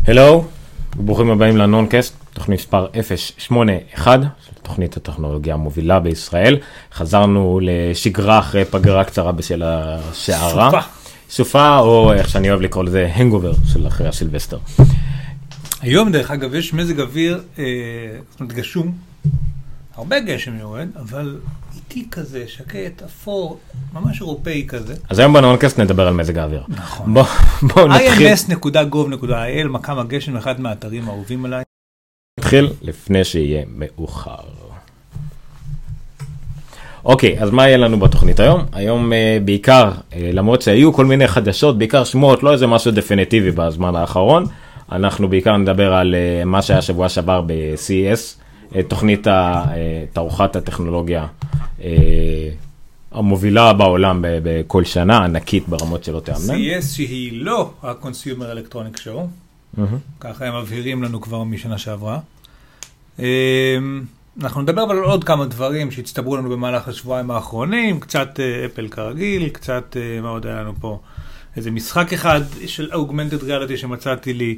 הלו, ברוכים הבאים לנונקאסט, תוכנית מספר 081, תוכנית הטכנולוגיה המובילה בישראל. חזרנו לשגרה אחרי פגרה קצרה בשל השערה. סופה, או איך שאני אוהב לקרוא לזה, הנגובר של אחרי הסילבסטר. היום דרך אגב יש מזג אוויר, זאת אומרת גשום, הרבה גשם יורד, אבל איטי כזה, שקט, אפור, ממש אירופאי כזה. אז היום בנונקאסט נדבר על מזג האוויר. נכון. בואו נתחיל. ims.gov.il, מקם הגשם, אחד מהאתרים האהובים עליי. נתחיל לפני שיהיה מאוחר. אוקיי, אז מה יהיה לנו בתוכנית היום? היום בעיקר, למרות שהיו כל מיני חדשות, בעיקר שמות, לא איזה משהו דפיניטיבי בזמן האחרון, אנחנו בעיקר נדבר על מה שהיה שבוע שעבר ב-CES, תוכנית תערוכת הטכנולוגיה המובילה בעולם בכל שנה, ענקית ברמות שלא תאמנן. CES שהיא לא ה-Consumer Electronic Show, ככה הם מבהירים לנו כבר משנה שעברה. אנחנו נדבר אבל על עוד כמה דברים שהצטברו לנו במהלך השבועיים האחרונים, קצת אפל כרגיל, קצת מה עוד היה לנו פה, איזה משחק אחד של Augmented Reality שמצאתי לי,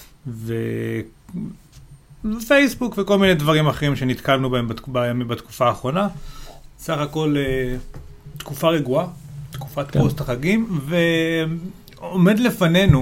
ופייסבוק וכל מיני דברים אחרים שנתקלנו בהם בתקופה האחרונה. סך הכל תקופה רגועה, תקופת פוסט החגים, ועומד לפנינו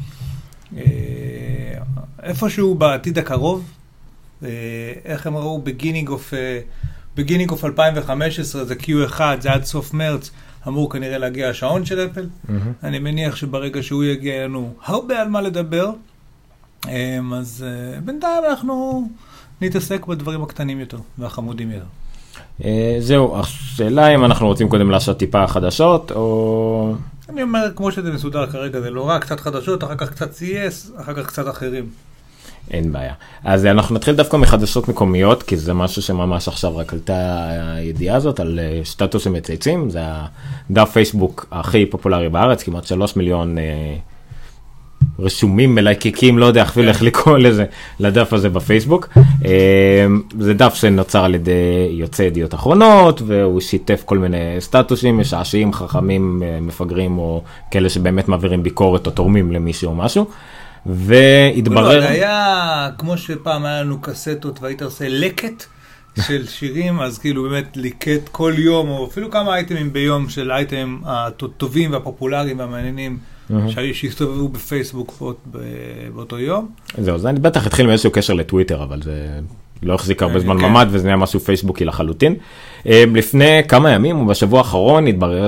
איפשהו בעתיד הקרוב, איך הם ראו beginning of 2015, זה Q1, זה עד סוף מרץ, אמור כנראה להגיע השעון של אפל. אני מניח שברגע שהוא יגיע לנו הרבה על מה לדבר, אז בינתיים אנחנו נתעסק בדברים הקטנים יותר והחמודים יותר. זהו, השאלה אם אנחנו רוצים קודם לעשות טיפה חדשות, או... אני אומר, כמו שזה מסודר כרגע, זה לא רק קצת חדשות, אחר כך קצת CES, אחר כך קצת אחרים. אין בעיה. אז אנחנו נתחיל דווקא מחדשות מקומיות, כי זה משהו שממש עכשיו רק עלתה הידיעה הזאת, על סטטוס מצייצים, זה הדף פייסבוק הכי פופולרי בארץ, כמעט 3 מיליון רשומים, מלייקיקים, לא יודע אפילו איך לקרוא לזה, לדף הזה בפייסבוק. זה דף שנוצר על ידי יוצאי ידיעות אחרונות, והוא שיתף כל מיני סטטוסים, משעשעים, חכמים, מפגרים, או כאלה שבאמת מעבירים ביקורת או תורמים למישהו או משהו. והתברר... זה היה כמו שפעם היה לנו קסטות והיית עושה לקט של שירים, אז כאילו באמת ליקט כל יום, או אפילו כמה אייטמים ביום של אייטמים הטובים והפופולריים והמעניינים, שהסתובבו בפייסבוק באותו יום. זהו, זה אני בטח התחיל מאיזשהו קשר לטוויטר, אבל זה לא החזיק הרבה זמן ממד, וזה נהיה משהו פייסבוקי לחלוטין. לפני כמה ימים, ובשבוע האחרון, התברר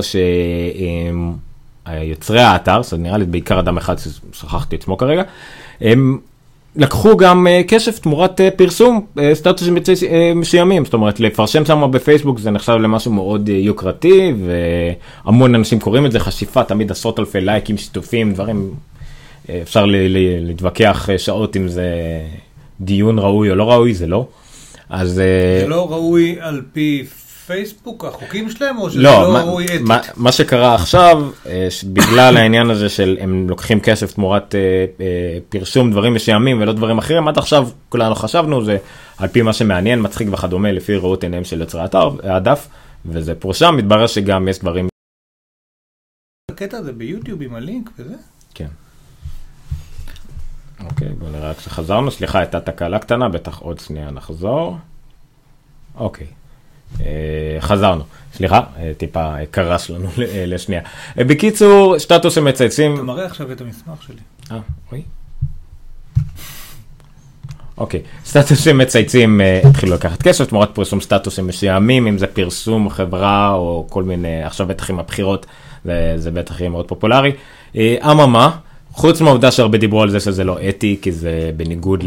שיוצרי האתר, זה נראה לי בעיקר אדם אחד ששכחתי את שמו כרגע, הם לקחו גם כסף תמורת פרסום, סטטוסים מסוימים, זאת אומרת, לפרשם שם בפייסבוק זה נחשב למשהו מאוד יוקרתי, והמון אנשים קוראים את זה, חשיפה, תמיד עשרות אלפי לייקים, שיתופים, דברים, אפשר להתווכח שעות אם זה דיון ראוי או לא ראוי, זה לא. אז זה לא ראוי על פי פייסבוק, החוקים שלהם, או שזה לא ראוי אתית? מה שקרה עכשיו, בגלל העניין הזה של הם לוקחים כסף תמורת פרסום דברים מסוימים ולא דברים אחרים, עד עכשיו כולנו חשבנו, זה על פי מה שמעניין, מצחיק וכדומה, לפי ראות עיניהם של יוצרי הדף, וזה פורשם, מתברר שגם יש דברים... הקטע הזה ביוטיוב עם הלינק וזה? כן. אוקיי, בוא נראה רק שחזרנו, סליחה, הייתה תקלה קטנה, בטח עוד שנייה נחזור. אוקיי. חזרנו, סליחה, טיפה קרס לנו לשנייה. בקיצור, סטטוס מצייצים... אתה מראה עכשיו את המסמך שלי. אוי. אוקיי, סטטוס מצייצים התחילו לקחת כסף, תמורת פרסום סטטוסים מסוימים, אם זה פרסום חברה או כל מיני, עכשיו בטח עם הבחירות, זה בטח יהיה מאוד פופולרי. אממה, חוץ מהעובדה שהרבה דיברו על זה שזה לא אתי, כי זה בניגוד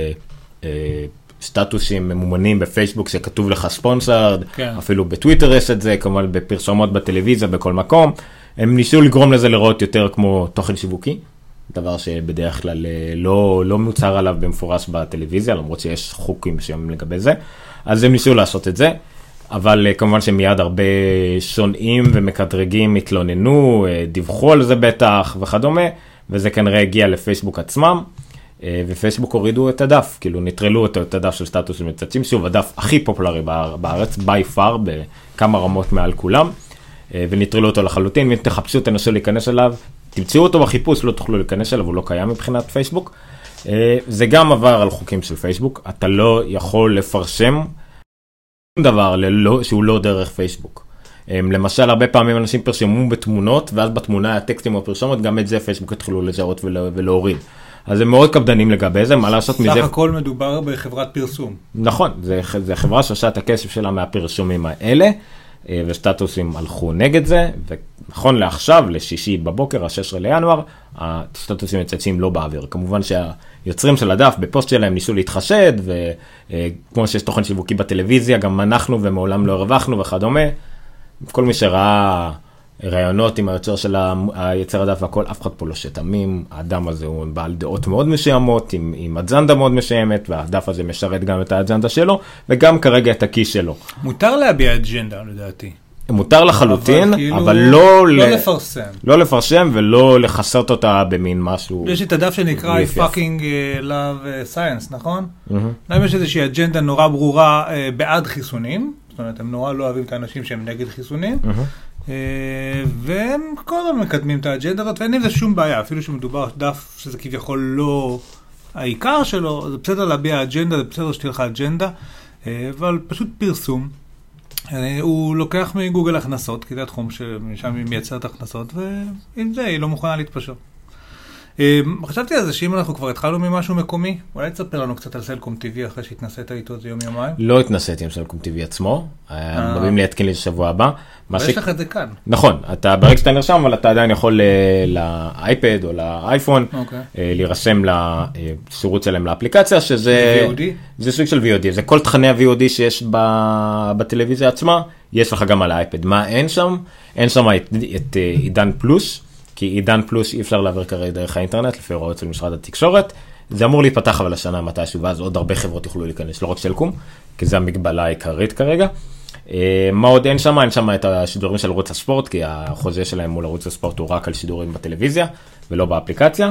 סטטוסים ממומנים בפייסבוק שכתוב לך ספונסרד, אפילו בטוויטר יש את זה, כמובן בפרסומות בטלוויזיה, בכל מקום. הם ניסו לגרום לזה לראות יותר כמו תוכן שיווקי, דבר שבדרך כלל לא מוצר עליו במפורש בטלוויזיה, למרות שיש חוקים מסוימים לגבי זה. אז הם ניסו לעשות את זה, אבל כמובן שמיד הרבה שונאים ומקטרגים התלוננו, דיווחו על זה בטח וכדומה, וזה כנראה הגיע לפייסבוק עצמם. ופייסבוק הורידו את הדף, כאילו נטרלו את הדף של סטטוס מצייצים, שוב, הדף הכי פופולרי בארץ, by far, בכמה רמות מעל כולם, ונטרלו אותו לחלוטין, ואם תחפשו, תנסו להיכנס אליו, תמצאו אותו בחיפוש, לא תוכלו להיכנס אליו, הוא לא קיים מבחינת פייסבוק, זה גם עבר על חוקים של פייסבוק, אתה לא יכול לפרשם שום דבר שהוא לא דרך פייסבוק. למשל, הרבה פעמים אנשים פרשמו בתמונות, ואז בתמונה הטקסטים או פרשמות, גם את זה פייסבוק התחילו לזהות ולהוריד. אז הם מאוד קפדנים לגבי זה, מה לעשות מזה? סך הכל מדובר בחברת פרסום. נכון, זה חברה שעושה את הכסף שלה מהפרשומים האלה, וסטטוסים הלכו נגד זה, ונכון לעכשיו, לשישי בבוקר, ה-16 לינואר, הסטטוסים מצייצים לא באוויר. כמובן שהיוצרים של הדף בפוסט שלהם ניסו להתחשד, וכמו שיש תוכן שיווקי בטלוויזיה, גם אנחנו ומעולם לא הרווחנו וכדומה. כל מי שראה רעיונות עם היוצר של היצר הדף והכל, אף אחד פה לא שתמים, האדם הזה הוא בעל דעות מאוד משיימות, עם אג'נדה מאוד משיימת, והדף הזה משרת גם את האג'נדה שלו, וגם כרגע את הכיס שלו. מותר להביע אג'נדה, לדעתי. מותר לחלוטין, אבל לא לפרסם. לא לפרשם ולא לחסרת אותה במין משהו. יש את הדף שנקרא I fucking love science, נכון? להם יש איזושהי אג'נדה נורא ברורה בעד חיסונים, זאת אומרת, הם נורא לא אוהבים את האנשים שהם נגד חיסונים, והם כל הזמן מקדמים את האג'נדה הזאת, ואין עם זה שום בעיה, אפילו שמדובר דף שזה כביכול לא העיקר שלו, זה בסדר להביע אג'נדה, זה בסדר שתהיה לך אג'נדה, אבל פשוט פרסום. הוא לוקח מגוגל הכנסות, כי זה התחום שמשם היא מייצרת הכנסות, ועם זה היא לא מוכנה להתפשר. חשבתי על זה שאם אנחנו כבר התחלנו ממשהו מקומי, אולי תספר לנו קצת על סלקום TV אחרי שהתנסית איתו זה יום-יומיים? לא התנסיתי עם סלקום TV עצמו, מרבים להתקין לי שבוע הבא. אבל יש לך את זה כאן. נכון, אתה ברגע שאתה נרשם, אבל אתה עדיין יכול לאייפד או לאייפון, להירשם לשירות שלהם לאפליקציה, שזה... VOD? זה סוג של VOD, זה כל תכני ה-VOD שיש בטלוויזיה עצמה, יש לך גם על האייפד. מה אין שם? אין שם את עידן פלוס, כי עידן פלוס אי אפשר להעביר כרגע דרך האינטרנט, לפי הוראות של משרד התקשורת. זה אמור להתפתח אבל השנה מתישהו, ואז עוד הרבה חברות יוכלו להיכנס, לא רק סלקום, כי זה המגבלה העיקרית כרגע. מה עוד אין שם? אין שם את השידורים של ערוץ הספורט, כי החוזה שלהם מול ערוץ הספורט הוא רק על שידורים בטלוויזיה, ולא באפליקציה.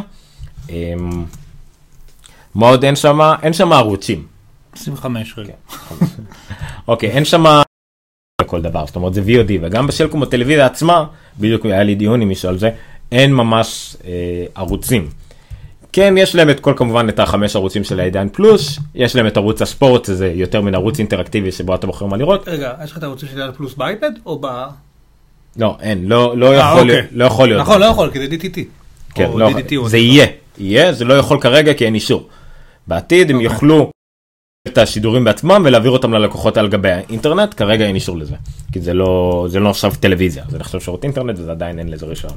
מה עוד אין שם? אין שם ערוצים. 25 רגע. אוקיי, אין שם כל דבר, זאת אומרת זה VOD, וגם בסלקום בטלוויזיה עצמה, בדיוק היה לי דיון עם מישהו על זה, אין ממש ערוצים. כן, יש להם את כל כמובן את 5 ערוצים של העידן פלוס, יש להם את ערוץ הספורט, זה יותר מן ערוץ אינטראקטיבי שבו אתה בוחר מה לראות. רגע, יש לך את הערוצים של העידן פלוס באייפד או לא, אין, לא יכול להיות. נכון, לא יכול, כי זה DTT. כן, זה יהיה, זה לא יכול כרגע כי אין אישור. בעתיד הם יוכלו את השידורים בעצמם ולהעביר אותם ללקוחות על גבי האינטרנט, כרגע אין אישור לזה, כי זה לא עכשיו טלוויזיה, זה נחשב שירות אינטרנט וזה עדיין אין לזה רישיון.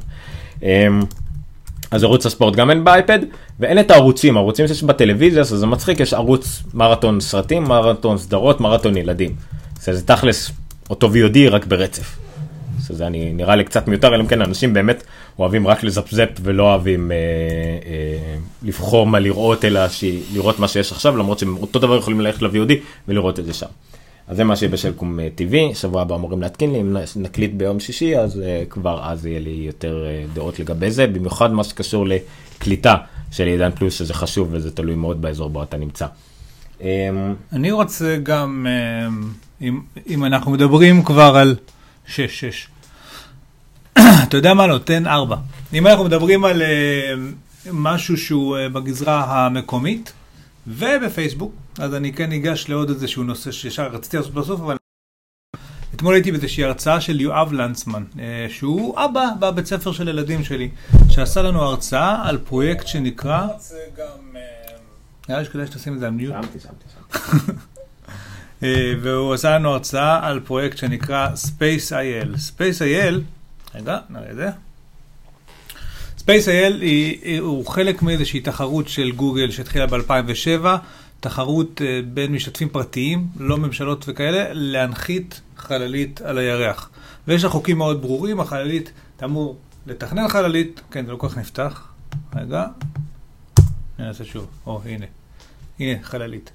אז ערוץ הספורט גם אין באייפד, ואין את הערוצים שיש בטלוויזיה, אז זה מצחיק, יש ערוץ מרתון סרטים, מרתון סדרות, מרתון ילדים. זה תכלס אותו VOD רק ברצף. זה נראה לי קצת מיותר, אלא כן אנשים באמת אוהבים רק לזפזפ ולא אוהבים לבחור מה לראות, אלא לראות מה שיש עכשיו, למרות שאותו דבר יכולים ללכת ל-VOD ולראות את זה שם. אז זה מה שיהיה בסלקום TV, שבוע הבא אמורים להתקין לי, אם נקליט ביום שישי, אז כבר אז יהיה לי יותר דעות לגבי זה, במיוחד מה שקשור לקליטה של עידן פלוס, שזה חשוב וזה תלוי מאוד באזור בו אתה נמצא. אני רוצה גם, אם אנחנו מדברים כבר על 6, אתה יודע מה? נותן 4. אם אנחנו מדברים על משהו שהוא בגזרה המקומית ובפייסבוק, אז אני כן ניגש לעוד איזשהו נושא שרציתי לעשות בסוף, אבל אתמול הייתי באיזושהי הרצאה של יואב לנצמן, שהוא אבא בבית ספר של ילדים שלי, שעשה לנו הרצאה על פרויקט שנקרא... נראה לי שכדאי שתשים את זה על מיוט. והוא עשה לנו הרצאה על פרויקט שנקרא Space.il. Space.il, רגע, נראה את זה. Space.il הוא חלק מאיזושהי תחרות של גוגל שהתחילה ב-2007, תחרות בין משתתפים פרטיים, לא ממשלות וכאלה, להנחית חללית על הירח. ויש לה חוקים מאוד ברורים, החללית, אתה אמור לתכנן חללית, כן, זה לא כל כך נפתח, רגע, ננסה שוב, הנה, חללית.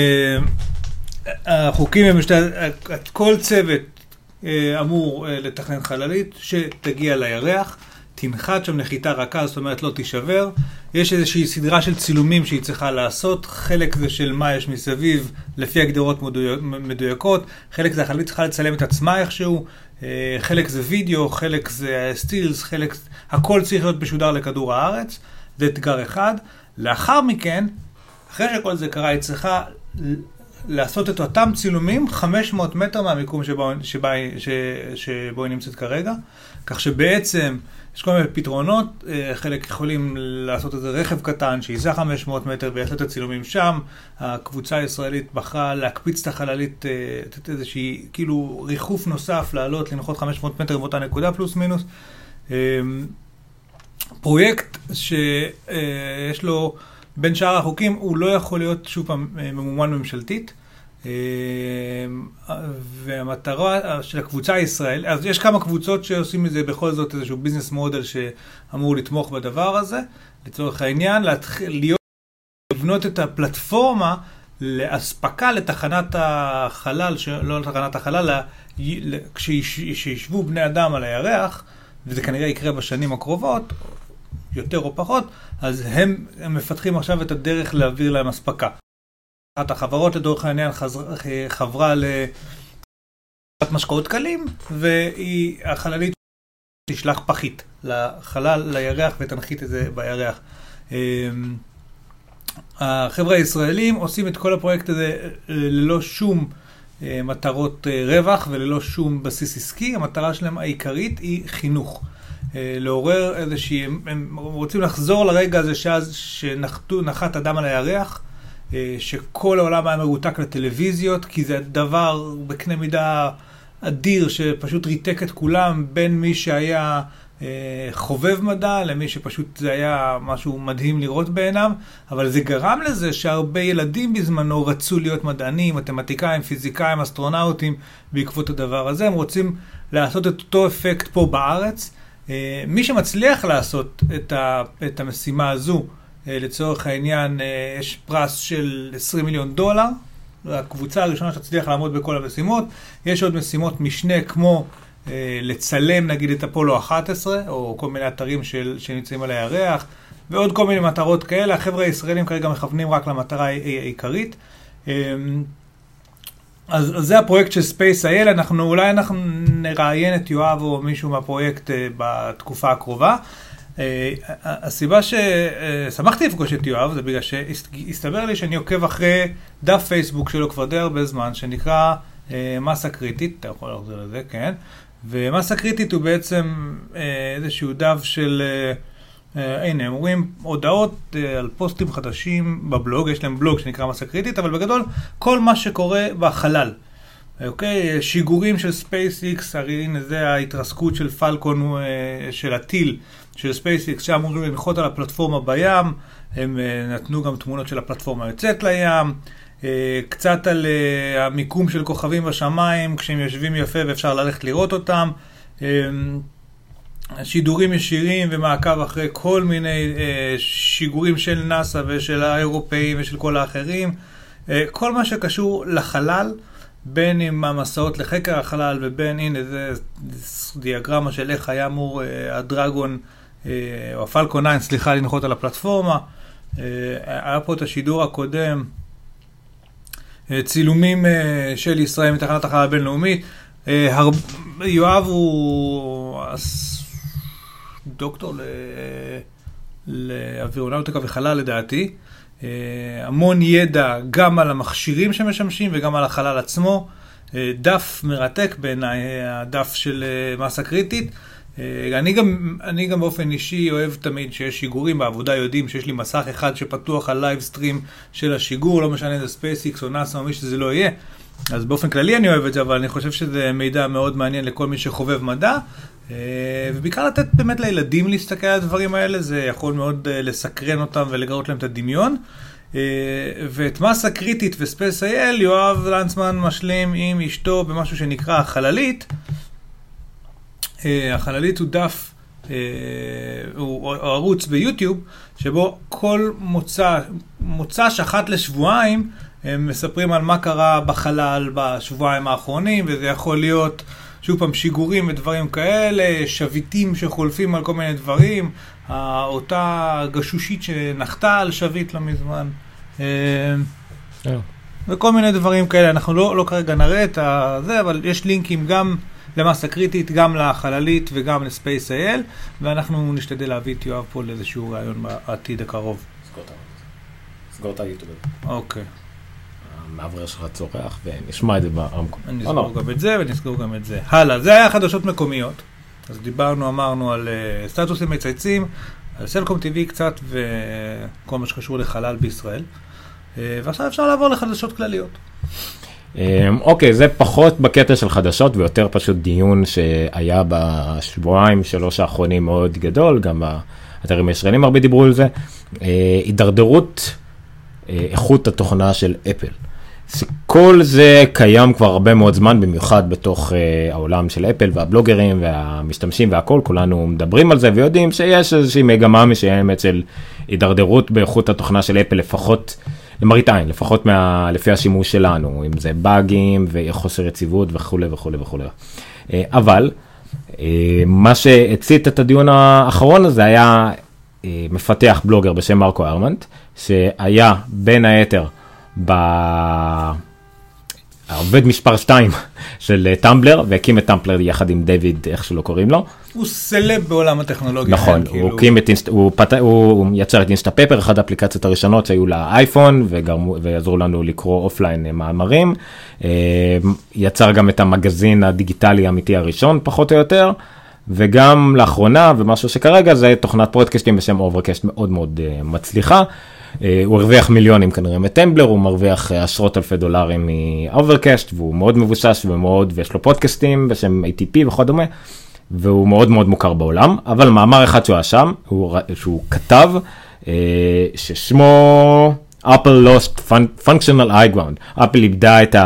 החוקים הם כל צוות אמור לתכנן חללית שתגיע לירח, תנחת שם נחיתה רכה, זאת אומרת לא תישבר. יש איזושהי סדרה של צילומים שהיא צריכה לעשות, חלק זה של מה יש מסביב לפי הגדרות מדויקות, חלק זה החללית צריכה לצלם את עצמה איכשהו, חלק זה וידאו, חלק זה סטילס, הכל צריך להיות בשודר לכדור הארץ, זה אתגר אחד. לאחר מכן, אחרי שכל זה קרה, היא צריכה לעשות את אותם צילומים 500 מטר מהמיקום שבו היא נמצאת כרגע, כך שבעצם יש כל מיני פתרונות, חלק יכולים לעשות איזה רכב קטן שייסע 500 מטר ויעשה את הצילומים שם. הקבוצה הישראלית בחרה להקפיץ את החללית, לתת איזושהי כאילו ריחוף נוסף, לעלות, לנחות 500 מטר באותה נקודה פלוס מינוס. פרויקט שיש לו בין שאר החוקים, הוא לא יכול להיות שוב פעם ממומן ממשלתית. והמטרה של הקבוצה הישראלית, אז יש כמה קבוצות שעושים מזה בכל זאת איזשהו ביזנס מודל שאמור לתמוך בדבר הזה, לצורך העניין, לבנות את הפלטפורמה להספקה לתחנת החלל, לא לתחנת החלל, כשישבו בני אדם על הירח, וזה כנראה יקרה בשנים הקרובות, יותר או פחות, אז הם מפתחים עכשיו את הדרך להעביר להם הספקה. אחת החברות לדורך העניין חברה משקאות קלים, והחללית תשלח פחית לחלל, לירח, ותנחית את זה בירח. החבר'ה הישראלים עושים את כל הפרויקט הזה ללא שום מטרות רווח וללא שום בסיס עסקי. המטרה שלהם העיקרית היא חינוך. לעורר איזושהי, הם רוצים לחזור לרגע הזה שנחת אדם על הירח, שכל העולם היה מרותק לטלוויזיות, כי זה דבר בקנה מידה אדיר שפשוט ריתק את כולם, בין מי שהיה חובב מדע למי שפשוט זה היה משהו מדהים לראות בעיניו, אבל זה גרם לזה שהרבה ילדים בזמנו רצו להיות מדענים, מתמטיקאים, פיזיקאים, אסטרונאוטים בעקבות הדבר הזה. הם רוצים לעשות את אותו אפקט פה בארץ. מי שמצליח לעשות את המשימה הזו, לצורך העניין, יש פרס של $20 מיליון, הקבוצה הראשונה שתצליח לעמוד בכל המשימות. יש עוד משימות משנה כמו לצלם נגיד את אפולו 11, או כל מיני אתרים שנמצאים על הירח, ועוד כל מיני מטרות כאלה. החבר'ה הישראלים כרגע מכוונים רק למטרה העיקרית. אז זה הפרויקט של Space.il. אולי אנחנו נראיין את יואב או מישהו מהפרויקט בתקופה הקרובה. הסיבה ששמחתי לפגוש את יואב זה בגלל שהסתבר לי שאני עוקב אחרי דף פייסבוק שלו כבר די הרבה זמן, שנקרא מסה קריטית, אתה יכול לחזור לזה, כן? ומסה קריטית הוא בעצם איזשהו דף של, הנה, הם רואים הודעות על פוסטים חדשים בבלוג, יש להם בלוג שנקרא מסה קריטית, אבל בגדול כל מה שקורה בחלל. אוקיי, שיגורים של SpaceX, הנה זה ההתרסקות של פלקון, של הטיל של SpaceX, שאמורים לנחות על הפלטפורמה בים, הם נתנו גם תמונות של הפלטפורמה יוצאת לים, קצת על המיקום של כוכבים בשמיים, כשהם יושבים יפה ואפשר ללכת לראות אותם, שידורים ישירים ומעקב אחרי כל מיני שיגורים של נאסא ושל האירופאים ושל כל האחרים, כל מה שקשור לחלל, בין עם המסעות לחקר החלל ובין, הנה זה דיאגרמה של איך היה אמור הדרגון, או הפלקון 9, סליחה, לנחות על הפלטפורמה. היה פה את השידור הקודם, צילומים של ישראל מתחנת החלל הבינלאומית. יואב הוא דוקטור לאווירונאוטיקה וחלל לדעתי. המון ידע גם על המכשירים שמשמשים וגם על החלל עצמו. דף מרתק בעיניי, הדף של מסה קריטית. אני גם באופן אישי אוהב תמיד שיש שיגורים בעבודה, יודעים שיש לי מסך אחד שפתוח על לייב סטרים של השיגור, לא משנה זה SpaceX או נאסא או מי שזה לא יהיה. אז באופן כללי אני אוהב את זה, אבל אני חושב שזה מידע מאוד מעניין לכל מי שחובב מדע, ובעיקר לתת באמת לילדים להסתכל על הדברים האלה, זה יכול מאוד לסקרן אותם ולגרות להם את הדמיון. ואת מסה קריטית ו-Space.il יואב לנצמן משלים עם אשתו במשהו שנקרא החללית. החללית הוא דף, הוא ערוץ ביוטיוב, שבו כל מוצ"ש אחת לשבועיים הם מספרים על מה קרה בחלל בשבועיים האחרונים, וזה יכול להיות שוב פעם שיגורים ודברים כאלה, שביטים שחולפים על כל מיני דברים, אותה גשושית שנחתה על שביט לא מזמן, וכל מיני דברים כאלה. אנחנו לא כרגע נראה את זה, אבל יש לינקים גם למסה קריטית, גם לחללית וגם לספייס.il, ואנחנו נשתדל להביא את יואב פה לאיזשהו רעיון בעתיד הקרוב. סגור את היוטיוב. אוקיי. המעברר שלך צורח, ונשמע את זה ברמקול. נסגור גם את זה, ונסגור גם את זה. הלאה, זה היה חדשות מקומיות. אז אמרנו על סטטוסים מצייצים, על סלקום TV קצת, וכל מה שקשור לחלל בישראל. ועכשיו אפשר לעבור לחדשות כלליות. אוקיי, זה פחות בקטע של חדשות, ויותר פשוט דיון שהיה בשבועיים, 3 האחרונים מאוד גדול, גם באתרים הישראלים הרבה דיברו על זה. הידרדרות איכות התוכנה של אפל. כל זה קיים כבר הרבה מאוד זמן, במיוחד בתוך העולם של אפל והבלוגרים והמשתמשים והכל, כולנו מדברים על זה ויודעים שיש איזושהי מגמה מסוימת של הידרדרות באיכות התוכנה של אפל, לפחות למראית עין, לפחות לפי השימוש שלנו, אם זה באגים וחוסר יציבות וכו' וכו' וכו'. אבל מה שהצית את הדיון האחרון הזה היה מפתח בלוגר בשם מרקו ארמנט, שהיה בין היתר העובד מספר 2 של טמבלר, והקים את טמבלר יחד עם דיוויד, איך שלא קוראים לו. הוא סלב בעולם הטכנולוגיה. נכון, הוא יצר את אינסטאפפר, אחת האפליקציות הראשונות שהיו לאייפון, ועזרו לנו לקרוא אופליין מאמרים. יצר גם את המגזין הדיגיטלי האמיתי הראשון, פחות או יותר, וגם לאחרונה, ומשהו שכרגע, זה תוכנת פודקאסטים בשם אוברקאסט מאוד מאוד מצליחה. הוא הרוויח מיליונים כנראה מטמבלר, הוא מרוויח עשרות אלפי דולרים מאוברקאסט, והוא מאוד מבוסס ויש לו פודקאסטים בשם ATP וכדומה, והוא מאוד מאוד מוכר בעולם, אבל מאמר אחד שהוא שם, שהוא כתב, ששמו Apple lost functional high ground. אפל איבדה את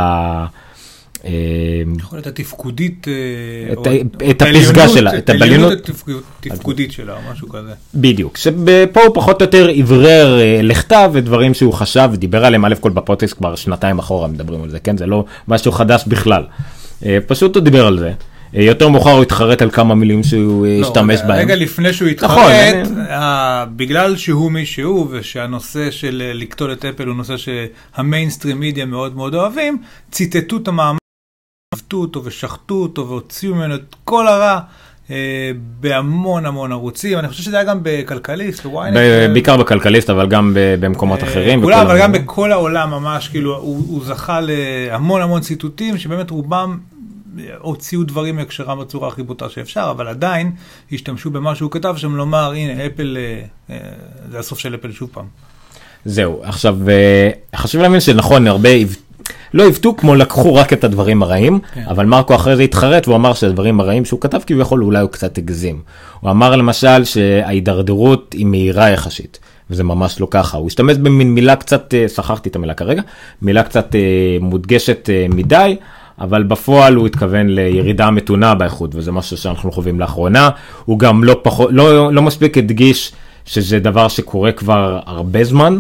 יכול להיות התפקודית, את הפסגה שלה, את העליונות התפקודית שלה, או משהו כזה. בדיוק, שפה הוא פחות או יותר עברר לכתב ודברים שהוא חשב ודיבר עליהם, א' כל בפודקאסט כבר 2 אחורה מדברים על זה, כן? זה לא משהו חדש בכלל. פשוט הוא דיבר על זה. יותר מאוחר הוא התחרט על כמה מילים שהוא השתמש בהם. רגע לפני שהוא התחרט, בגלל שהוא מי שהוא, ושהנושא של לקטול את אפל הוא נושא שהמיינסטרים מידיה מאוד מאוד אוהבים, ציטטו את המאמר, עבדו אותו ושחטו אותו והוציאו ממנו את כל הרע בהמון המון ערוצים. אני חושב שזה היה גם בכלכליסט, בעיקר בכלכליסט, אבל גם במקומות אחרים. אבל גם בכל העולם ממש, כאילו הוא זכה להמון המון ציטוטים, שבאמת רובם הוציאו דברים מהקשרם בצורה הכי בוטה שאפשר, אבל עדיין השתמשו במה שהוא כתב שם לומר, הנה אפל, זה הסוף של אפל שוב פעם. זהו, עכשיו חשוב להבין שנכון, הרבה לא הבטו כמו לקחו רק את הדברים הרעים, אבל מרקו אחרי זה התחרט, והוא אמר שהדברים הרעים שהוא כתב כביכול אולי הוא קצת הגזים. הוא אמר למשל שההידרדרות היא מהירה יחסית, וזה ממש לא ככה. הוא השתמש במין מילה קצת, שכחתי את המילה כרגע, מילה קצת מודגשת מדי, אבל בפועל הוא התכוון לירידה מתונה באיכות, וזה משהו שאנחנו חווים לאחרונה. הוא גם לא מספיק הדגיש שזה דבר שקורה כבר הרבה זמן,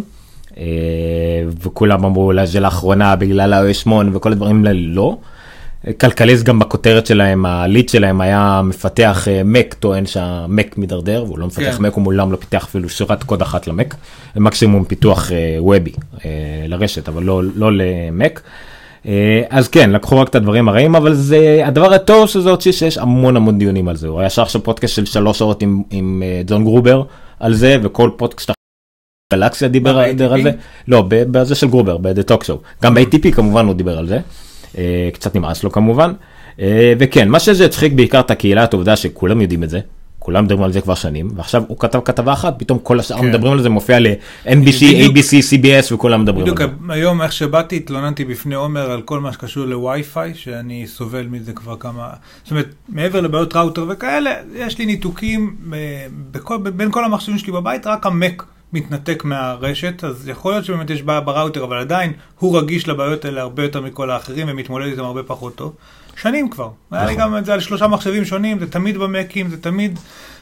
וכולם אמרו לה, זה לאחרונה בגלל ה-OS 8 וכל הדברים לא. כלכליסט גם בכותרת שלהם, הליד שלהם היה מפתח מק, טוען שהמק מדרדר, והוא לא מפתח מק, הוא מעולם לא פיתח אפילו שורת קוד אחת למק, מקסימום פיתוח וובי לרשת, אבל לא למק. אז כן, לקחו רק את הדברים הרעים, אבל זה הדבר הטוב שזה הוציא שיש המון דיונים על זה. הוא היה עכשיו פודקאסט של 3 שעות עם ג'ון גרובר על זה, וכל פודקאסט גלקסיה דיבר על זה. לא, בזה של גרובר, ב-The Talk Show. גם ב-ATP כמובן הוא דיבר על זה. קצת נמאס לו כמובן. וכן, מה שזה הצחיק בעיקר את הקהילה, את העובדה שכולם יודעים את זה. כולם מדברים על זה כבר שנים, ועכשיו הוא כתב כתבה אחת, פתאום כל השאר מדברים על זה, מופיע ל-NBC, ABC, CBS, וכולם מדברים על זה. בדיוק, היום איך שבאתי, התלוננתי בפני עומר על כל מה שקשור לווי-פיי, שאני סובל מזה כבר כמה, זאת אומרת, מעבר לבעיות ראוטר וכאלה, יש לי ניתוקים בין כל המחשבים שלי בבית, רק המק מתנתק מהרשת, אז יכול להיות שבאמת יש בעיה בראוטר, אבל עדיין הוא רגיש לבעיות האלה הרבה יותר מכל האחרים, ומתמודד איתם הרבה פחות טוב. שנים כבר. היה לי גם את זה על 3 מחשבים שונים, זה תמיד במקים, זה תמיד...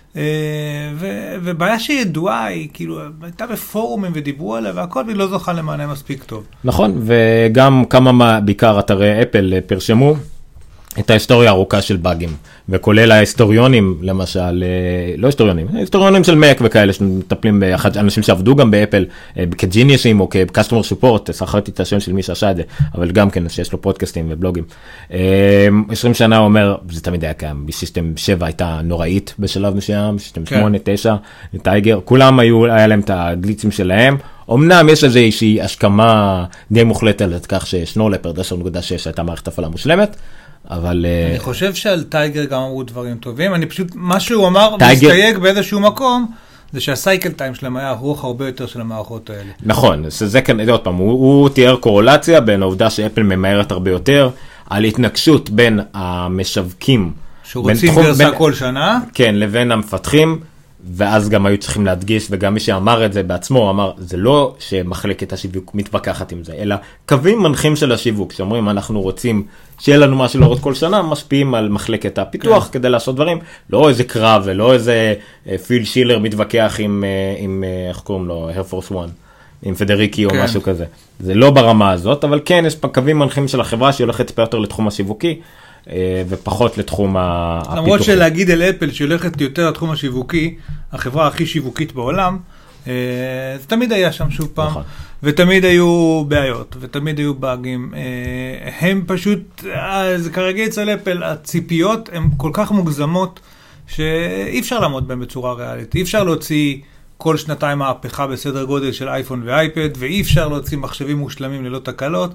ובעיה שידועה היא, כאילו, הייתה בפורומים ודיברו עליה, והכל והיא לא זוכה למענה מספיק טוב. נכון, וגם כמה בעיקר אתרי אפל פרשמו, את ההיסטוריה הארוכה של באגים, וכולל ההיסטוריונים, למשל, לא היסטוריונים, היסטוריונים של מק וכאלה, שמטפלים באנשים שעבדו גם באפל, כג'יניוסים או כקסטומר סופורט, שכרתי את השם של מי שעשה את זה, אבל גם כן, שיש לו פודקאסטים ובלוגים. 20 שנה הוא אומר, זה תמיד היה קיים, בסיסטם 7 הייתה נוראית בשלב מסוים, בסיסטם 8, 9, טייגר, כולם היה להם את הגליצים שלהם, אמנם יש איזושהי השכמה די מוחלטת על כך ששנורלפרד 10.6 הייתה מערכת הפעלה מושלמת, אבל... אני חושב שעל טייגר גם אמרו דברים טובים, אני פשוט, מה שהוא אמר, מסתייג באיזשהו מקום, זה שהסייקל טיים שלהם היה ארוך הרבה יותר של המערכות האלה. נכון, זה כאן, עוד פעם, הוא תיאר קורלציה בין העובדה שאפל ממהרת הרבה יותר, על התנגשות בין המשווקים, שרוצים גרסה כל שנה. כן, לבין המפתחים, ואז גם היו צריכים להדגיש, וגם מי שאמר את זה בעצמו, אמר, זה לא שמחלקת השיווק מתווכחת עם זה, אלא קווים מנחים של השיווק, שאומרים, אנחנו רוצים שיהיה לנו משהו לראות כל שנה, משפיעים על מחלקת הפיתוח כדי לעשות דברים, לא איזה קרב, ולא איזה פיל שילר מתווכח עם איך קוראים לו, Air Force One, עם פדריקי או משהו כזה. זה לא ברמה הזאת, אבל כן, יש קווים מנחים של החברה, שהיא הולכת יותר לתחום השיווקי, ופחות לתחום הפיתוחי. למרות שלהגיד על אפל שהולכת יותר לתחום השיווקי, החברה הכי שיווקית בעולם, זה תמיד היה שם שוב פעם, ותמיד היו בעיות, ותמיד היו באגים. הם פשוט, זה כרגע אצל אפל, הציפיות הן כל כך מוגזמות, שאי אפשר לעמוד בהן בצורה ריאלית. אי אפשר להוציא כל שנתיים מהפכה בסדר גודל של אייפון ואייפד, ואי אפשר להוציא מחשבים מושלמים ללא תקלות.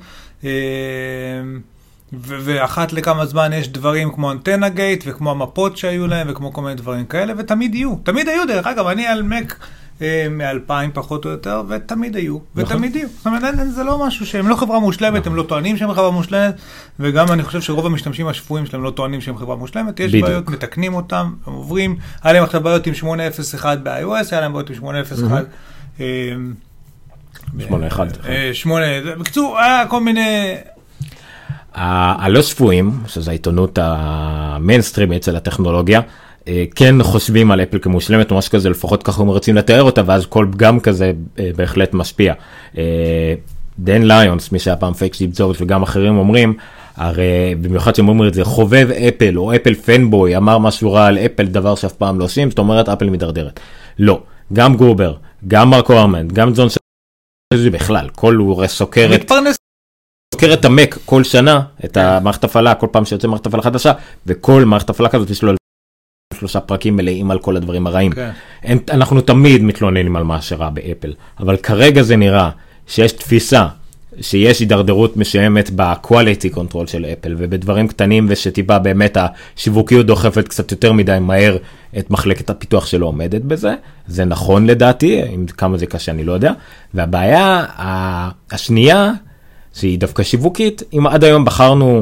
ואחת לכמה זמן יש דברים כמו אנטנה גייט, וכמו המפות שהיו להם, וכמו כל מיני דברים כאלה, ותמיד יהיו. תמיד היו, דרך אגב, אני על מק מ-2000 פחות או יותר, ותמיד היו, ותמיד יהיו. זאת אומרת, זה לא משהו שהם לא חברה מושלמת, הם לא טוענים שהם חברה מושלמת, וגם אני חושב שרוב המשתמשים השפויים שלהם לא טוענים שהם חברה מושלמת, יש בעיות, מתקנים אותם, הם עוברים, היה להם עכשיו בעיות עם 8.0.1 ב-iOS, היה להם בעיות עם 8.0.1 8.1 בקיצור, היה כל מיני... הלא שפויים, שזו העיתונות המיינסטרימית של הטכנולוגיה, כן חושבים על אפל כמושלמת או משהו כזה, לפחות ככה הם רוצים לתאר אותה, ואז כל פגם כזה בהחלט משפיע. דן ליונס, מי שהיה פעם פייק סטיב ג'ובס וגם אחרים אומרים, הרי במיוחד שהם אומרים את זה, חובב אפל או אפל פנבוי אמר משהו רע על אפל, דבר שאף פעם לא עושים, זאת אומרת אפל מדרדרת. לא, גם גרובר, גם מרק אורמן, גם ג'ון שזה בכלל, כל הוא סוקרת את המק כל שנה, את המערכת הפעלה, כל פעם שיוצא מערכת הפעלה חדשה, וכל מערכת הפעלה כזאת יש לו 3 פרקים מלאים על כל הדברים הרעים. אנחנו תמיד מתלוננים על מה שרע באפל, אבל כרגע זה נראה שיש תפיסה, שיש הידרדרות משיימת בקואליטי קונטרול של אפל, ובדברים קטנים ושטיפה באמת השיווקיות דוחפת קצת יותר מדי מהר את מחלקת הפיתוח שלו עומדת בזה. זה נכון לדעתי, כמה זה קשה אני לא יודע. והבעיה השנייה, שהיא דווקא שיווקית, אם עד היום בחרנו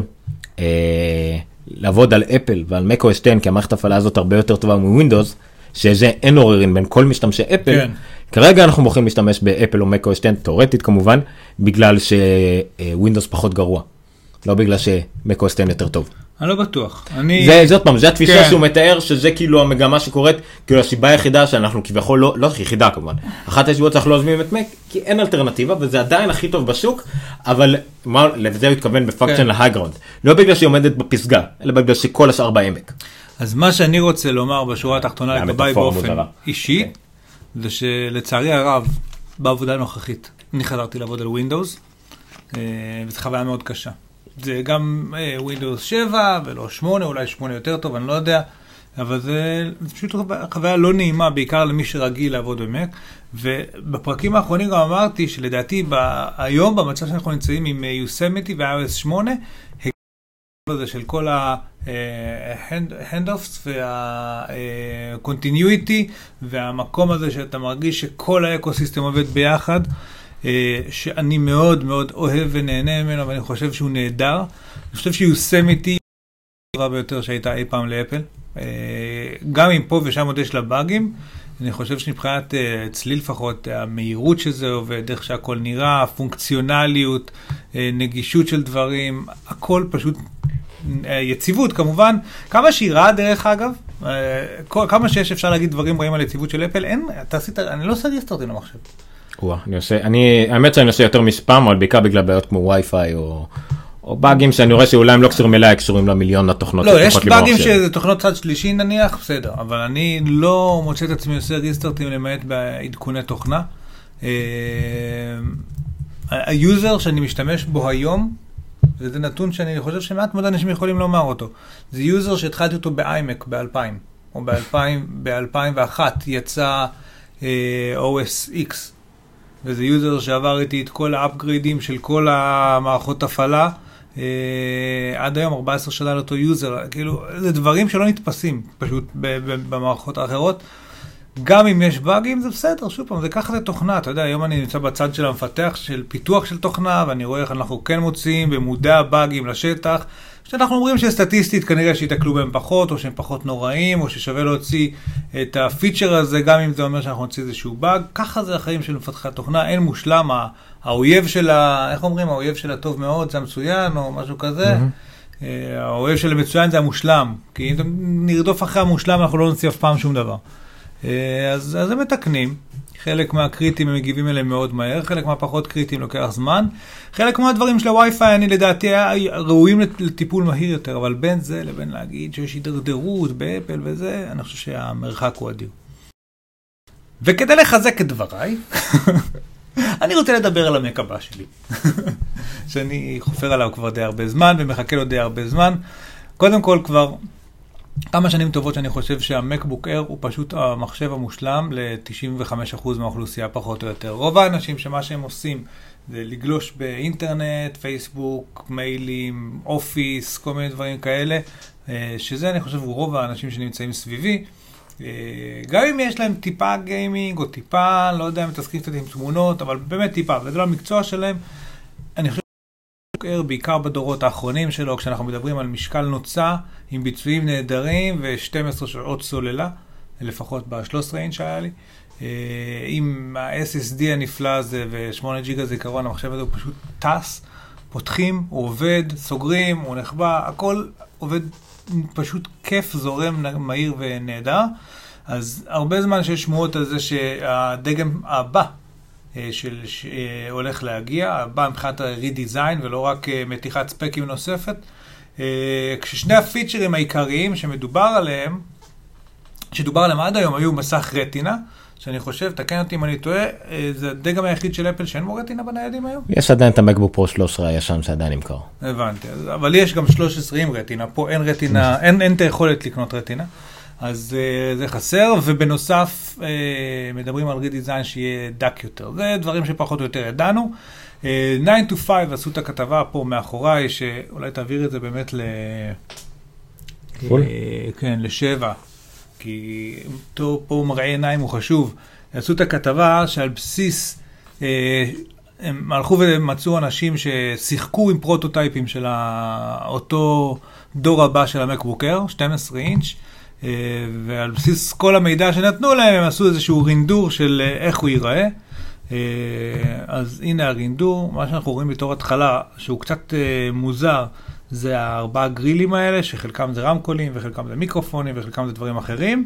לעבוד על אפל ועל macOS 10, כי המערכת הפעלה הזאת הרבה יותר טובה מווינדוס, שזה אין עוררין בין כל משתמשי אפל, כן. כרגע אנחנו מוכנים להשתמש באפל או macOS 10, תיאורטית כמובן, בגלל שווינדוס פחות גרוע, לא בגלל שמacOS 10 יותר טוב. אני לא בטוח. זאת פעם, זה התפיסה שהוא מתאר, שזה כאילו המגמה שקורית, כאילו הסיבה היחידה שאנחנו כביכול, לא יחידה כמובן, אחת הסיבות שאנחנו לא עוזבים את מק, כי אין אלטרנטיבה, וזה עדיין הכי טוב בשוק, אבל לזה הוא התכוון בפונקשן להייגראונד. לא בגלל שהיא עומדת בפסגה, אלא בגלל שכל השאר בעמק. אז מה שאני רוצה לומר בשורה התחתונה לגבי באופן אישי, זה שלצערי הרב, בעבודה הנוכחית, אני חזרתי לעבוד על ווינדוס, וזו חוויה מאוד קשה. זה גם ווינדוס 7 ולא 8, אולי 8 יותר טוב, אני לא יודע, אבל זה פשוט חוויה לא נעימה, בעיקר למי שרגיל לעבוד במק, ובפרקים האחרונים גם אמרתי שלדעתי היום במצב שאנחנו נמצאים עם יוסמיטי ו-iOS 8, הזה של כל ה-handoffs וה-continuity והמקום הזה שאתה מרגיש שכל האקוסיסטם עובד ביחד, שאני מאוד מאוד אוהב ונהנה ממנו, ואני חושב שהוא נהדר. אני חושב שיוסמיטי טובה ביותר שהייתה אי פעם לאפל. גם אם פה ושם עוד יש לה באגים, אני חושב שמבחינת אצלי לפחות, המהירות שזה עובד, איך שהכל נראה, הפונקציונליות, נגישות של דברים, הכל פשוט יציבות כמובן. כמה שהיא רעה דרך אגב, כמה שיש אפשר להגיד דברים רעים על יציבות של אפל, אני לא עושה ריסטארט למחשב. האמת שאני עושה יותר מספאם, אבל בעיקר בגלל בעיות כמו וי-פיי או באגים שאני רואה שאולי הם לא קשורים אליי, קשורים למיליון התוכנות. לא, יש באגים שזה תוכנות צד שלישי נניח, בסדר, אבל אני לא מוצא את עצמי עושה ריסטארטים למעט בעדכוני תוכנה. היוזר שאני משתמש בו היום, וזה נתון שאני חושב שמעט מאוד אנשים יכולים לומר אותו, זה יוזר שהתחלתי אותו ב-iMac ב-2000, או ב-2001 יצא OS X, וזה יוזר שעבר איתי את כל האפגרידים של כל המערכות הפעלה, עד היום 14 שנה לאותו יוזר, כאילו, זה דברים שלא נתפסים פשוט במערכות האחרות. גם אם יש באגים זה בסדר, שוב פעם, זה ככה זה תוכנה, אתה יודע, היום אני נמצא בצד של המפתח, של פיתוח של תוכנה, ואני רואה איך אנחנו כן מוצאים במודע באגים לשטח, שאנחנו אומרים שסטטיסטית כנראה שיתקלו בהם פחות, או שהם פחות נוראים, או ששווה להוציא את הפיצ'ר הזה, גם אם זה אומר שאנחנו נוציא איזשהו באג, ככה זה החיים של מפתחי התוכנה, אין מושלם, האויב של איך אומרים, האויב של הטוב מאוד זה המצוין, או משהו כזה, האויב של המצוין זה המושלם, כי אם נרדוף אחרי המושלם אנחנו לא נוציא אף פעם שום דבר. אז הם מתקנים, חלק מהקריטים הם מגיבים אליהם מאוד מהר, חלק מהפחות קריטים לוקח זמן, חלק מהדברים של הווי-פיי אני לדעתי ראויים לטיפול מהיר יותר, אבל בין זה לבין להגיד שיש הידרדרות באפל וזה, אני חושב שהמרחק הוא אדיר. וכדי לחזק את דבריי, אני רוצה לדבר על המק הבא שלי, שאני חופר עליו כבר די הרבה זמן ומחכה לו די הרבה זמן. קודם כל כבר כמה שנים טובות שאני חושב שהמקבוק אייר הוא פשוט המחשב המושלם ל-95% מהאוכלוסייה פחות או יותר. רוב האנשים שמה שהם עושים זה לגלוש באינטרנט, פייסבוק, מיילים, אופיס, כל מיני דברים כאלה, שזה אני חושב הוא רוב האנשים שנמצאים סביבי. גם אם יש להם טיפה גיימינג או טיפה, לא יודע אם מתעסקים קצת עם תמונות, אבל באמת טיפה, וזה לא המקצוע שלהם, אני חושב בעיקר בדורות האחרונים שלו, כשאנחנו מדברים על משקל נוצה עם ביצועים נהדרים ו-12 שעות סוללה, לפחות ב-13 אינץ' היה לי, עם ה-SSD הנפלא הזה ו-8 ג'יגה זיכרון, המחשב הזה הוא פשוט טס, פותחים, הוא עובד, סוגרים, הוא נחבא, הכל עובד פשוט כיף, זורם, מהיר ונהדר. אז הרבה זמן שיש שמועות על זה שהדגם הבא שהולך להגיע, הבא מבחינת רידיזיין ולא רק מתיחת ספקים נוספת, כששני הפיצ'רים העיקריים שדובר עליהם עד היום היו מסך רטינה, שאני חושב, תקן אותי אם אני טועה, זה הדגם היחיד של אפל שאין בו רטינה בניידים היום? יש עדיין את המקבוק פרו 13 הישן שעדיין נמכר. הבנתי, אבל יש גם 13 עם רטינה, פה אין רטינה, אין את היכולת לקנות רטינה. אז זה חסר, ובנוסף מדברים על רידיזיין שיהיה דק יותר. זה דברים שפחות או יותר ידענו. 9 to 5 עשו את הכתבה פה מאחוריי, שאולי תעביר את זה באמת כן, ל7, כי פה מראה עיניים הוא חשוב. עשו את הכתבה שעל בסיס, הם הלכו ומצאו אנשים ששיחקו עם פרוטוטייפים של אותו דור הבא של המקבוק אייר, 12 אינץ', ועל בסיס כל המידע שנתנו להם, הם עשו איזשהו רינדור של איך הוא ייראה. אז הנה הרינדור, מה שאנחנו רואים בתור התחלה, שהוא קצת מוזר, זה 4 גרילים האלה, שחלקם זה רמקולים, וחלקם זה מיקרופונים, וחלקם זה דברים אחרים.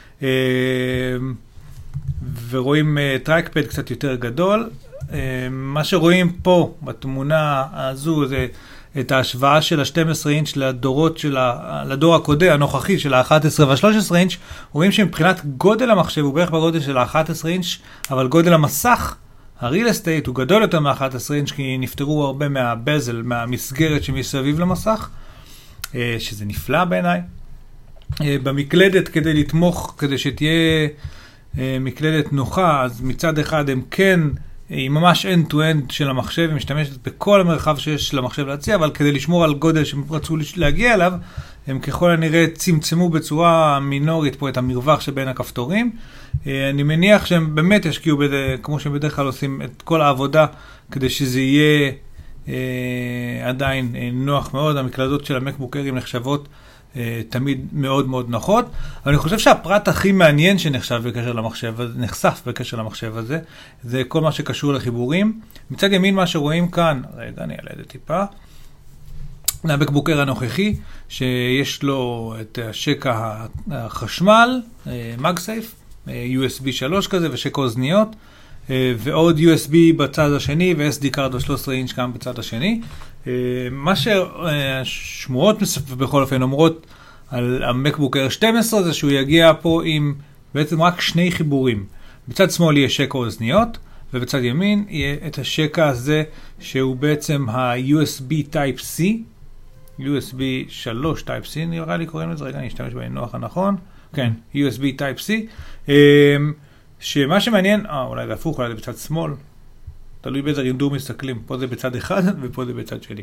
ורואים טרקפד קצת יותר גדול. מה שרואים פה בתמונה הזו, זה את ההשוואה של ה-12 אינץ' לדור הקודם, הנוכחי של ה-11 וה-13 אינץ', רואים שמבחינת גודל המחשב הוא בערך בגודל של ה-11 אינץ', אבל גודל המסך, הריל אסטייט, הוא גדול יותר מה-11 אינץ', כי נפטרו הרבה מהבזל, מהמסגרת שמסביב למסך, שזה נפלא בעיניי. במקלדת כדי לתמוך, כדי שתהיה מקלדת נוחה, אז מצד אחד הם כן, היא ממש end-to-end של המחשב, היא משתמשת בכל המרחב שיש למחשב להציע, אבל כדי לשמור על גודל שהם רצו להגיע אליו, הם ככל הנראה צמצמו בצורה מינורית פה את המרווח שבין הכפתורים. אני מניח שהם באמת ישקיעו בזה, כמו שהם בדרך כלל עושים את כל העבודה, כדי שזה יהיה עדיין נוח מאוד. המקלדות של המקבוק אייר נחשבות תמיד מאוד מאוד נוחות, אבל אני חושב שהפרט הכי מעניין שנחשף בקשר למחשב הזה, זה כל מה שקשור לחיבורים. מצד ימין מה שרואים כאן, רגע אני אעלה את זה טיפה, המקבוק אייר הנוכחי, שיש לו את השקע החשמל, MagSafe, USB 3 כזה ושקע אוזניות, ועוד USB בצד השני, ו-SD קארד ב-13 אינץ' גם בצד השני. מה ששמועות בכל אופן אומרות על המקבוק Air 12 זה שהוא יגיע פה עם בעצם רק שני חיבורים. בצד שמאל יהיה שקע אוזניות, ובצד ימין יהיה את השקע הזה שהוא בעצם ה-USB Type-C, USB 3 Type-C נראה לי קוראים לזה, רגע אני אשתמש בנוח הנכון, כן, USB Type-C, שמה שמעניין, אולי זה הפוך, אולי זה בצד שמאל, תלוי באיזה רינדור מסתכלים, פה זה בצד אחד ופה זה בצד שלי.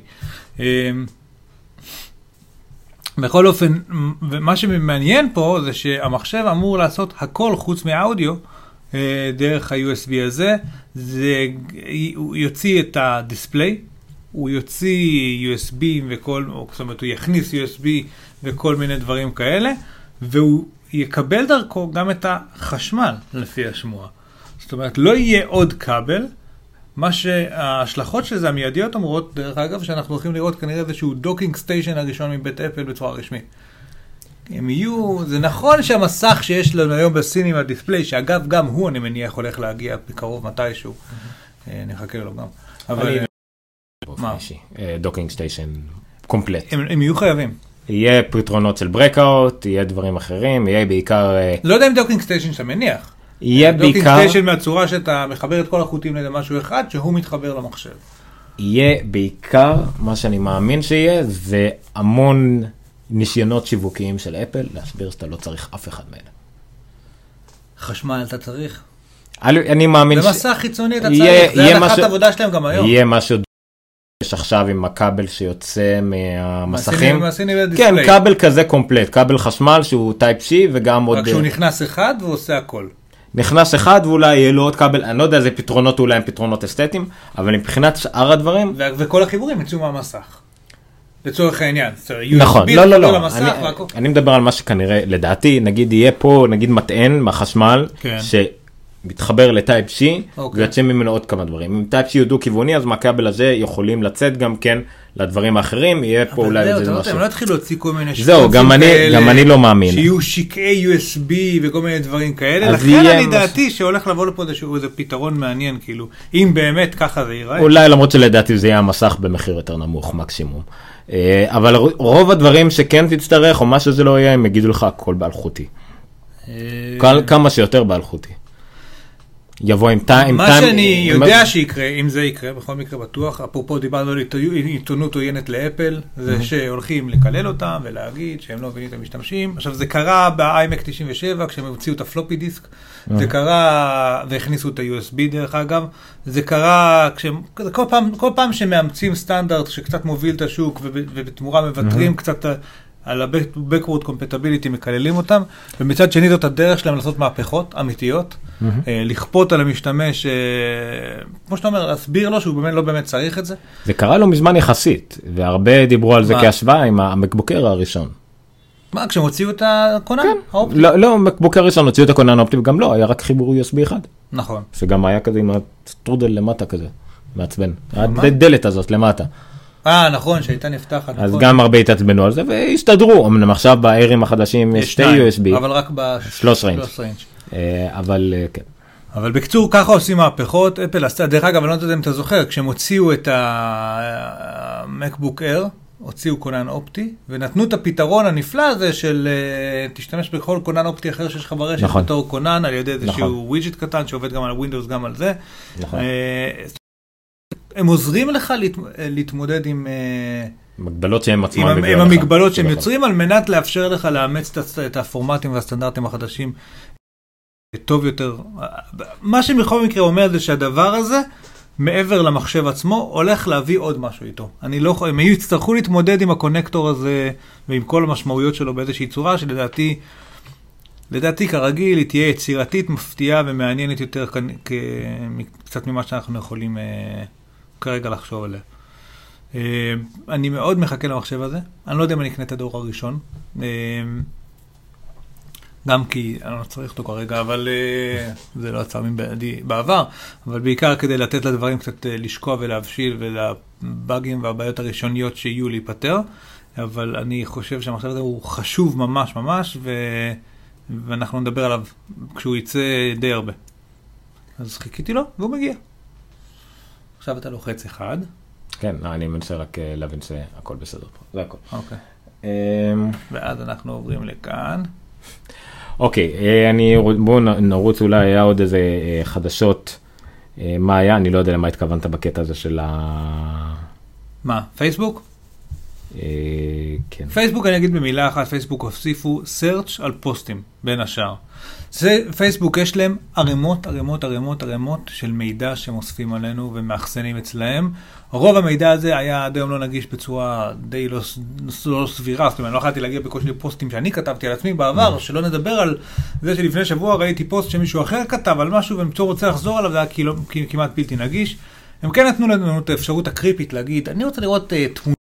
בכל אופן, ומה שמעניין פה זה שהמחשב אמור לעשות הכל חוץ מהאודיו, דרך ה-USB הזה, הוא יוציא את הדיספליי, הוא יוציא USB וכל, זאת אומרת, הוא יכניס USB וכל מיני דברים כאלה, והוא יקבל דרכו גם את החשמל, לפי השמועה. זאת אומרת, לא יהיה עוד כבל, מה שההשלכות של זה המיידיות אומרות, דרך אגב, שאנחנו הולכים לראות כנראה איזשהו דוקינג סטיישן הראשון מבית אפל בצורה רשמית. הם יהיו, זה נכון שהמסך שיש לנו היום בסין עם הדיספליי, שאגב גם הוא אני מניח הולך להגיע בקרוב מתישהו, נחכה לו גם. אבל דוקינג סטיישן קומפלט. הם יהיו חייבים. יהיה פתרונות של ברקאוט, יהיה דברים אחרים, יהיה בעיקר... לא יודע אם דוקינג סטיישן שאתה מניח. יהיה בעיקר... דוקינג סטיישן מהצורה שאתה מחבר את כל החוטים לזה משהו אחד, שהוא מתחבר למחשב. יהיה בעיקר, מה שאני מאמין שיהיה, זה המון ניסיונות שיווקיים של אפל, להסביר שאתה לא צריך אף אחד מאלה. חשמל אתה צריך? אני מאמין במסך חיצוני אתה צריך, זה הנחת עבודה שלהם גם היום. יהיה משהו יש עכשיו עם הכבל שיוצא מהמסכים. כן, כבל כזה קומפלט, כבל חשמל שהוא Type-C וגם עוד... רק שהוא נכנס אחד ועושה הכל. נכנס אחד ואולי יהיה לו עוד כבל, אני לא יודע איזה פתרונות, אולי הם פתרונות אסתטיים, אבל מבחינת שאר הדברים... וכל החיבורים יצאו מהמסך. לצורך העניין. נכון, לא. אני מדבר על מה שכנראה, לדעתי, נגיד יהיה פה, נגיד מטען מהחשמל, מתחבר לטייפ-C, ויוצא ממנו עוד כמה דברים. אם טייפ-C הוא דו-כיווני, אז מהכבל הזה יכולים לצאת גם כן לדברים האחרים, יהיה פה אולי איזה משהו. הם לא התחילו להוציא כל מיני זהו, גם אני לא מאמין. שיהיו שקעי USB וכל מיני דברים כאלה, לכן אני דעתי שהולך לבוא לפה איזה פתרון מעניין, כאילו, אם באמת ככה זה ייראה. אולי למרות שלדעתי זה יהיה המסך במחיר יותר נמוך, מקסימום. אבל רוב הדברים שכן תצטרך, או מה שזה לא יהיה, הם יגידו לך הכל באלחוטי. כמה שיותר באלחוטי. יבוא עם טיים. מה שאני יודע שיקרה, אם זה יקרה, בכל מקרה בטוח, אפרופו דיברנו על עיתונות עוינת לאפל, זה שהולכים לקלל אותם ולהגיד שהם לא מבינים את המשתמשים. עכשיו זה קרה ב-iMac 97, כשהם הוציאו את הפלופי דיסק, זה קרה, והכניסו את ה-USB דרך אגב, זה קרה, כל פעם שמאמצים סטנדרט שקצת מוביל את השוק, ובתמורה מבטרים קצת על ה-backward compatibility מקללים אותם, ומצד שני זאת הדרך שלהם לעשות מהפכות אמיתיות, לכפות על המשתמש, כמו שאתה אומר, להסביר לו שהוא באמת לא באמת צריך את זה. זה קרה לו מזמן יחסית, והרבה דיברו על זה כהשוואה עם המקבוקר הראשון. מה, כשהם הוציאו את הקונן האופטי? לא, מקבוקר הראשון הוציאו את הקונן האופטי, וגם לא, היה רק חיבור USB אחד. נכון. שגם היה כזה עם הטרודל למטה כזה, מעצבן. הדלת הזאת למטה. נכון, שהייתה נפתחת. אז גם הרבה התעצבנו על זה, והסתדרו. אמנם עכשיו באיירים החדשים יש שתי USB. אבל רק ב-13 אינץ'. אבל כן. אבל בקצור, ככה עושים מהפכות. אפל עשתה, דרך אגב, אני לא יודע אם אתה זוכר, כשהם הוציאו את ה-MacBook Air, הוציאו קונן אופטי, ונתנו את הפתרון הנפלא הזה של תשתמש בכל קונן אופטי אחר שיש לך ברשת בתור קונן, על ידי איזשהו ווידג'ט קטן שעובד גם על ווינדוס, גם על זה. נכון. הם עוזרים לך להתמודד עם מגבלות שהם עצמם עם המגבלות שהם יוצרים, על מנת לאפשר לך לאמץ את הפורמטים והסטנדרטים החדשים טוב יותר. מה שבכל מקרה אומר זה שהדבר הזה, מעבר למחשב עצמו, הולך להביא עוד משהו איתו. הם יצטרכו להתמודד עם הקונקטור הזה, ועם כל המשמעויות שלו באיזושהי צורה, לדעתי כרגיל היא תהיה יצירתית, מפתיעה ומעניינת יותר קצת ממה שאנחנו יכולים כרגע לחשוב עליה. אני מאוד מחכה למחשב הזה. אני לא יודע אם אני אקנה את הדור הראשון. גם כי אני לא צריך אותו כרגע, אבל זה לא עצמים בעבר. אבל בעיקר כדי לתת לדברים קצת לשקוע ולהבשיל, ולבאגים והבעיות הראשוניות שיהיו להיפטר. אבל אני חושב שהמחשב הזה הוא חשוב ממש ממש, ואנחנו נדבר עליו כשהוא יצא די הרבה. אז חיכיתי לו, והוא מגיע. עכשיו אתה לוחץ אחד. כן, אני מנסה רק להבין שהכל בסדר פה, זה הכל. אוקיי. ואז אנחנו עוברים לכאן. אוקיי, בואו נרוץ, אולי היה עוד איזה חדשות, מה היה? אני לא יודע למה התכוונת בקטע הזה של מה, פייסבוק? כן. פייסבוק, אני אגיד במילה אחת, פייסבוק הוסיפו search על פוסטים, בין השאר. פייסבוק יש להם ערימות של מידע שהם אוספים עלינו ומאחסנים אצלהם. רוב המידע הזה היה עד היום לא נגיש בצורה די לא סבירה, זאת אומרת, אני לא יכולתי להגיע בכל שני פוסטים שאני כתבתי על עצמי בעבר, שלא נדבר על זה שלפני שבוע ראיתי פוסט שמישהו אחר כתב על משהו ומצוא רוצה לחזור עליו, זה היה כמעט בלתי נגיש. הם כן נתנו לנו את האפשרות הקריפית להגיד, אני רוצה לראות תמונה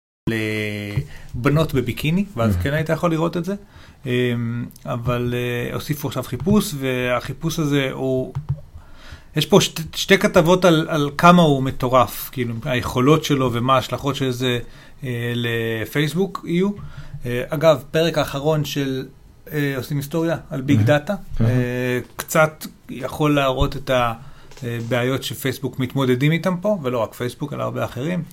לבנות בביקיני, ואז כן היית יכול לראות את זה. אבל הוסיפו עכשיו חיפוש, והחיפוש הזה הוא... יש פה שתי כתבות על כמה הוא מטורף, כאילו היכולות שלו ומה ההשלכות של זה לפייסבוק יהיו. אגב, פרק האחרון של עושים היסטוריה על ביג דאטה, קצת יכול להראות את הבעיות שפייסבוק מתמודדים איתם פה, ולא רק פייסבוק, אלא הרבה אחרים.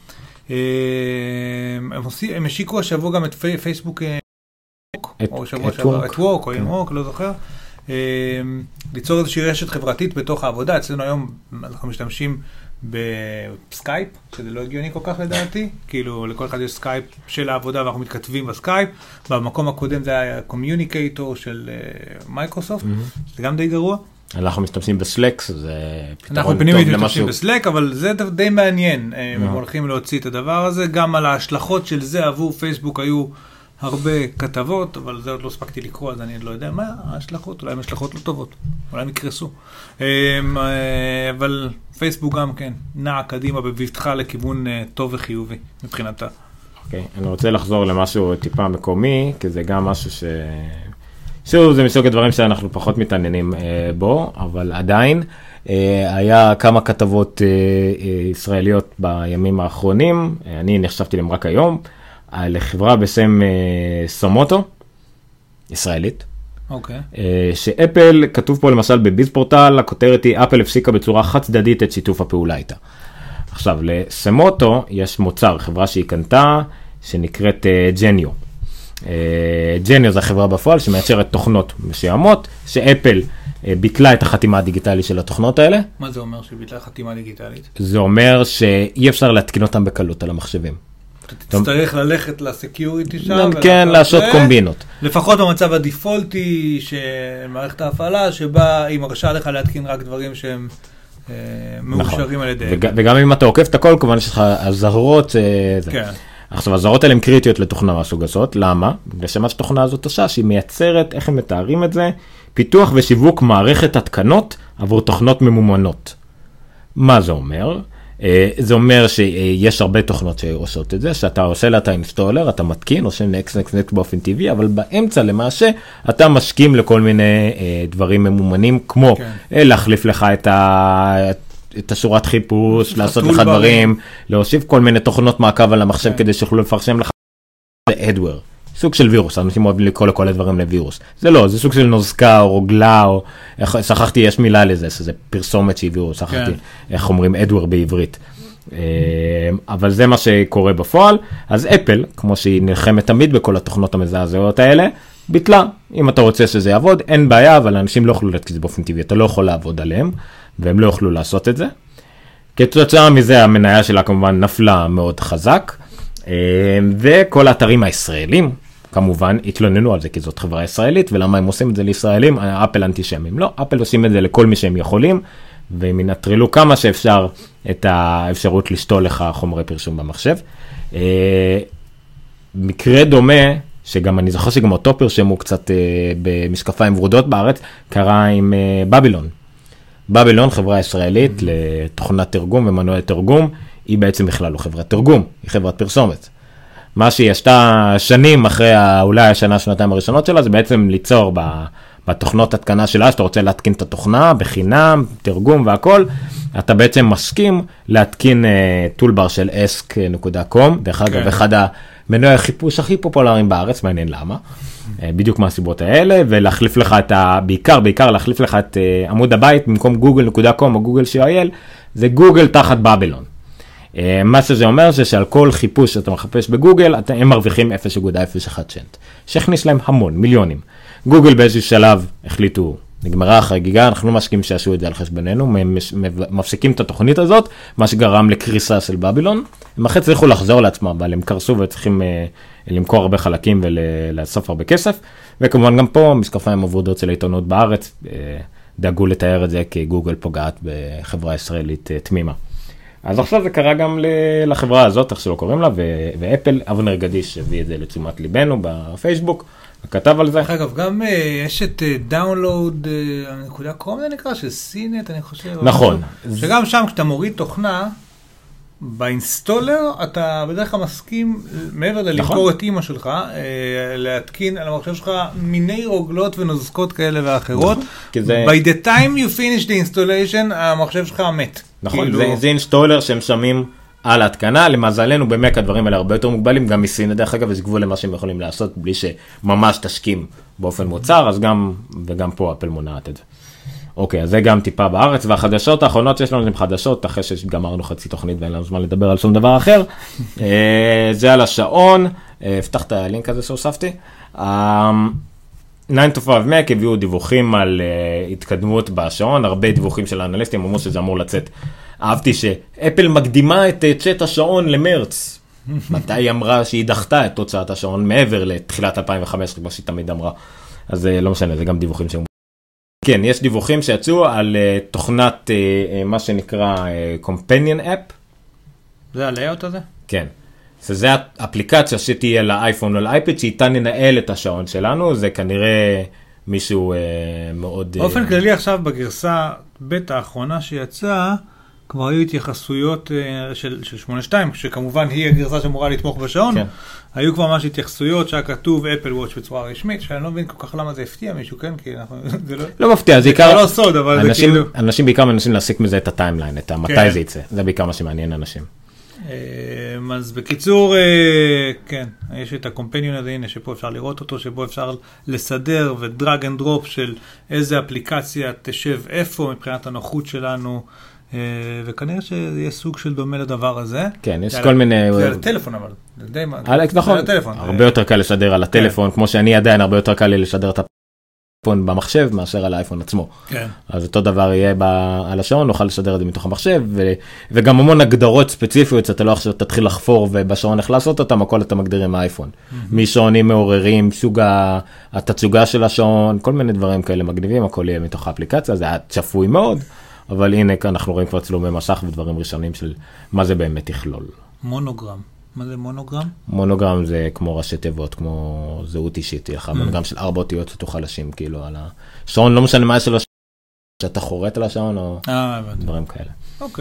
הם השיקו השבוע גם את פייסבוק, או שבוע שעבר, את וורק, או ימוק, לא זוכר. ליצור איזושהי רשת חברתית בתוך העבודה. אצלנו היום אנחנו משתמשים בסקייפ, שזה לא הגיוני כל כך לדעתי, כאילו לכל אחד יש סקייפ של העבודה ואנחנו מתכתבים בסקייפ. במקום הקודם זה היה קומיוניקייטור של מייקרוסופט, זה גם די גרוע. אנחנו משתמשים בסלק, זה פתרון טוב למשהו. אנחנו פנימית משתמשים בסלק, אבל זה די מעניין. הם הולכים להוציא את הדבר הזה, גם על ההשלכות של זה עבור פייסבוק היו הרבה כתבות, אבל זה עוד לא הספקתי לקרוא, אז אני לא יודע מה ההשלכות, אולי הן השלכות לא טובות, אולי הם יקרסו. אבל פייסבוק גם כן, נע קדימה בבטחה לכיוון טוב וחיובי מבחינתה. אוקיי, אני רוצה לחזור למשהו טיפה מקומי, כי זה גם משהו שוב, זה מסוג הדברים שאנחנו פחות מתעניינים בו, אבל עדיין היה כמה כתבות ישראליות בימים האחרונים, אני נחשפתי להם רק היום, לחברה בשם סמוטו, ישראלית. אוקיי. שאפל, כתוב פה למשל בביז פורטל, הכותרת היא, אפל הפסיקה בצורה חד צדדית את שיתוף הפעולה איתה. עכשיו, לסמוטו יש מוצר, חברה שהיא קנתה, שנקראת ג'ניו. ג'ניו זה החברה בפועל שמייצרת תוכנות מסוימות, שאפל ביטלה את החתימה הדיגיטלית של התוכנות האלה. מה זה אומר שביטלה חתימה דיגיטלית? זה אומר שאי אפשר להתקין אותם בקלות על המחשבים. תצטרך ללכת לסקיוריטי שם. כן, לעשות קומבינות. לפחות במצב הדיפולטי של מערכת ההפעלה, שבה היא מרשה לך להתקין רק דברים שהם מאושרים על ידי. וגם אם אתה עוקף את הכל, כמובן שיש לך הזהרות. כן. עכשיו, הזהרות האלה הן קריטיות לתוכנה מהסוג הזאת. למה? בגלל שמה שתוכנה הזאת עושה, שהיא מייצרת, איך הם מתארים את זה? פיתוח ושיווק מערכת התקנות עבור תוכנות ממומנות. מה זה אומר? זה אומר שיש הרבה תוכנות שעושות את זה, שאתה עושה לה את האינסטולר, אתה מתקין, עושה נקסט באופן טבעי, אבל באמצע למעשה אתה משכים לכל מיני דברים ממומנים, כמו להחליף לך את השורת חיפוש, לעשות לך דברים, להוסיף כל מיני תוכנות מעקב על המחשב כדי שיוכלו לפרשם לך. זה אדוור, סוג של וירוס, אנשים אוהבים לקרוא לכל הדברים לווירוס. זה לא, זה סוג של נוזקה או רוגלה, או שכחתי, יש מילה לזה, שזה פרסומת שהיא וירוס, שכחתי איך אומרים אדוור בעברית. אבל זה מה שקורה בפועל. אז אפל, כמו שהיא נלחמת תמיד בכל התוכנות המזעזעות האלה, ביטלה. אם אתה רוצה שזה יעבוד, אין בעיה, אבל אנשים לא יוכלו להתקיז באופן טבעי, אתה לא יכול לעבוד עליהם, והם לא יוכלו לעשות את זה. כתוצאה מזה, המניה שלה כמובן נפלה מאוד חזק, וכל האתרים הישראלים, כמובן, התלוננו על זה, כי זאת חברה ישראלית, ולמה הם עושים את זה לישראלים? אפל אנטישמים. לא, אפל עושים את זה לכל מי שהם יכולים, והם ינטרלו כמה שאפשר את האפשרות לשתול לך חומרי פרשום במחשב. מקרה דומה, שגם אני זוכר שגם אותו פרשמו קצת במשקפיים ורודות בארץ, קרה עם בבילון. בבילון, חברה ישראלית לתוכנת תרגום ומנועי תרגום, היא בעצם בכלל לא חברת תרגום, היא חברת פרסומת. מה שהיא עשתה שנים אחרי אולי השנה, שנתיים הראשונות שלה, זה בעצם ליצור בתוכנות התקנה שלה, שאתה רוצה להתקין את התוכנה בחינם, תרגום והכל, אתה בעצם מסכים להתקין טולבר של ask.com, דרך אגב, אחד המנועי החיפוש הכי פופולריים בארץ, מעניין למה. בדיוק מהסיבות האלה, ולהחליף לך את בעיקר להחליף לך את עמוד הבית, במקום google.com או google.co.il, זה גוגל תחת בבלון. מה שזה אומר שעל כל חיפוש שאתה מחפש בגוגל, הם מרוויחים 0.01 צ'נט, שהכניס להם המון, מיליונים. גוגל באיזשהו שלב החליטו, נגמרה החגיגה, אנחנו לא משקיעים שיעשו את זה על חשבוננו, מפסיקים את התוכנית הזאת, מה שגרם לקריסה של בבלון. הם אחרי צריכו לחזור לעצמם, אבל הם קרסו וצריכים למכור הרבה חלקים ולאסוף הרבה כסף, וכמובן גם פה משקפיים עבודות של העיתונות בארץ, דאגו לתאר את זה כגוגל פוגעת בחברה ישראלית תמימה. אז עכשיו זה קרה גם לחברה הזאת, איך שלא קוראים לה, ואפל, אבנר גדיש הביא את זה לתשומת ליבנו בפייסבוק, וכתב על זה. אגב, גם יש את download.com, זה נקרא, של סינט, אני חושב. נכון. שגם שם, כשאתה מוריד תוכנה, באינסטולר, אתה בדרך כלל מסכים, מעבר ללמכור את אמא שלך, להתקין על המחשב שלך מיני רוגלות ונוזקות כאלה ואחרות. By the time you finish the installation, המחשב שלך מת. נכון, זה אינסטולר שהם שמים על ההתקנה, למזלנו במק הדברים האלה הרבה יותר מוגבלים, גם מסין, דרך אגב, יש גבול למה שהם יכולים לעשות, בלי שממש תשקים באופן מוצר, אז גם, וגם פה אפל מונעת את זה. אוקיי, אז זה גם טיפה בארץ, והחדשות האחרונות שיש לנו הן חדשות, אחרי שגמרנו חצי תוכנית ואין לנו זמן לדבר על שום דבר אחר. זה על השעון, פתח את הלינק הזה שהוספתי. 9 to 5 Mac הביאו דיווחים על התקדמות בשעון, הרבה דיווחים של האנליסטים, אמרו שזה אמור לצאת. אהבתי שאפל מקדימה את צ'אט השעון למרץ. מתי היא אמרה שהיא דחתה את תוצאת השעון מעבר לתחילת 2015, כמו שהיא תמיד אמרה. אז לא משנה, זה גם דיווחים שהם... כן, יש דיווחים שיצאו על תוכנת מה שנקרא Companion App. זה הלייאוט הזה? כן. שזה האפליקציה שתהיה לאייפון או לאייפד, שאיתה ננהל את השעון שלנו, זה כנראה מישהו מאוד... באופן כללי עכשיו בגרסה בטא האחרונה שיצאה, כבר היו התייחסויות של 8.2, שכמובן היא הגרסה שאמורה לתמוך בשעון, כן. היו כבר ממש התייחסויות שהיה כתוב אפל וואץ' בצורה רשמית, שאני לא מבין כל כך למה זה הפתיע מישהו, כן? כי זה לא מפתיע, זה כבר לא סוד, אבל זה כאילו... אנשים בעיקר מנסים להסיק מזה את הטיימליין, את מתי זה יצא, זה בעיקר מה שמעניין אנשים. אז בקיצור, כן, יש את הקומפניון הזה, הנה שפה אפשר לראות אותו, שבו אפשר לסדר ודרג אנד דרופ של איזה אפליקציה תשב איפה מבחינת הנוחות שלנו, וכנראה שזה יהיה סוג של דומה לדבר הזה. כן, יש כל מיני... זה על הטלפון אבל, זה די מה... נכון, הרבה יותר קל לשדר על הטלפון, כמו שאני עדיין הרבה יותר קל לי לשדר את הפון במחשב מאשר על האייפון עצמו. כן. אז אותו דבר יהיה על השעון, נוכל לשדר את זה מתוך המחשב, וגם המון הגדרות ספציפיות, שאתה לא עכשיו תתחיל לחפור ובשעון איך לעשות אותם, הכל אתה מגדיר עם האייפון. משעונים מעוררים, סוג התצוגה של השעון, כל מיני דברים כאלה מגניבים, הכל יהיה מתוך האפליקציה, זה היה צפוי מאוד. אבל הנה, אנחנו רואים כבר צילומי מסך ודברים ראשונים של מה זה באמת יכלול. מונוגרם. מה זה מונוגרם? מונוגרם זה כמו ראשי תיבות, כמו זהות אישית, תהיה לך מונוגרם של 4 אותיות שתוכל לשים כאילו על השעון, לא משנה מה של השעון, שאתה חורט על השעון או דברים כאלה.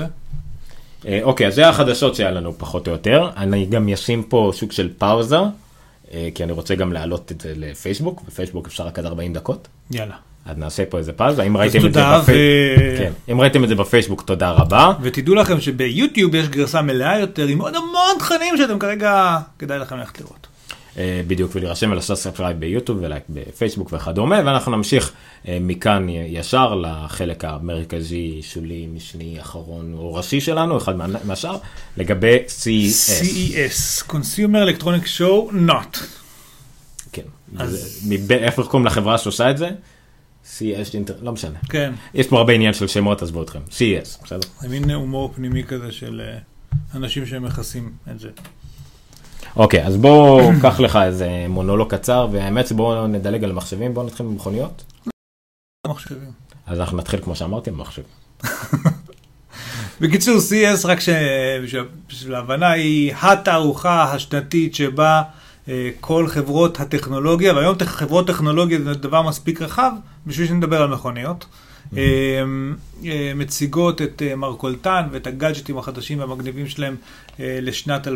אוקיי, אז זה החדשות שהיה לנו פחות או יותר. אני גם אשים פה סוג של פאוזה, כי אני רוצה גם להעלות את זה לפייסבוק, בפייסבוק אפשר רק עד 40 דקות. יאללה. אז נעשה פה איזה פאוזה, אם ראיתם את זה בפייסבוק, תודה רבה. ותדעו לכם שביוטיוב יש גרסה מלאה יותר, עם עוד המון תכנים שאתם כרגע, כדאי לכם ללכת לראות. בדיוק, ולהירשם ולעשות סאבסקרייב ביוטיוב ולייק בפייסבוק וכדומה, ואנחנו נמשיך מכאן ישר לחלק המרכזי, שולי, משני, אחרון או ראשי שלנו, אחד מהשאר, לגבי CES. CES, Consumer Electronic Show Not. כן, איפה קוראים לחברה שעושה את זה? CES, לא משנה. כן. יש פה הרבה עניין של שמות, עזבו אתכם. CES, בסדר? זה מין הומור פנימי כזה של אנשים שמכסים את זה. אוקיי, אז בואו קח לך איזה מונולוג קצר, והאמת בואו נדלג על מחשבים, בואו נתחיל במכוניות. מחשבים. אז אנחנו נתחיל כמו שאמרתי, במחשבים. בקיצור, CES רק בשביל ההבנה היא התערוכה השנתית שבה כל חברות הטכנולוגיה, והיום חברות טכנולוגיה זה דבר מספיק רחב, בשביל שנדבר על מכוניות, מציגות את מרכולתן ואת הגאדג'טים החדשים והמגניבים שלהם לשנת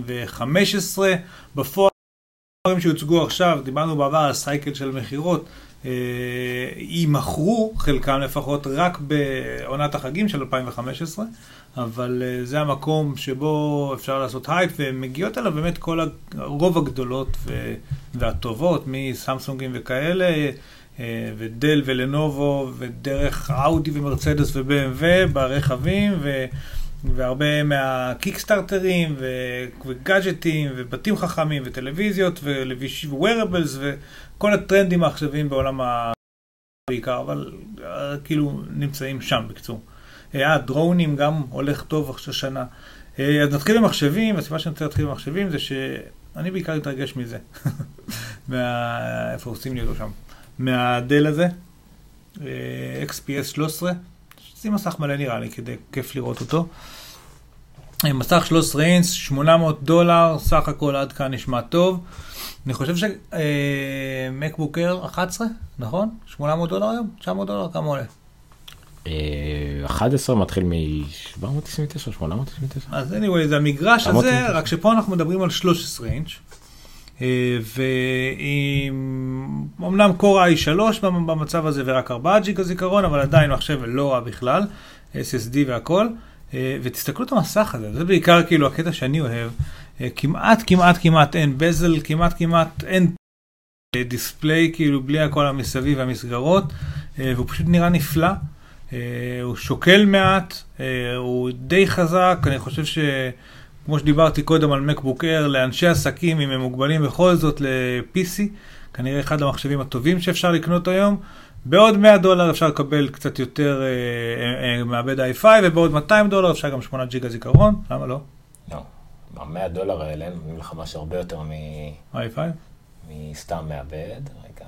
2015. בפועל שהוצגו עכשיו, דיברנו בעבר על סייקל של מחירות, יימכרו, חלקם לפחות, רק בעונת החגים של 2015, אבל זה המקום שבו אפשר לעשות הייפ, ומגיעות אליו באמת כל הרוב הגדולות והטובות, מסמסונגים וכאלה, ודל ולנובו, ודרך אאודי ומרצדס וב-BMW ברכבים, והרבה מהקיקסטארטרים, וגאדג'טים, ובתים חכמים, וטלוויזיות, ווירבלס, וכל הטרנדים העכשוויים בעולם בעיקר, אבל כאילו נמצאים שם בקצור. דרונים גם הולך טוב עכשיו שנה. אז נתחיל במחשבים, הסיבה שאני רוצה להתחיל במחשבים זה שאני בעיקר אתרגש מזה. איפה עושים לי אותו שם? מהדל הזה, XPS 13, זה מסך מלא נראה לי, כדי כיף לראות אותו. מסך 13 אינץ, $800, סך הכל עד כאן נשמע טוב. אני חושב שמקבוק אייר 11, נכון? $800 היום? $900, כמה עולה? 11 מתחיל מ-799, 899. אז anyway, זה המגרש הזה, רק שפה אנחנו מדברים על 13 אינץ'. ואומנם קורה i3 במצב הזה ורק 4 ג'יגה זיכרון, אבל עדיין מחשב לא רע בכלל, SSD והכל. ותסתכלו את המסך הזה, זה בעיקר כאילו הקטע שאני אוהב, כמעט אין בזל, כמעט אין דיספליי, כאילו בלי הכל המסביב והמסגרות, והוא פשוט נראה נפלא. הוא שוקל מעט, הוא די חזק, אני חושב כמו שדיברתי קודם על מקבוק אייר, לאנשי עסקים, אם הם מוגבלים בכל זאת ל-PC, כנראה אחד המחשבים הטובים שאפשר לקנות היום, בעוד $100 אפשר לקבל קצת יותר מעבד i5, ובעוד $200 אפשר גם 8 ג'יגה זיכרון, למה לא? לא, $100 האלה הם לך משהו הרבה יותר i5? מסתם מעבד, רגע.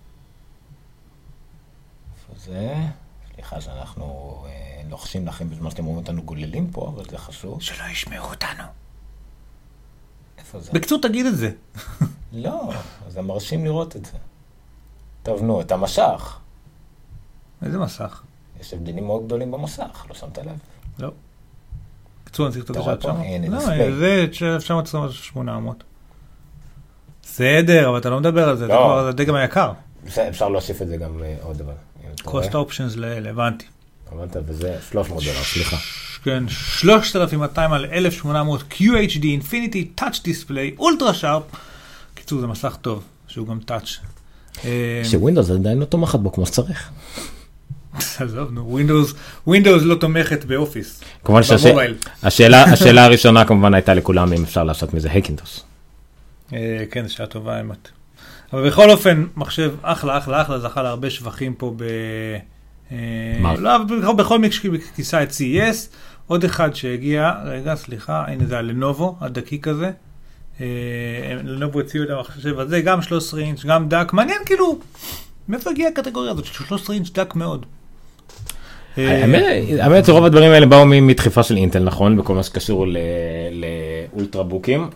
איפה זה? סליחה שאנחנו לוחשים לכם בזמן שאתם רואים אותנו גוללים פה, אבל זה חשוב. שלא ישמעו אותנו. איפה זה? בקצור תגיד את זה. לא, זה מרשים לראות את זה. טוב, נו, את המשך. איזה מסך? יש הבדלים מאוד גדולים במסך, לא שמת לב? לא. בקצור, אני צריך את הדשת שם? הנה, לא, דיספליי. זה 1928. בסדר, אבל אתה לא מדבר על זה, זה כבר הדגם היקר. אפשר להוסיף את זה גם עוד דבר. cost options לאלה, הבנתי. אמרת, וזה $300, סליחה. כן, 3,200 על 1800 QHD Infinity Touch Display, אולטרה שרפ. קיצור, זה מסך טוב, שהוא גם Touch. שווינדוס עדיין לא תומכת בו כמו שצריך. עזוב, נו, ווינדוס לא תומכת באופיס. כמובן שהשאלה הראשונה כמובן הייתה לכולם אם אפשר לעשות מזה הקינטוס. כן, זו שעה טובה, האמת. אבל בכל אופן, מחשב אחלה, זכה להרבה שבחים פה בכל כיסה את CES. עוד אחד שהגיע, רגע, סליחה, הנה זה הלנובו, הדקיק הזה. לנובו הציעו את המחשב הזה, גם 13 אינץ', גם דק. מעניין כאילו, מאיפה הגיעה הקטגוריה הזאת? 13 אינץ' דק מאוד. האמת שרוב הדברים האלה באו מדחיפה של אינטל, נכון? בכל מה שקשור לאולטרה בוקים.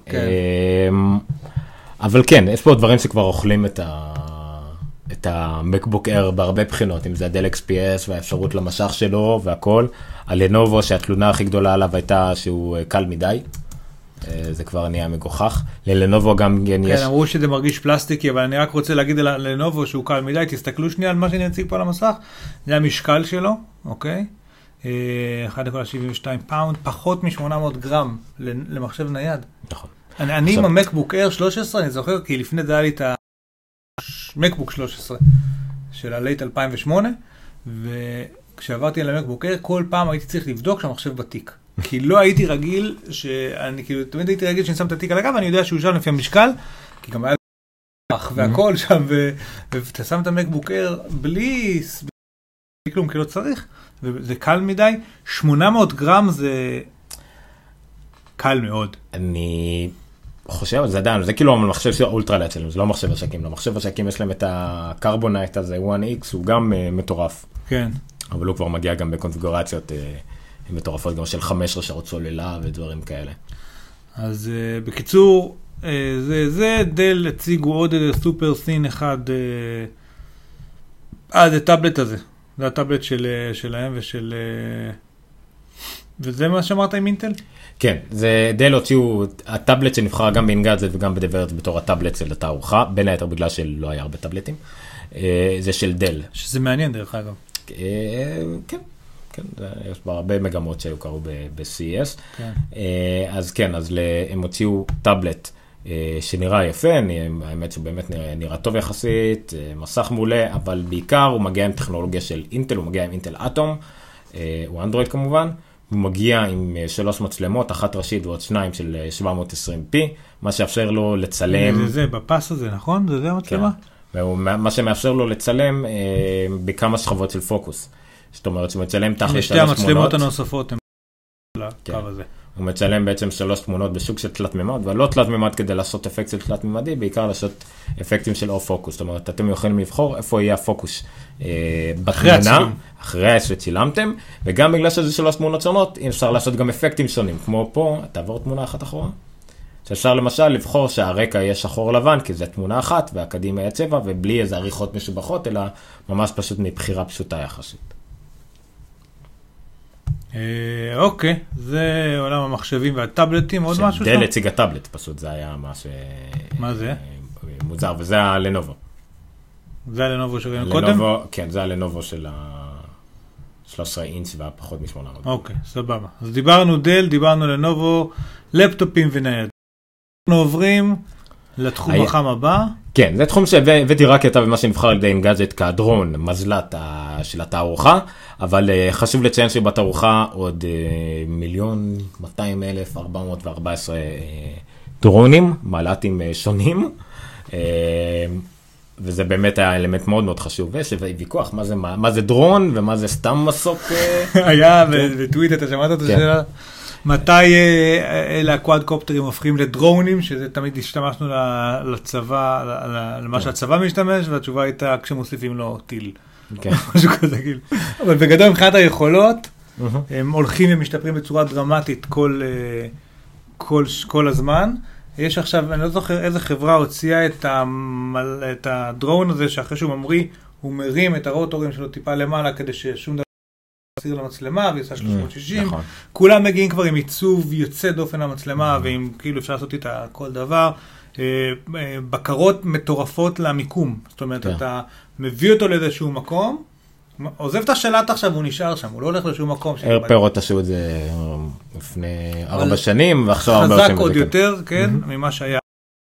אבל כן, יש פה דברים שכבר אוכלים את המקבוק אייר בהרבה בחינות, אם זה הדל XPS והאפשרות למשך שלו והכל. הלנובו שהתלונה הכי גדולה עליו הייתה שהוא קל מדי. זה כבר נהיה מגוחך. ללנובו גם יש... כן, אמרו שזה מרגיש פלסטיקי, אבל אני רק רוצה להגיד ללנובו שהוא קל מדי. תסתכלו שנייה על מה שאני אציג פה על המסך. זה המשקל שלו, אוקיי? 1.72 פאונד, פחות מ-800 גרם למחשב נייד. נכון. אני עם המקבוק אייר 13, אני זוכר, כי לפני זה היה לי את המקבוק 13 של הלייט 2008, וכשעברתי על המקבוק אייר, כל פעם הייתי צריך לבדוק שהמחשב בתיק. כי לא הייתי רגיל, שאני כאילו, תמיד הייתי רגיל שאני שם את התיק על הגב, ואני יודע שהוא שם לפי המשקל, כי גם היה והכל שם, ואתה שם את המקבוק אייר בלי כלום, כי לא צריך, וזה קל מדי. 800 גרם זה קל מאוד. אני חושב, זה עדיין, זה כאילו המחשב של האולטרלייט שלנו, זה לא מחשב השקים, למחשב השקים יש להם את הקרבונייט הזה, 1X, הוא גם מטורף. כן. אבל הוא כבר מגיע גם בקונפיגורציות מטורפות, גם של 15 שעות סוללה ודברים כאלה. אז בקיצור, זה דל הציגו עוד סופר סין אחד, זה טאבלט הזה. זה הטאבלט שלהם וזה מה שאמרת עם אינטל? כן, זה דל הוציאו, הטאבלט שנבחר גם באינגאדג'ט וגם בדברת בתור הטאבלט של התערוכה, בין היתר בגלל שלא היה הרבה טאבלטים, זה של דל. שזה מעניין דרך אגב. כן, יש בה הרבה מגמות שהיו קרו ב-CES. אז כן, אז הם הוציאו טאבלט שנראה יפה, האמת שבאמת נראה טוב יחסית, מסך מעולה, אבל בעיקר הוא מגיע עם טכנולוגיה של אינטל, הוא מגיע עם אינטל אטום, הוא אנדרואיד כמובן, הוא מגיע עם 3 מצלמות, אחת ראשית ועוד 2 של 720p, מה שאפשר לו לצלם... זה בפס הזה, נכון? זה המצלמה? כן, מה שמאפשר לו לצלם בכמה שכבות של פוקוס. זאת אומרת, שהוא מצלם תחת 3 תמונות. שתי המצלמות הנוספות הן לקו הזה. הוא מצלם בעצם 3 תמונות בשוק של תלת ממד, ולא תלת ממד כדי לעשות אפקט של תלת ממדי, בעיקר לעשות אפקטים של אוף פוקוס. זאת אומרת, אתם יכולים לבחור איפה יהיה הפוקוס בתמונה, אחרי שצילמתם, וגם בגלל שזה 3 תמונות שונות, אפשר לעשות גם אפקטים שונים. כמו פה, תעבור תמונה אחת אחורה. שאפשר למשל לבחור שהרקע יהיה שחור לבן, כי זה תמונה אחת, והקדימה יהיה צבע, ובלי איזה עריכות משובחות, אלא ממש פשוט מבחירה פשוטה יחסית. אוקיי, זה עולם המחשבים והטאבלטים, עוד משהו שם? דל הציג הטאבלט, פשוט זה היה מה זה? מוזר, וזה הלנובו. זה הלנובו שראינו קודם? כן, זה הלנובו של ה-13 אינץ' והפחות מ-800. אוקיי, סבבה. אז דיברנו דל, דיברנו לנובו, לפטופים ונייד. אנחנו עוברים לתחום החם הבא. כן, זה תחום שהבאתי רק אתה ומה שנבחר על ידי אינגאדג'ט כהדרון, מזלת של התערוכה, אבל חשוב לציין שבתערוכה עוד 1,200,414 דרונים, מל"טים שונים, וזה באמת היה אלמנט מאוד מאוד חשוב, יש ויכוח מה זה דרון ומה זה סתם מסוק. היה בטוויטר, אתה שמעת את השאלה? מתי אלה הקוואדקופטרים הופכים לדרונים, שזה תמיד השתמשנו לצבא, למה שהצבא משתמש, והתשובה הייתה כשמוסיפים לו טיל. משהו כזה, כאילו. אבל בגדול מבחינת היכולות, הם הולכים ומשתפרים בצורה דרמטית כל הזמן. יש עכשיו, אני לא זוכר איזה חברה הוציאה את הדרון הזה, שאחרי שהוא ממריא, הוא מרים את הרוטורים שלו טיפה למעלה, כדי ששום דבר סיר למצלמה, ויצא 360. כולם מגיעים כבר עם עיצוב יוצא דופן למצלמה, ועם כאילו אפשר לעשות איתה כל דבר. בקרות מטורפות למיקום. זאת אומרת, אתה מביא אותו לאיזשהו מקום, עוזב את השלט עכשיו, הוא נשאר שם, הוא לא הולך לשום מקום. פירות עשו את זה לפני 4 שנים, ועכשיו 4 שנים. חזק עוד יותר, כן, ממה שהיה.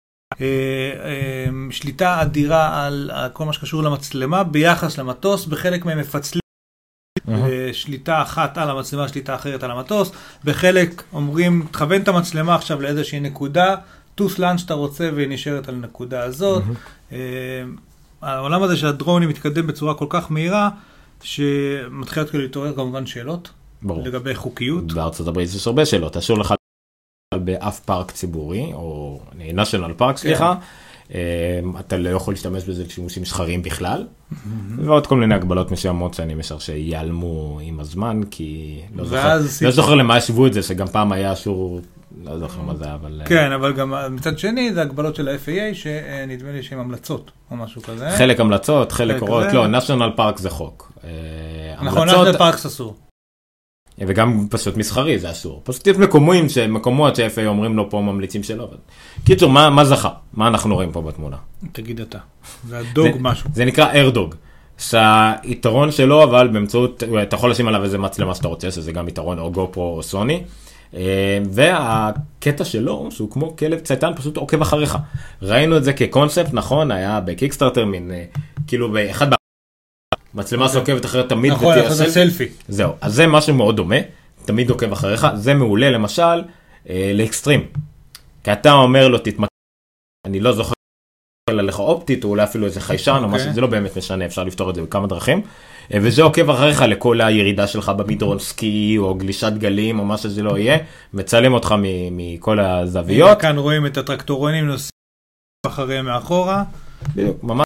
שליטה אדירה על כל מה שקשור למצלמה, ביחס למטוס, בחלק מהם מפצלים. שליטה אחת על המצלמה, שליטה אחרת על המטוס. בחלק אומרים, תכוון את המצלמה עכשיו לאיזושהי נקודה, טוס לאן שאתה רוצה והיא נשארת על הנקודה הזאת. העולם הזה של הדרונים מתקדם בצורה כל כך מהירה, שמתחילות כאילו להתעורר כמובן שאלות לגבי חוקיות. בארצות הברית יש הרבה שאלות. אסור לך באף פארק ציבורי, או national park, סליחה, אתה לא יכול להשתמש בזה לשימושים שחריים בכלל, ועוד כל מיני הגבלות מסוימות שאני משער שיעלמו עם הזמן, כי לא זוכר למה ישבו את זה, שגם פעם היה אסור, לא זוכר מה זה, אבל... כן, אבל גם מצד שני, זה הגבלות של ה-FAA, שנדמה לי שהן המלצות, או משהו כזה. חלק המלצות, חלק הוראות, לא, national park זה חוק. נכון, national park אסור. וגם פשוט מסחרי, זה אסור. פשוט יש מקומות ש-FAA אומרים לו פה ממליצים שלו. קיצור, מה זכה? מה אנחנו רואים פה בתמונה? תגיד אתה. זה הדוג משהו. זה נקרא איירדוג. שהיתרון שלו, אבל באמצעות, אתה יכול לשים עליו איזה מצלמה שאתה רוצה, שזה גם יתרון או גופרו או סוני. והקטע שלו, שהוא כמו כלב צייתן, פשוט עוקב אחריך. ראינו את זה כקונספט, נכון? היה בקיקסטארטר, מין, כאילו באחד מצלמה שעוקבת אחרת תמיד נכון, זה סלפי. זהו, אז זה משהו מאוד דומה, תמיד עוקב אחריך, זה מעולה למשל לאקסטרים. כי אתה אומר לו תתמקד, אני לא זוכר עליך אופטית, או אולי אפילו איזה חיישן או משהו, זה לא באמת משנה, אפשר לפתור את זה בכמה דרכים, וזה עוקב אחריך לכל הירידה שלך במדרון סקי, או גלישת גלים, או מה שזה לא יהיה, מצלם אותך מכל הזוויות. כאן רואים את הטרקטורונים נוסעים אחריהם מאחורה. בדיוק, ממש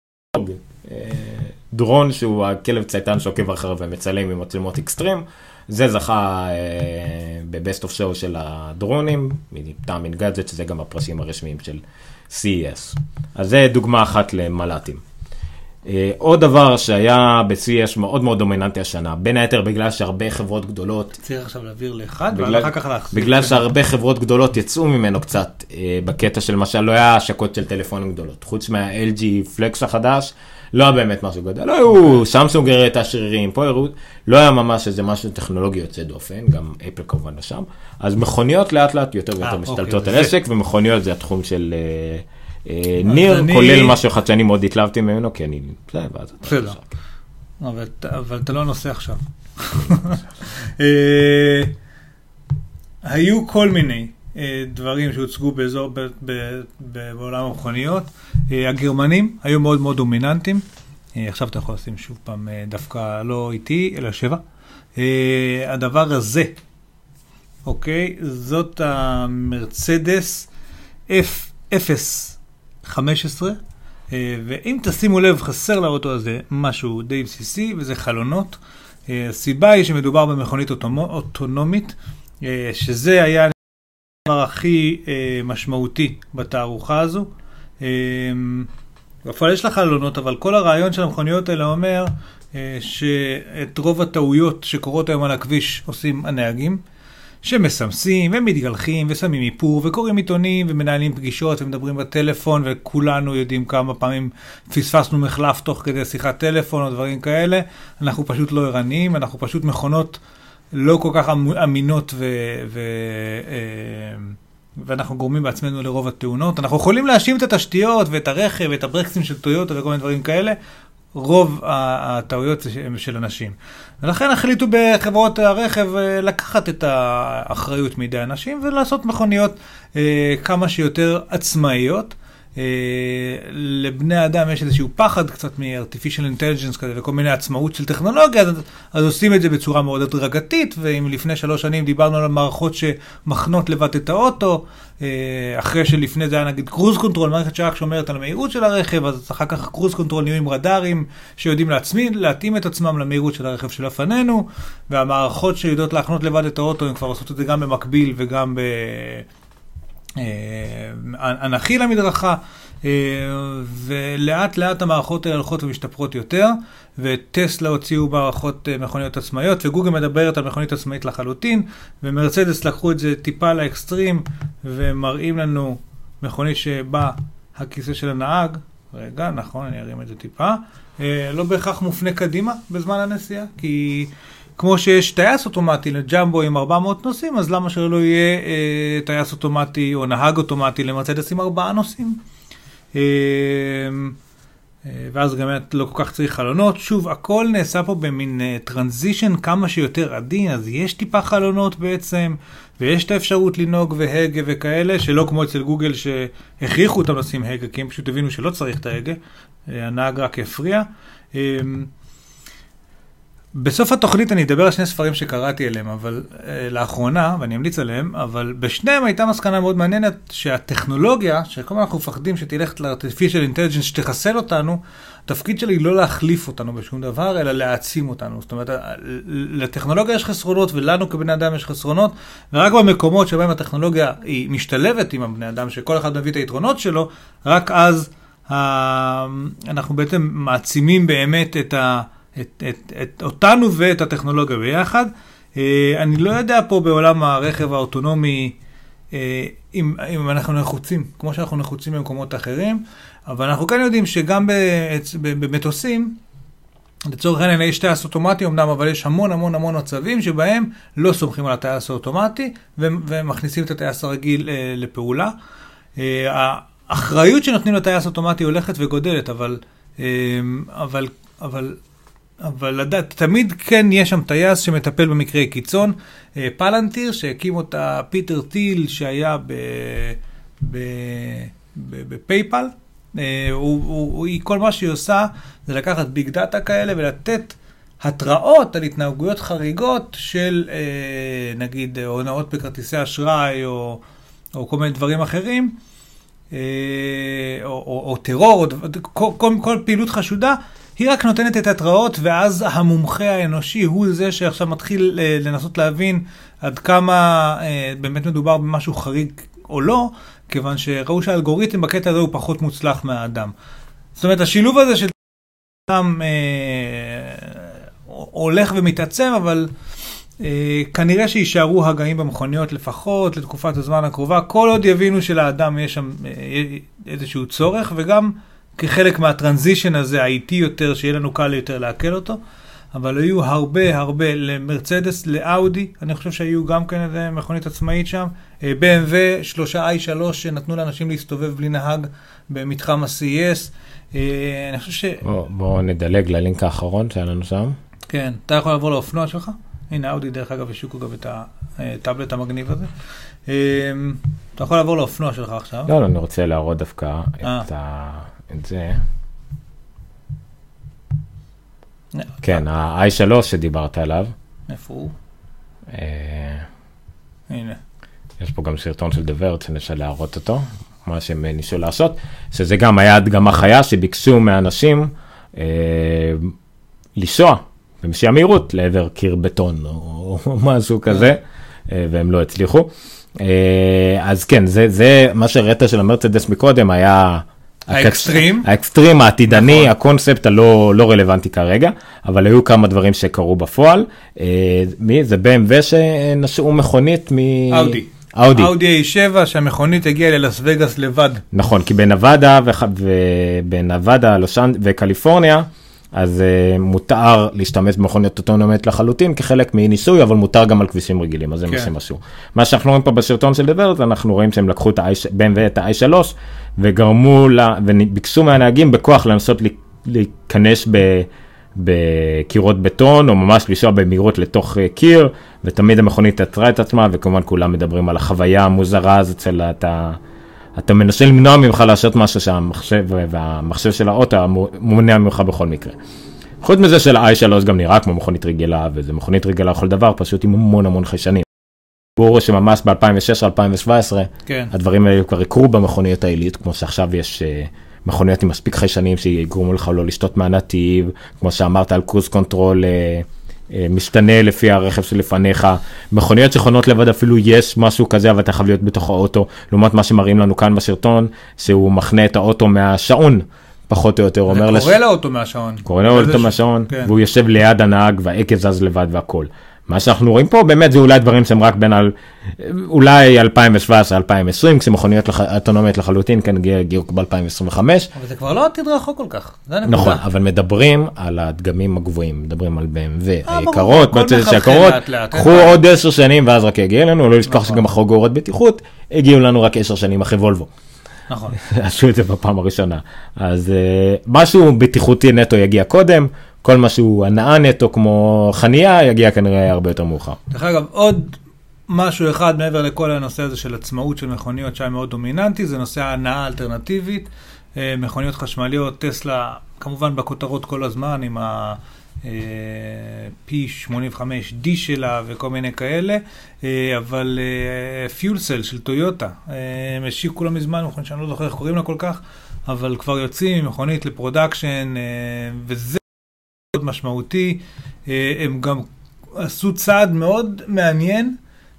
דרון שהוא הכלב צייתן שעוקב אחריו ומצלם עם מצלמות אקסטרים, זה זכה בבסט אוף שואו של הדרונים, מטעם אינגאדג'ט, שזה גם הפרסים הרשמיים של CES. אז זה דוגמה אחת למל"טים. עוד דבר שהיה ב-CES מאוד מאוד דומיננטי השנה, בין היתר בגלל שהרבה חברות גדולות... צריך עכשיו להעביר לאחד, ואחר כך להחזיר. בגלל שהרבה חברות גדולות יצאו ממנו קצת, בקטע של למשל, לא היה השקות של טלפונים גדולות. חוץ מה-LG פלקס החדש, לא היה באמת משהו גדול. לא היו, סמסונג הראה את השרירים, פה הראו, לא היה ממש איזה משהו טכנולוגי יוצא דופן, גם אפל כמובן לשם. אז מכוניות לאט לאט יותר ויותר משתלטות על עסק, ומכוניות זה התחום של... ניר, כולל משהו אחד שאני מאוד התלהבתי ממנו, כי אני... בסדר. אבל אתה לא נושא עכשיו. היו כל מיני דברים שהוצגו בעולם המכוניות. הגרמנים היו מאוד מאוד דומיננטיים. עכשיו אתה יכול לשים שוב פעם דווקא לא איתי, אלא 7. הדבר הזה, אוקיי? זאת המרצדס F015, ואם תשימו לב, חסר לאוטו הזה משהו די בסיסי, וזה חלונות. הסיבה היא שמדובר במכונית אוטונומית, שזה היה הדבר הכי משמעותי בתערוכה הזו. בפועל יש לה חלונות, אבל כל הרעיון של המכוניות האלה אומר שאת רוב הטעויות שקורות היום על הכביש עושים הנהגים, שמסמסים ומתגלחים ושמים איפור וקוראים עיתונים ומנהלים פגישות ומדברים בטלפון, וכולנו יודעים כמה פעמים פספסנו מחלף תוך כדי שיחת טלפון או דברים כאלה. אנחנו פשוט לא ערניים, אנחנו פשוט מכונות לא כל כך אמינות ואנחנו גורמים בעצמנו לרוב התאונות. אנחנו יכולים להאשים את התשתיות ואת הרכב ואת הברקסים של טויוטה וכל מיני דברים כאלה, רוב הטעויות הם של אנשים. ולכן החליטו בחברות הרכב לקחת את האחריות מידי אנשים ולעשות מכוניות כמה שיותר עצמאיות. לבני האדם יש איזשהו פחד קצת מ-artificial intelligence כזה וכל מיני עצמאות של טכנולוגיה, אז עושים את זה בצורה מאוד הדרגתית, ואם לפני 3 שנים דיברנו על מערכות שמכנות לבד את האוטו, אחרי שלפני זה היה נגיד קרוז קונטרול, מערכת שרק שומרת על המהירות של הרכב, אז אחר כך קרוז קונטרול נהיו עם רדארים שיודעים להתאים את עצמם למהירות של הרכב שלפנינו, והמערכות שיודעות להכנות לבד את האוטו, הן כבר עושות את זה גם במקביל וגם אנכי למדרכה, ולאט לאט המערכות האלה הולכות ומשתפרות יותר, וטסלה הוציאו מערכות מכוניות עצמאיות, וגוגל מדברת על מכונית עצמאית לחלוטין, ומרצדס לקחו את זה טיפה לאקסטרים, ומראים לנו מכונית שבה הכיסא של הנהג, רגע, נכון, אני ארים את זה טיפה, לא בהכרח מופנה קדימה בזמן הנסיעה, כי כמו שיש טייס אוטומטי לג'מבו עם 400 נוסעים, אז למה שלא יהיה טייס אוטומטי או נהג אוטומטי למרצדס עם 4 נוסעים? ואז גם לא כל כך צריך חלונות. שוב, הכל נעשה פה במין טרנזישן כמה שיותר עדין, אז יש טיפה חלונות בעצם, ויש את האפשרות לנהוג והגה וכאלה, שלא כמו אצל גוגל שהכריחו אותם לשים הגה, כי הם פשוט הבינו שלא צריך את ההגה, הנהג רק יפריע. בסוף התוכנית אני אדבר על 2 ספרים שקראתי אליהם, אבל לאחרונה, ואני אמליץ עליהם, אבל בשניהם הייתה מסקנה מאוד מעניינת, שהטכנולוגיה, שכל אנחנו מפחדים שתלך ל-artificial intelligence שתחסל אותנו, התפקיד שלי לא להחליף אותנו בשום דבר, אלא להעצים אותנו. זאת אומרת, לטכנולוגיה יש חסרונות, ולנו כבני אדם יש חסרונות, ורק במקומות שבהם הטכנולוגיה היא משתלבת עם הבני אדם, שכל אחד מביא את היתרונות שלו, רק אז אנחנו בעצם מעצימים באמת את אותנו ואת הטכנולוגיה ביחד. אני לא יודע פה בעולם הרכב האוטונומי אם אנחנו נחוצים, כמו שאנחנו נחוצים במקומות אחרים, אבל אנחנו כאן יודעים שגם במטוסים, לצורך העניין יש טייס אוטומטי אמנם, אבל יש המון המון המון מצבים שבהם לא סומכים על הטייס האוטומטי ומכניסים את הטייס הרגיל לפעולה. האחריות שנותנים לטייס אוטומטי הולכת וגודלת, אבל לדעת, תמיד כן יש שם טייס שמטפל במקרה קיצון. פלנטיר, שהקים אותה פיטר טיל, שהיה בפייפל, כל מה שהיא עושה זה לקחת ביג דאטה כאלה ולתת התראות על התנהגויות חריגות של נגיד הונאות בכרטיסי אשראי או כל מיני דברים אחרים, או טרור, או כל פעילות חשודה. היא רק נותנת את התראות, ואז המומחה האנושי הוא זה שעכשיו מתחיל לנסות להבין עד כמה באמת מדובר במשהו חריג או לא, כיוון שראו שהאלגוריתם בקטע הזה הוא פחות מוצלח מהאדם. זאת אומרת, השילוב הזה של גם הולך ומתעצם, אבל כנראה שישארו הגאים במכוניות לפחות לתקופת הזמן הקרובה, כל עוד יבינו שלאדם יש שם איזשהו צורך, וגם כחלק מהטרנזישן הזה, האיטי יותר, שיהיה לנו קל יותר להקל אותו, אבל היו הרבה למרצדס, לאאודי, אני חושב שהיו גם כן איזה מכונית עצמאית שם, BMW, 3 i3 שנתנו לאנשים להסתובב בלי נהג במתחם ה-CES, אני חושב ש... בואו נדלג ללינק האחרון שהיה לנו שם. כן, אתה יכול לעבור לאופנוע שלך? הנה, אאודי דרך אגב השיקו גם את הטאבלט המגניב הזה. אתה יכול לעבור לאופנוע שלך עכשיו. לא, אני רוצה להראות דווקא את זה. כן, ה-i3 שדיברת עליו. איפה הוא? הנה. יש פה גם סרטון של דברת שנשאל להראות אותו, מה שהם ניסו לעשות, שזה גם היה הדגמה חיה שביקשו מאנשים לנסוע במשיא המהירות לעבר קיר בטון או משהו כזה, והם לא הצליחו. אז כן, זה מה שהראית של המרצדס מקודם היה... האקסטרים, העתידני, הקונספט הלא רלוונטי כרגע, אבל היו כמה דברים שקרו בפועל. זה BMW שנשאו מכונית אאודי A7, שהמכונית הגיעה ללאס וגאס לבד. נכון, כי בנבדה וקליפורניה, אז מותר להשתמש במכוניות אוטונומיות לחלוטין כחלק מניסוי, אבל מותר גם על כבישים רגילים, אז זה מה שמשהו. מה שאנחנו רואים פה בסרטון של דברת, אנחנו רואים שהם לקחו את BMW, את ה-i3, וגרמו וביקשו מהנהגים בכוח לנסות להיכנס בקירות בטון, או ממש לנסוע במהירות לתוך קיר, ותמיד המכונית תעצרה את עצמה, וכמובן כולם מדברים על החוויה המוזרה, אז אצל אתה מנסה למנוע ממך לעשות משהו והמחשב של האוטו מונע ממך בכל מקרה. חוץ מזה של ה-i3 גם נראה כמו מכונית רגילה, וזה מכונית רגילה לכל דבר, פשוט עם המון חיישנים. ברור שממש ב-2016-2017, הדברים האלה כבר יקרו במכוניות העילית, כמו שעכשיו יש מכוניות עם מספיק חיישנים שיגרמו לך לא לשתות מהנתיב, כמו שאמרת על קרוז קונטרול, משתנה לפי הרכב שלפניך, מכוניות שכונות לבד אפילו יש משהו כזה, אבל אתה חייב להיות בתוך האוטו, לעומת מה שמראים לנו כאן בסרטון, שהוא מכנה את האוטו מהשעון, פחות או יותר. זה קורא לאוטו מהשעון. קורא לאוטו מהשעון, והוא יושב ליד הנהג, והעקב זז לבד והכל. מה שאנחנו רואים פה באמת זה אולי דברים שהם רק בין אולי 2017-2020, כשמכוניות אוטונומיות לחלוטין, כן הגיעו ב-2025. אבל זה כבר לא עתיד רחוק כל כך. נכון, אבל מדברים על הדגמים הגבוהים, מדברים על BMW, היקרות, קחו עוד 10 שנים ואז רק יגיע לנו, לא לשכוח שגם אחרי גורות בטיחות, הגיעו לנו רק 10 שנים אחרי וולבו. נכון. עשו את זה בפעם הראשונה. אז משהו בטיחותי נטו יגיע קודם, כל משהו הנאה נטו כמו חנייה יגיע כנראה הרבה יותר מאוחר. דרך אגב, עוד משהו אחד מעבר לכל הנושא הזה של עצמאות של מכוניות שהיה מאוד דומיננטי, זה נושא ההנאה האלטרנטיבית, מכוניות חשמליות, טסלה כמובן בכותרות כל הזמן עם P85D שלה וכל מיני כאלה, אבל פיול סל של טויוטה, הם השיקו לא מזמן, מכונית שאני לא זוכר איך קוראים לה כל כך, אבל כבר יוצאים עם מכונית לפרודקשן, וזה מאוד משמעותי. הם גם עשו צעד מאוד מעניין,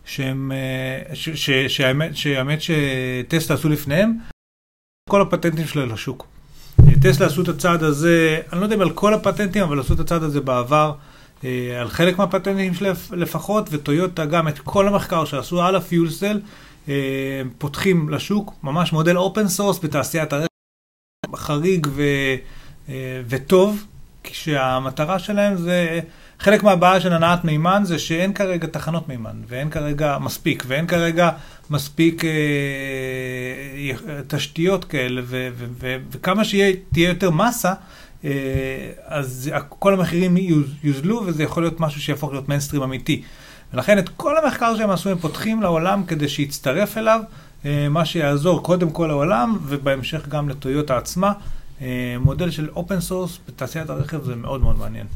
שהאמת שטסלה עשו לפניהם, כל הפטנטים שלהם לשוק. טסלה עשו את הצעד הזה, אני לא יודע אם על כל הפטנטים, אבל עשו את הצעד הזה בעבר, על חלק מהפטנטים שלהם לפחות, וטויוטה גם את כל המחקר שעשו על הפיול סל, פותחים לשוק, ממש מודל אופן סורס בתעשיית הרכב, חריג וטוב, כשהמטרה שלהם זה, חלק מהבעיה של הנעת מימן זה שאין כרגע תחנות מימן, ואין כרגע מספיק תשתיות כאלה, וכמה שתהיה יותר מסה, אז כל המחירים יוזלו, וזה יכול להיות משהו שיהפוך להיות מיינסטרים אמיתי. ולכן את כל המחקר שהם עשו, הם פותחים לעולם כדי שיצטרף אליו, מה שיעזור קודם כל לעולם, ובהמשך גם לטויוטה עצמה. מודל של אופן סורס בתעשיית הרכב זה מאוד מאוד מעניין.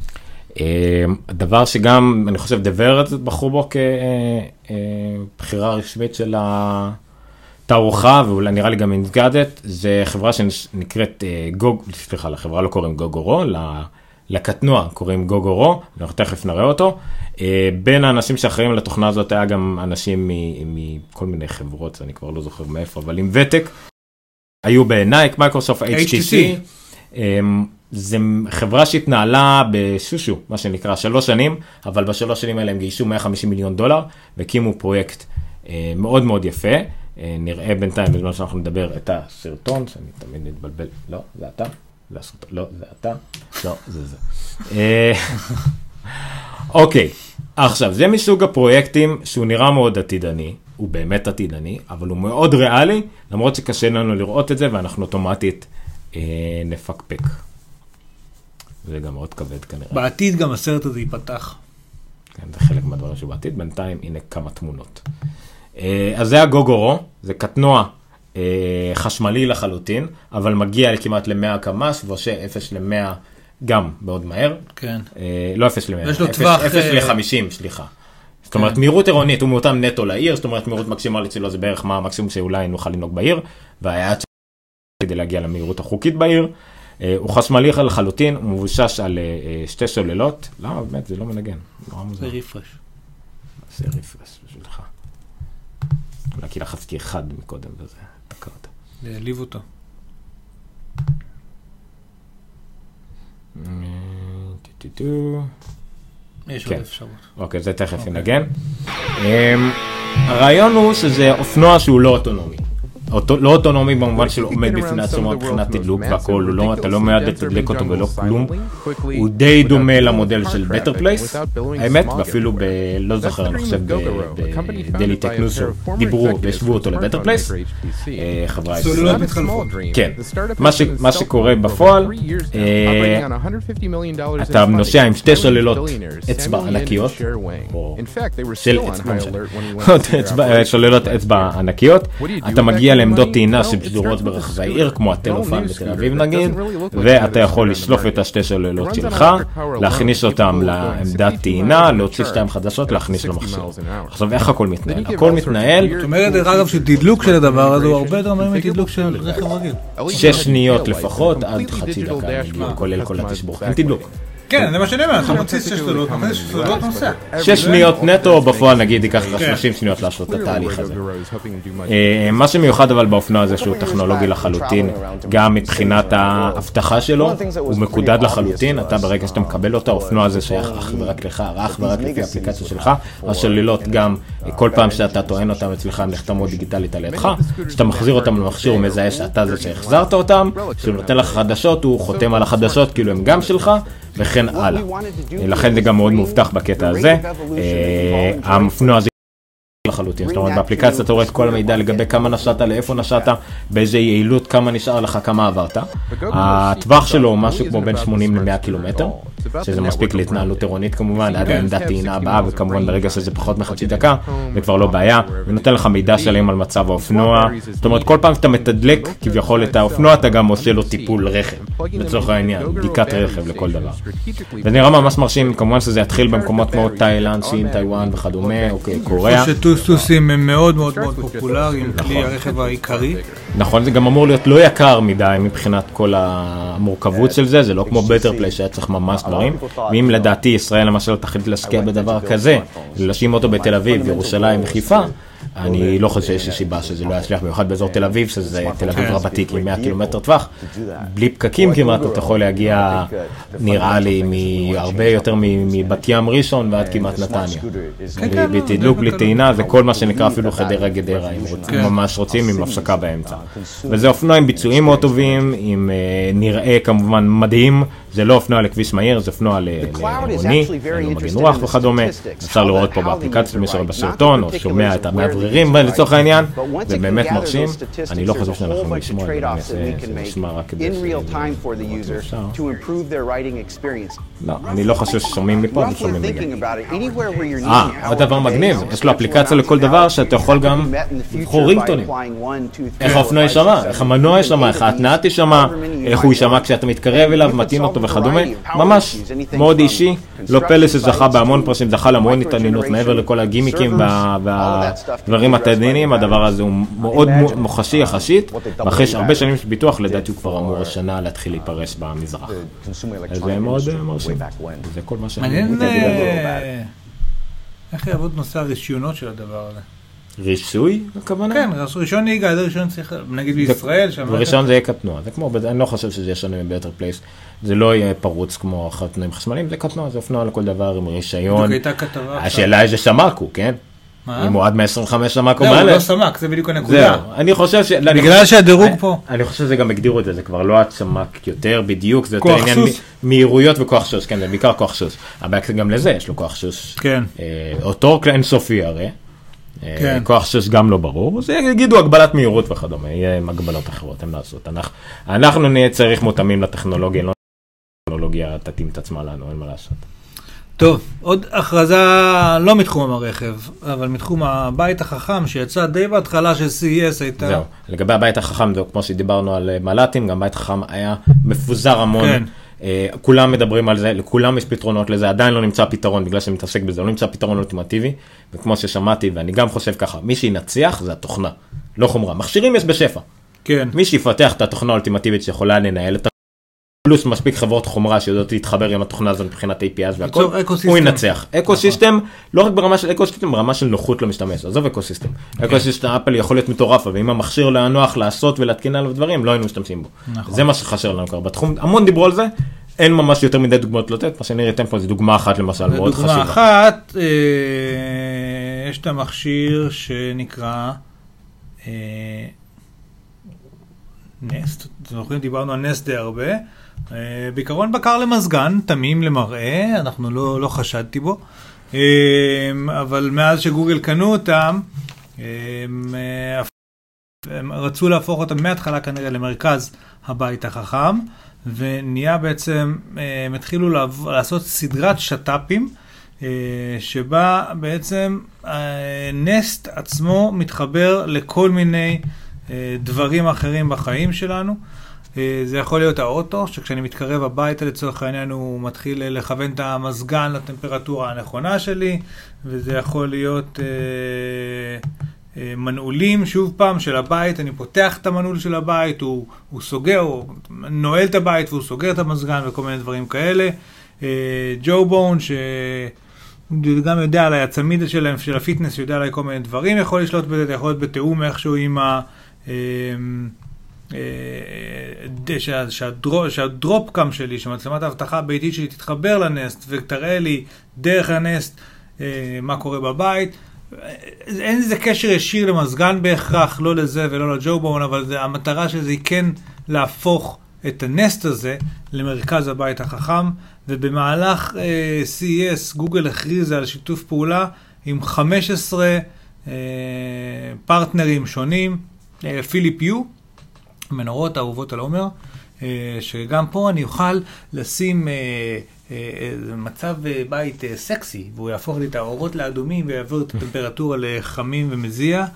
הדבר שגם, אני חושב, דברת בחרו בו כבחירה רשמית של התערוכה, ואולי נראה לי גם אינגדת, זה חברה שנקראת סליחה, לחברה לא קוראים גוגורו, לקטנוע קוראים גוגורו, אנחנו תכף נראה אותו. בין האנשים שאחראים על התוכנה הזאת היה גם אנשים מכל מיני חברות, אני כבר לא זוכר מאיפה, אבל עם ותק, היו בנייק, מייקרוסופט, HTC, זה חברה שהתנהלה בשושו, מה שנקרא 3 שנים, אבל ב3 שנים האלה הם גיישו $150 מיליון, והקימו פרויקט מאוד מאוד יפה. נראה בינתיים בזמן שאנחנו נדבר את הסרטון, שאני תמיד נתבלבל, לא, זה אתה, לא, זה אתה, לא, זה זה. אוקיי, עכשיו, זה מסוג הפרויקטים שהוא נראה מאוד עתידני, הוא באמת עתידני, אבל הוא מאוד ריאלי, למרות שקשה לנו לראות את זה, ואנחנו אוטומטית נפקפק. זה גם מאוד כבד כנראה. בעתיד גם הסרט הזה ייפתח. כן, זה חלק מהדברים שבעתיד, בינתיים הנה כמה תמונות. אז זה הגוגורו, זה קטנוע חשמלי לחלוטין, אבל מגיע כמעט ל-100 קמ"ש, ועושה 0 ל-100 גם מאוד מהר. כן. לא 0 ל-100, יש לו טווח... 0 ל-50, סליחה. זאת אומרת, מהירות עירונית הוא מאותם נטו לעיר, זאת אומרת, מהירות מקסימלית שלו זה בערך מה המקסימום שאולי נוכל לנהוג בעיר, והיעד כדי להגיע למהירות החוקית בעיר. הוא חשמלי לחלוטין, הוא מבושש על 2 סוללות. למה? באמת, זה לא מנגן. זה ריפרש. זה ריפרש בשבילך. אולי כי לחצתי 1 מקודם וזה תקרת. להעליב אותו. יש עוד אפשרות. אוקיי, זה תכף ינגן. הרעיון הוא שזה אופנוע שהוא לא אוטונומי. לא אוטונומי במובן שלו עומד בפני עצמו מבחינת תדלוק והכל, אתה לא מיד לתדלק אותו ולא כלום. הוא די דומה למודל של Better Place, האמת, ואפילו לא זוכר, אני חושב בדלי טק ניוז דיברו והשוו אותו ל-Better Place. חברה סוללות מתחלפות. כן, מה שקורה בפועל, אתה נוסע עם 2 סוללות אצבע ענקיות, או של אצבע, סוללות אצבע ענקיות, אתה מגיע לעמדות טעינה שפזורות ברחבי העיר, כמו הטלופן בתל אביב נגיד, ואתה יכול לשלוף את 2 סוללות שלך, להכניס אותם לעמדת טעינה, להוציא 2 חדשות, להכניס למכשיר. עכשיו, איך הכל מתנהל? הכל מתנהל... זאת אומרת, דרך אגב, שתדלוק של הדבר הזה הוא הרבה יותר מהר מתדלוק של רכב רגיל. 6 שניות לפחות, עד חצי דקה, כולל כל התשבוך. אין תדלוק. כן, זה מה שאני אומר, אתה מוציא 6 סוללות, מכניס 6 סוללות נוסע. 6 שניות נטו, בפועל נגיד ייקח לך 30 שניות לעשות את התהליך הזה. מה שמיוחד אבל באופנוע הזה שהוא טכנולוגי לחלוטין, גם מבחינת ההבטחה שלו, הוא מקודד לחלוטין, אתה ברגע שאתה מקבל אותה, האופנוע הזה שייך אך ורק לך, אך ורק לפי האפליקציה שלך, השוללות גם כל פעם שאתה טוען אותם אצלך עם נחתמות דיגיטלית על ידך, כשאתה מחזיר אותם למכשיר הוא מזהה שאתה זה שהחזרת אותם, כשהוא נותן לך חדשות הוא חותם על החדשות כאילו הם גם שלך, וכן הלאה. לכן זה גם מאוד מובטח בקטע הזה. האופנוע הזה לחלוטין. זאת אומרת, באפליקציה אתה רואה את כל המידע לגבי כמה נסעת, לאיפה נסעת, באיזה יעילות, כמה נשאר לך, כמה עברת. הטווח שלו הוא משהו כמו בין 80 ל-100 קילומטר, שזה מספיק להתנהלות עירונית כמובן, עד העמדת טעינה הבאה, וכמובן ברגע שזה פחות מחצי דקה, זה כבר לא בעיה, ונותן לך מידע שלם על מצב האופנוע. זאת אומרת, כל פעם שאתה מתדלק כביכול את האופנוע, אתה גם עושה לו טיפול רכב, לצורך העניין, בדיקת רכב לכל דבר. זה נראה ממש מרשים, כמובן שזה יתחיל במקומות כמו תאילנד, סין, טיואן וכדומה, או קוריאה. טוסטוסים הם מאוד מאוד מאוד פופולריים, כלי הרכב העיקרי. נכון, זה גם אמור להיות לא יקר מדי מבחינת כל המורכבות של זה, זה לא כמו Better Place שהיה צריך ממש דברים, ואם לדעתי ישראל למשל תחליט להשקיע בדבר כזה, לשים אותו בתל אביב, ירושלים וחיפה, אני לא חושב שיש סיבה שזה לא יצליח, במיוחד באזור תל אביב, שזה תל אביב רבתי, כי 100 קילומטר טווח, בלי פקקים כמעט, אתה יכול להגיע, נראה לי, הרבה יותר מבת ים ראשון ועד כמעט נתניה. בתדלוק, בלי טעינה, זה כל מה שנקרא אפילו חדרה גדרה, אם ממש רוצים, עם הפסקה באמצע. וזה אופנוע עם ביצועים מאוד טובים, עם נראה כמובן מדהים, זה לא אופנוע לכביש מהיר, זה אופנוע לעירוני, מגן רוח וכדומה. אפשר לראות פה באפליקציה, מי שרואה בסרטון, או שומע את המאווררים לצורך העניין, זה באמת מרשים. אני לא חושב שאנחנו יכולים לשמוע, אני נשמע רק כדי לא, אני לא חושב ששומעים מפה, אבל שומעים מגן. עוד דבר מגניב, יש לו אפליקציה לכל דבר שאתה יכול גם לבחור רינגטונים. איך האופנוע ישמע, איך המנוע ישמע, איך ההתנעת ישמע, איך הוא ישמע כשאתה מתקרב אליו, מתאים אותו וכדומה, ממש מאוד אישי, לא פלא שזכה בהמון פרסים, זכה להמון התעניינות מעבר לכל הגימיקים והדברים התעניינים, הדבר הזה הוא מאוד מוחשי יחסית, ואחרי הרבה שנים של ביטוח, לדעתי הוא כבר אמור השנה להתחיל להיפרס במזרח. אז זה מאוד מרשים, זה כל מה שאני... מעניין איך יעבוד נושא הרישיונות של הדבר הזה. רישוי, הכוונה? כן, רישיון נהיגה, זה רישיון צריך, נגיד בישראל. ורישיון זה יהיה קטנוע, זה כמו, אני לא חושב שזה יהיה שונה מבטר פלייס, זה לא יהיה פרוץ כמו אופנועים חשמליים, זה קטנוע, זה אופנוע לכל דבר עם רישיון. השאלה היא שסמ"ק הוא, כן? אם הוא עד 125 סמ"ק או מעלה. הוא לא סמ"ק, זה בדיוק הנקודה. אני חושב ש... בגלל שהדירוג פה. אני חושב שזה גם הגדירו את זה, זה כבר לא עד סמ"ק יותר בדיוק, זה יותר עניין מהירויות וכוח שוס, כן, זה בעיקר כוח שוס. הבעיה גם לזה, יש לו כוח שוס. כן. אותו אינסופי הרי. כוח שוס גם לא ברור, זה יגידו הגבלת מהירות וכדומה, יהיה הגבלות אחרות, הם לעשות. אנחנו נהיה צריך מותאמים לטכנולוגיה, לא הטכנולוגיה תתאים את עצמה לנו, אין מה לעשות. טוב, עוד הכרזה לא מתחום הרכב, אבל מתחום הבית החכם שיצא די בהתחלה של CES הייתה... זהו, לגבי הבית החכם, כמו שדיברנו על מל"טים, גם בית החכם היה מפוזר המון, כן. כולם מדברים על זה, לכולם יש פתרונות לזה, עדיין לא נמצא פתרון, בגלל שמתעסק בזה, לא נמצא פתרון אולטימטיבי, וכמו ששמעתי, ואני גם חושב ככה, מי שינצח זה התוכנה, לא חומרה, מכשירים יש בשפע. כן. מי שיפתח את התוכנה האולטימטיבית שיכולה לנהל את פלוס מספיק חברות חומרה שיודעות להתחבר עם התוכנה הזאת מבחינת APIs והכל, הוא ינצח. אקוסיסטם, לא רק ברמה של אקוסיסטם, ברמה של נוחות למשתמש, עזוב אקוסיסטם. אקוסיסטם אפל יכול להיות מטורף, ואם המכשיר לא נוח לעשות ולהתקין עליו דברים, לא היינו משתמשים בו. זה מה שחסר לנו כבר בתחום, המון דיברו על זה, אין ממש יותר מדי דוגמאות לתת, מה שאני ראיתם פה זה דוגמה אחת למשל, מאוד חשובה. דוגמה אחת, יש את המכשיר שנקרא נסט, זוכרים, דיברנו על נסט די הרבה, בעיקרון בקר למזגן, תמים למראה, אנחנו לא חשדתי בו, אבל מאז שגוגל קנו אותם, הם רצו להפוך אותם מההתחלה כנראה למרכז הבית החכם, ונהיה בעצם, הם התחילו לעשות סדרת שטאפים, שבה בעצם נסט עצמו מתחבר לכל מיני דברים אחרים בחיים שלנו. זה יכול להיות האוטו, שכשאני מתקרב הביתה לצורך העניין הוא מתחיל לכוון את המזגן לטמפרטורה הנכונה שלי, וזה יכול להיות מנעולים, שוב פעם, של הבית, אני פותח את המנעול של הבית, הוא סוגר, הוא נועל את הבית והוא סוגר את המזגן וכל מיני דברים כאלה. ג'ו בון, שגם יודע עליי, הצמיד שלהם, של הפיטנס, שיודע עליי כל מיני דברים, יכול לשלוט בזה, יכול להיות בתאום איכשהו עם שהדרופ קאם שלי, שמצלמת ההבטחה הביתית שלי תתחבר לנסט ותראה לי דרך הנסט מה קורה בבית. אין איזה קשר ישיר למזגן בהכרח, לא לזה ולא לג'ו בון, אבל המטרה של זה היא כן להפוך את הנסט הזה למרכז הבית החכם, ובמהלך CES גוגל הכריזה על שיתוף פעולה עם 15 פרטנרים שונים, פיליפ יו, מנורות אהובות על עומר, שגם פה אני אוכל לשים מצב בית סקסי, והוא יהפוך לי את האורות לאדומים ויעבור את הטמפרטורה לחמים ומזיע.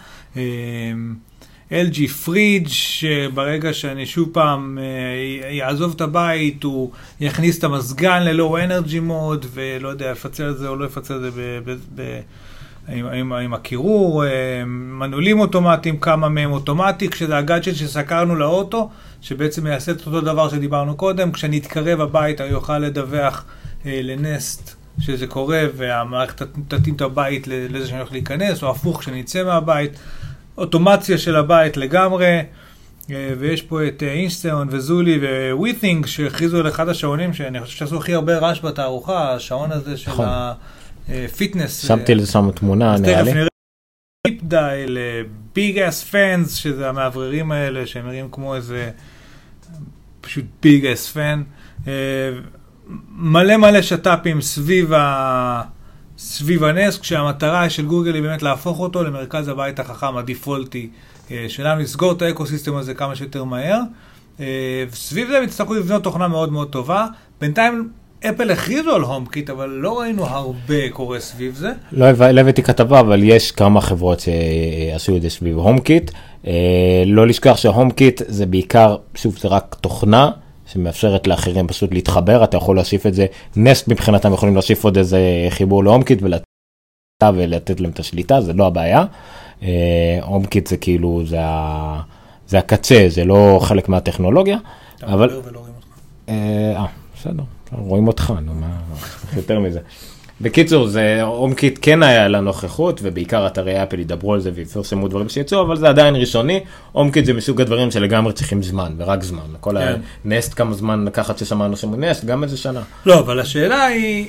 LG פריג' שברגע שאני שוב פעם יעזוב את הבית, הוא יכניס את המזגן ללואו אנרג'י מוד, ולא יודע, יפצל את זה או לא יפצל את זה עם הקירור, מנעולים אוטומטיים, כמה מהם אוטומטי, כשזה הגאדג'ט שסקרנו לאוטו, שבעצם יעשה את אותו דבר שדיברנו קודם, כשאני אתקרב הביתה, הוא יוכל לדווח לנסט שזה קורה, והמערכת תתאים את הבית לזה שאני הולך להיכנס, או הפוך, כשאני אצא מהבית, אוטומציה של הבית לגמרי, ויש פה את אינסטרן וזולי ווית'ינג, שהכריזו על אחד השעונים, שאני חושב שעשו הכי הרבה רעש בתערוכה, השעון הזה של פיטנס. שמתי לזה שם תמונה, נראה לי. טיפ דייל, ביג אס פאנס, שזה המעבררים האלה, שהם נראים כמו איזה, פשוט ביג אס פאן. מלא שטאפים סביב הנס, כשהמטרה של גוגל היא באמת להפוך אותו למרכז הבית החכם הדיפולטי שלנו, לסגור את האקוסיסטם הזה כמה שיותר מהר. סביב זה מצטרכו לבנות תוכנה מאוד מאוד טובה. בינתיים אפל הכריזו על הומקיט, אבל לא ראינו הרבה קורה סביב זה. לא הבאתי כתבה, אבל יש כמה חברות שעשו את זה סביב הומקיט. לא לשכח שההומקיט זה בעיקר, שוב, זה רק תוכנה שמאפשרת לאחרים פשוט להתחבר, אתה יכול להוסיף את זה, נסט מבחינתם יכולים להוסיף עוד איזה חיבור להומקיט ולתת להם את השליטה, זה לא הבעיה. הומקיט זה כאילו, זה הקצה, זה לא חלק מהטכנולוגיה. אבל... ולא רואים אותך. בסדר. רואים אותך, נו, מה, יותר מזה. בקיצור, HomeKit כן היה לה נוכחות, ובעיקר אתרי אפל ידברו על זה ויפרסמו דברים שיצאו, אבל זה עדיין ראשוני. HomeKit זה מסוג הדברים שלגמרי צריכים זמן, ורק זמן. כל הנסט כמה זמן לקחת ששמענו שמונסט, גם איזה שנה. לא, אבל השאלה היא,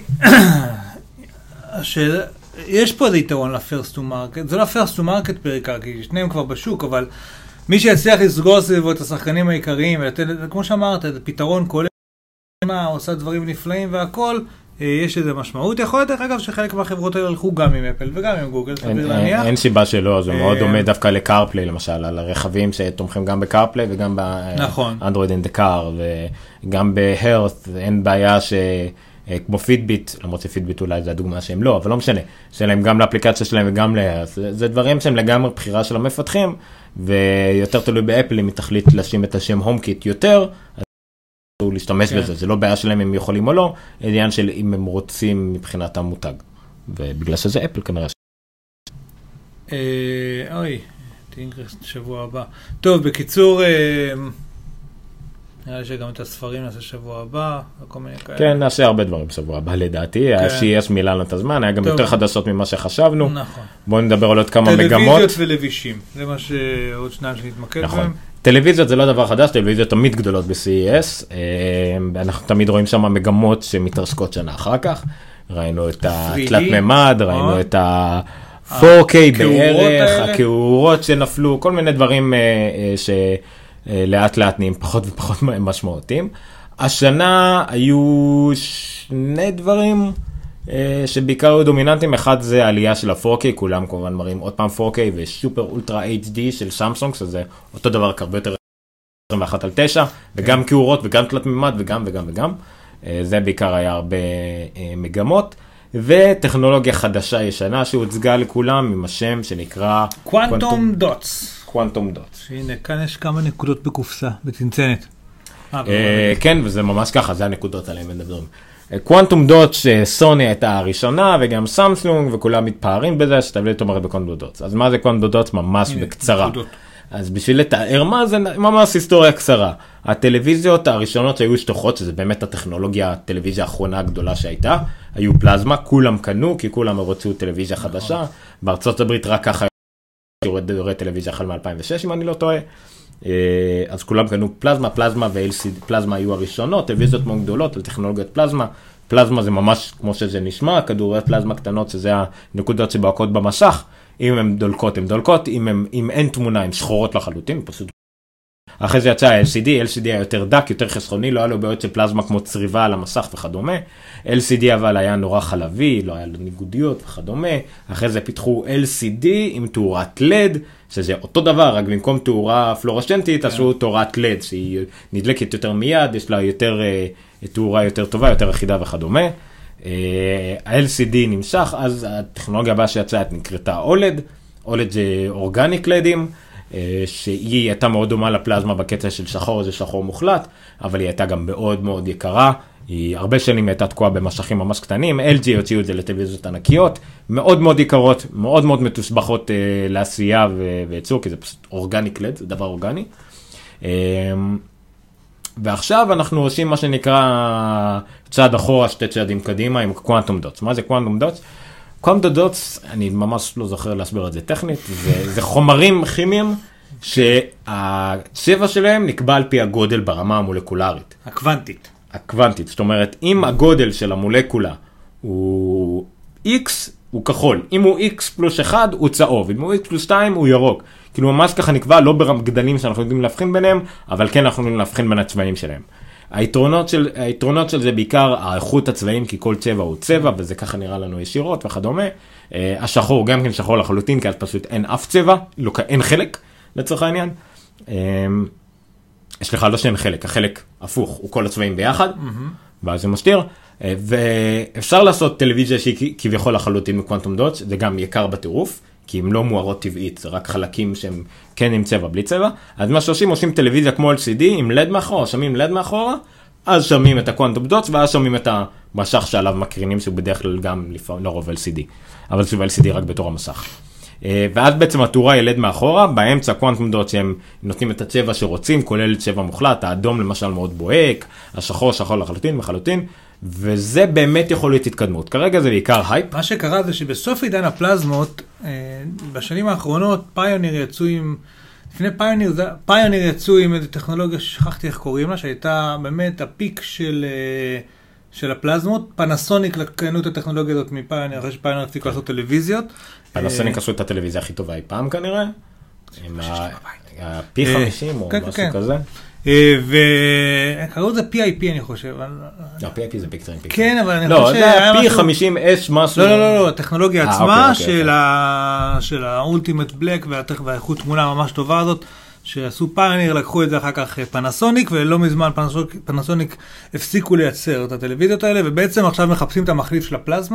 יש פה איזה יתרון ל-First to Market, זה לא First to Market בעיקר, כי שניהם כבר בשוק, אבל מי שיצליח לסגור סביבו את השחקנים העיקריים, כמו שאמרת, זה פתרון כולל, עושה דברים נפלאים והכל, יש איזה משמעות. יכול להיות, דרך אגב, שחלק מהחברות האלה הלכו גם עם אפל וגם עם גוגל, סביר להניח. אין סיבה שלא, זה מאוד דומה דווקא לקארפליי, למשל, על הרכבים שתומכים גם בקארפליי וגם באנדרואיד אין דה קאר, וגם בהרת' אין בעיה כמו פידביט, למרות שפידביט אולי זה הדוגמה שהם לא, אבל לא משנה, שלהם גם לאפליקציה שלהם וגם להרת', זה דברים שהם לגמרי בחירה של המפתחים, ויותר תלוי באפל אם היא תחליט לשים את השם HomeKit יותר, להשתמש בזה, זה לא בעיה שלהם אם יכולים או לא, עניין של אם הם רוצים מבחינת המותג, ובגלל שזה אפל כנראה. אוי, תינגרס שבוע הבא. טוב, בקיצור, נראה לי שגם את הספרים נעשה שבוע הבא, וכל מיני כאלה. כן, נעשה הרבה דברים שבוע הבא לדעתי, ה-CES מילא לנו את הזמן, היה גם יותר חדשות ממה שחשבנו. נכון. בואו נדבר על עוד כמה מגמות. טלוויזיות ולבישים, זה מה שעוד שניים שנתמקד בהם. טלוויזיות זה לא דבר חדש, טלוויזיות תמיד גדולות ב-CES, אנחנו תמיד רואים שם מגמות שמתרסקות שנה אחר כך, ראינו את התלת ממד, ראינו את ה-4K בערך, הכיעורות שנפלו, כל מיני דברים שלאט לאט נהיים פחות ופחות משמעותיים. השנה היו שני דברים שבעיקר היו דומיננטיים, אחד זה העלייה של ה-4K, כולם כמובן מראים עוד פעם 4K וסופר אולטרה HD של סמסונג, שזה אותו דבר הרבה יותר 21/9, וגם כיעורות וגם תלת ממד וגם וגם וגם, זה בעיקר היה הרבה מגמות, וטכנולוגיה חדשה ישנה שהוצגה לכולם עם השם שנקרא קוונטום דוטס. קוונטום דוטס. הנה, כאן יש כמה נקודות בקופסה, בצנצנת. כן, וזה ממש ככה, זה הנקודות עליהם מדברים. קוונטום דוטס, סוני הייתה הראשונה, וגם סמסונג, וכולם מתפארים בזה, שטבלט אומרת בקוונטום דוטס. אז מה זה קוונטום דוטס? ממש בקצרה. אז בשביל לתאר מה זה, ממש היסטוריה קצרה. הטלוויזיות הראשונות שהיו שטוחות, שזה באמת הטכנולוגיה, הטלוויזיה האחרונה הגדולה שהייתה, היו פלזמה, כולם קנו, כי כולם רוצו טלוויזיה חדשה. בארצות הברית רק ככה יורד טלוויזיה החל מ-2006, אם אני לא טועה. אז כולם קנו פלזמה, פלזמה ו-LCD, פלזמה היו הראשונות, טלוויזיות מאוד גדולות על טכנולוגיות פלזמה. פלזמה זה ממש כמו שזה נשמע, כדורי פלזמה קטנות, שזה הנקודות שבועקות במסך. אם הן דולקות, הן דולקות, אם אין תמונה, הן שחורות לחלוטין, פשוט. אחרי זה יצא LCD היה יותר דק, יותר חסכוני, לא היה לו בעיות של פלזמה כמו צריבה על המסך וכדומה. LCD אבל היה נורא חלבי, לא היה לו ניגודיות וכדומה. אחרי זה פיתחו LCD עם תאורת LED, שזה אותו דבר, רק במקום תאורה פלורסצנטית, עשו תאורת LED, שהיא נדלקת יותר מיד, יש לה יותר, תאורה יותר טובה, יותר אחידה וכדומה. ה-LCD נמשך, אז הטכנולוגיה הבאה שיצאה נקראתה OLED. OLED זה אורגניק לדים, שהיא הייתה מאוד דומה לפלזמה בקטע של שחור, זה שחור מוחלט, אבל היא הייתה גם מאוד מאוד יקרה, היא הרבה שנים הייתה תקועה במשכים ממש קטנים, LG הוציאו את זה לטלוויזיות ענקיות, מאוד מאוד יקרות, מאוד מאוד מתוסבכות לעשייה וייצור, כי זה פשוט אורגניק לד, זה דבר אורגני. ועכשיו אנחנו עושים מה שנקרא צעד אחורה, שתי צעדים קדימה עם קוונטום דוטס. מה זה קוונטום דוטס? קוונטום דוטס, אני ממש לא זוכר להסביר את זה טכנית, זה חומרים כימיים שהצבע שלהם נקבע על פי הגודל ברמה המולקולרית. הקוונטית, זאת אומרת, אם הגודל של המולקולה הוא X, הוא כחול. אם הוא X פלוס 1, הוא צהוב. אם הוא X פלוס 2, הוא ירוק. כאילו ממש ככה נקבע, לא בגדלים שאנחנו יודעים להבחין ביניהם, אבל כן אנחנו יודעים להבחין בין הצבעים שלהם. היתרונות של זה בעיקר האיכות הצבעים, כי כל צבע הוא צבע, וזה ככה נראה לנו ישירות וכדומה. השחור גם כן שחור לחלוטין, כי אז פשוט אין אף צבע, אין חלק לצורך העניין. סליחה, לא שאין חלק, החלק הפוך, הוא כל הצבעים ביחד, ואז זה מסתיר. ואפשר לעשות טלוויזיה שהיא כביכול לחלוטין מקוונטום דוטס, זה גם יקר בטירוף, כי הם לא מוארות טבעית, זה רק חלקים שהם כן עם צבע, בלי צבע. אז מה שעושים טלוויזיה כמו LCD, עם LED מאחורה, שמים LED מאחורה, אז שמים את הקוונטום דוטס, ואז שמים את המשך שעליו מקרינים, שהוא בדרך כלל גם לרוב LCD, אבל שוב LCD רק בתור המסך. ואז בעצם התאורה היא LED מאחורה, באמצע קוונטום דוטס שהם נותנים את הצבע שרוצים, כולל צבע מוחלט, האדום למשל מאוד בוהק, השחור שחור לחלוטין, וזה באמת יכול להיות התקדמות. כרגע זה בעיקר הייפ. מה שקרה זה שבסוף עידן הפלזמות, בשנים האחרונות, לפני פיוניר יצאו עם איזו טכנולוגיה ששכחתי איך קוראים לה, שהייתה באמת הפיק של הפלזמות. פנסוניק לקנו את הטכנולוגיה הזאת מפיוניר, אחרי שפיוניר הפסיקו לעשות טלוויזיות. פנסוניק עשו את הטלוויזיה הכי טובה אי פעם כנראה. עם ה-P50 או משהו כזה. וקראו את זה PIP אני חושב. לא, PIP זה פיקצרים. כן, אבל אני חושב שהיה משהו... לא, זה P50S משהו. לא, הטכנולוגיה עצמה של האולטימט בלק והאיכות תמונה ממש טובה הזאת, שעשו פיוניר, לקחו את זה אחר כך פנסוניק, ולא מזמן פנסוניק הפסיקו לייצר את הטלוויזיות האלה, ובעצם עכשיו מחפשים את המחליף של הפלזמה.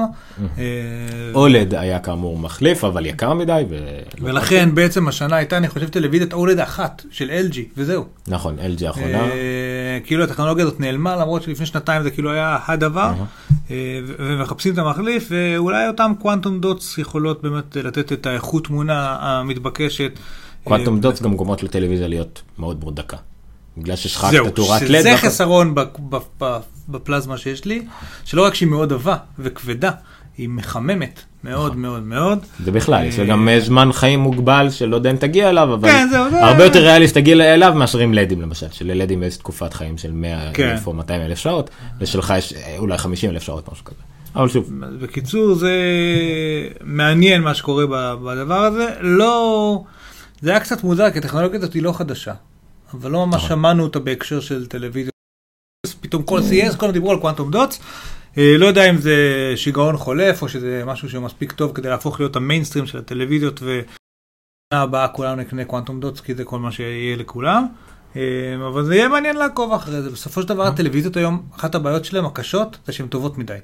אולד היה כאמור מחליף, אבל יקר מדי. ולכן בעצם השנה הייתה, אני חושב, טלוויזיית אולד אחת של LG, וזהו. נכון, LG האחרונה. כאילו הטכנולוגיה הזאת נעלמה, למרות שלפני שנתיים זה כאילו היה הדבר, ומחפשים את המחליף, ואולי אותם קוונטום דוטס יכולות באמת לתת את האיכות תמונה המתבקשת, קוונטום דוטס גם גומרות לטלוויזיה להיות מאוד מאוד דקה. בגלל ששחקת את תאורת לד. זה חסרון בפלזמה שיש לי, שלא רק שהיא מאוד עבה וכבדה, היא מחממת מאוד מאוד מאוד. זה בכלל, יש גם זמן חיים מוגבל שלא יודע אם תגיע אליו, אבל הרבה יותר ריאלי שתגיע אליו מאשר עם לדים למשל, שללדים יש תקופת חיים של 100,000 או 200,000 שעות, ושלך יש אולי 50,000 שעות, משהו כזה. אבל שוב. בקיצור, זה מעניין מה שקורה בדבר הזה. לא... זה היה קצת מוזר, כי הטכנולוגיה הזאת היא לא חדשה, אבל לא ממש שמענו אותה בהקשר של טלוויזיה. פתאום כל CS, כל דיברו על קוונטום דוטס, לא יודע אם זה שיגעון חולף, או שזה משהו שהוא מספיק טוב כדי להפוך להיות המיינסטרים של הטלוויזיות, ובשנה הבאה כולנו נקנה קוונטום דוטס, כי זה כל מה שיהיה לכולם. אבל זה יהיה מעניין לעקוב אחרי זה. בסופו של דבר הטלוויזיות היום, אחת הבעיות שלהם הקשות, זה שהן טובות מדי.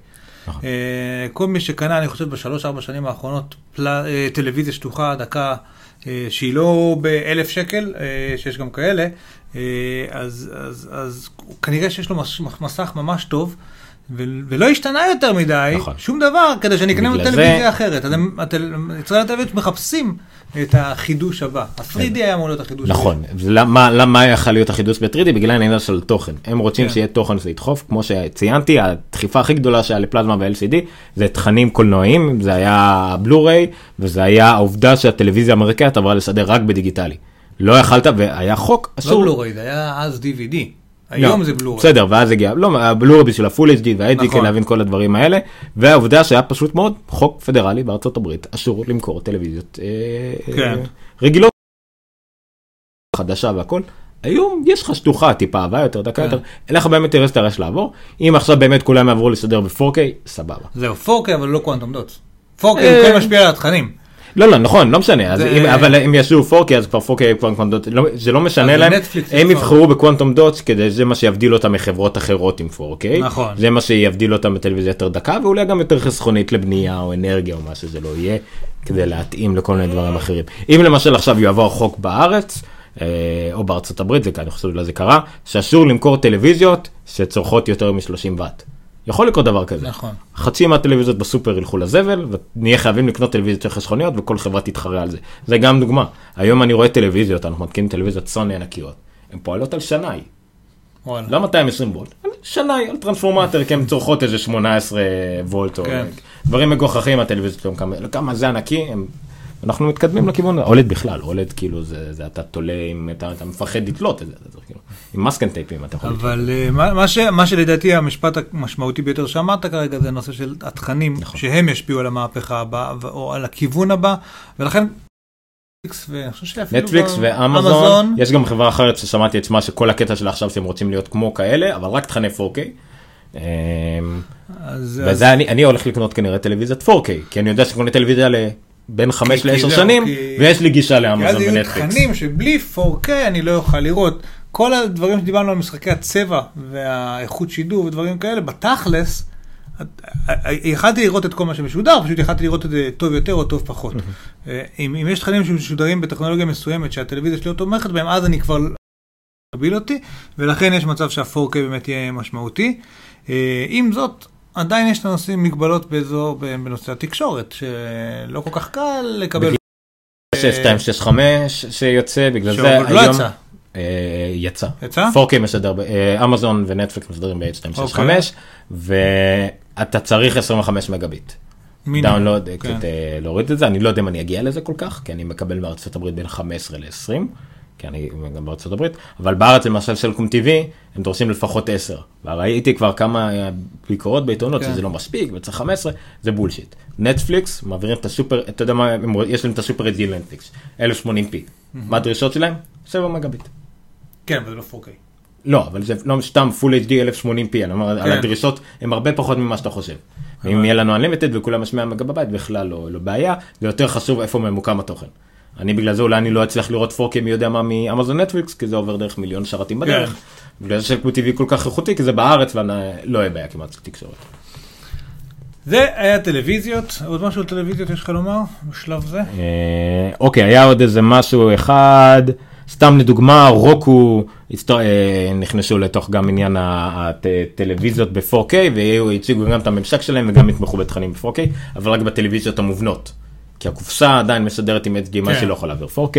כל מי שקנה, אני חושב, ב3-4 שנים האחרונות, טלוויזיה שטוחה, דקה, שהיא לא ב1,000 שקל, שיש גם כאלה, אז כנראה שיש לו מסך ממש טוב, ולא השתנה יותר מדי, שום דבר, כדי שנקנה טלוויזיה אחרת. יצרני הטלוויזיות מחפשים את החידוש הבא. ה-3D היה אמור להיות החידוש. נכון. למה יכול להיות החידוש ב-3D? בגלל העניין של תוכן. הם רוצים שיהיה תוכן שזה ידחוף. כמו שציינתי, הדחיפה הכי גדולה שהיה לפלזמה ב-LCD, זה תכנים קולנועיים, זה היה בלו-ריי, וזה היה העובדה שהטלוויזיה האמריקאית עברה לשדר רק בדיגיטלי. לא יכלת, והיה חוק אסור. לא בלו-ריי, זה היה אז DVD. היום זה בלו-ריי. בסדר, ואז הגיע, לא, בלו-ריי בשביל הפול HD וה-HD כדי להבין כל הדברים האלה, והעובדה שהיה פשוט מאוד חוק פדרלי בארצות הברית, אסור למכור טלוויזיות רגילות, חדשה והכל. היום יש לך שטוחה טיפה, יותר דקה יותר, אין לך באמת אינטרס תרש לעבור, אם עכשיו באמת כולם יעברו לסדר ב-4K, סבבה. זהו, 4K אבל לא קוונטום דוטס. 4K כל משפיע על התכנים. לא, נכון, לא משנה, אבל אם יעשו 4K, אז כבר 4K קוונטום דוטס, זה לא משנה להם, הם יבחרו בקוונטום דוטס, כדי זה מה שיבדיל אותם מחברות אחרות עם 4K, זה מה שיבדיל אותם בטלוויזיה יותר דקה, ואולי גם יותר חסכונית לבנייה או אנרגיה או מה שזה לא יהיה, כדי להתאים לכל מיני דברים אחרים. אם למשל עכשיו יעבור חוק בארץ, או בארצות הברית, זה כאן, אני חושב שזה קרה, שאסור למכור טלוויזיות שצורכות יותר מ-30 וואט. יכול לקרות דבר כזה. נכון. חצי מהטלוויזיות בסופר ילכו לזבל, ונהיה חייבים לקנות טלוויזיות חסכוניות, וכל חברה תתחרה על זה. זה גם דוגמה. היום אני רואה טלוויזיות, אנחנו מתקינים טלוויזיות סוני ענקיות. הן פועלות על שנאי. לא 220 וולט, שנאי, על טרנספורמטר, כי הן צורכות איזה 18 וולט, או דברים מגוחכים, הטלוויזיות, כמה זה ענקי, אנחנו מתקדמים לכיוון, אולד בכלל, אולד כאילו זה אתה תולה, אתה מפחד לתלות את זה, עם מסקן טייפים אתה יכול לתלות. אבל מה שלדעתי המשפט המשמעותי ביותר שאמרת כרגע, זה נושא של התכנים, שהם ישפיעו על המהפכה הבאה, או על הכיוון הבא, ולכן נטפליקס ואמזון, יש גם חברה אחרת ששמעתי את שמה שכל הקטע שלה עכשיו שהם רוצים להיות כמו כאלה, אבל רק תכני 4K. וזה אני הולך לקנות כנראה טלוויזיית 4K, כי אני יודע שקונה טלוויזיה בין 5 ל-10 שנים, ויש לי גישה לאמזון ונטפליקס. אז יהיו תכנים שבלי 4K אני לא אוכל לראות. כל הדברים שדיברנו על משחקי הצבע והאיכות שידור ודברים כאלה, בתכלס, יכלתי לראות את כל מה שמשודר, פשוט יכלתי לראות את זה טוב יותר או טוב פחות. אם יש תכנים שמשודרים בטכנולוגיה מסוימת שהטלוויזיה שלי לא תומכת בהם, אז אני כבר מביל אותי, ולכן יש מצב שה-4K באמת יהיה משמעותי. עם זאת, עדיין יש לנו מגבלות בנושא התקשורת, שלא כל כך קל לקבל. 6265 שיוצא, בגלל זה היום... לא יצא. יצא. יצא? 4K משדר, אמזון ונטפליקס משדרים ב-H265, ואתה צריך 25 מגביט. דאונלוד, כדי להוריד את זה, אני לא יודע אם אני אגיע לזה כל כך, כי אני מקבל בארצות הברית בין 15 ל-20, כי אני גם בארצות הברית, אבל בארץ למשל סלקום TV, הם דורשים לפחות 10, וראיתי כבר כמה ביקורות בעיתונות, שזה לא מספיק, וצריך 15, זה בולשיט. נטפליקס, מעבירים את הסופר, אתה יודע מה, יש להם את הסופר רגיל נטפליקס, 1080p. מה הדרישות שלהם? 7 מגביט. כן, אבל זה לא 4K. לא, אבל זה לא סתם Full HD 1080p, אני אומר, על הדרישות הם הרבה פחות ממה שאתה חושב. ואם יהיה לנו Unlimited וכולם 100 מגביט, בכלל לא בעיה, זה יותר חשוב איפה ממוקם התוכן. אני בגלל זה אולי אני לא אצליח לראות 4K מי יודע מה מאמזון נטפליקס, כי זה עובר דרך מיליון שרתים בדרך. בגלל זה סלקום TV כל כך איכותי, כי זה בארץ ולא יהיה בעיה כמעט תקשורת. זה היה טלוויזיות, עוד משהו על טלוויזיות יש לך לומר בשלב זה? אוקיי, היה עוד איזה משהו אחד, סתם לדוגמה, רוקו נכנסו לתוך גם עניין הטלוויזיות ב-4K, והציגו גם את הממשק שלהם וגם התמכו בתכנים ב-4K, אבל רק בטלוויזיות המובנות. כי הקופסה עדיין מסדרת עם HDMI שלא יכול להעביר 4K.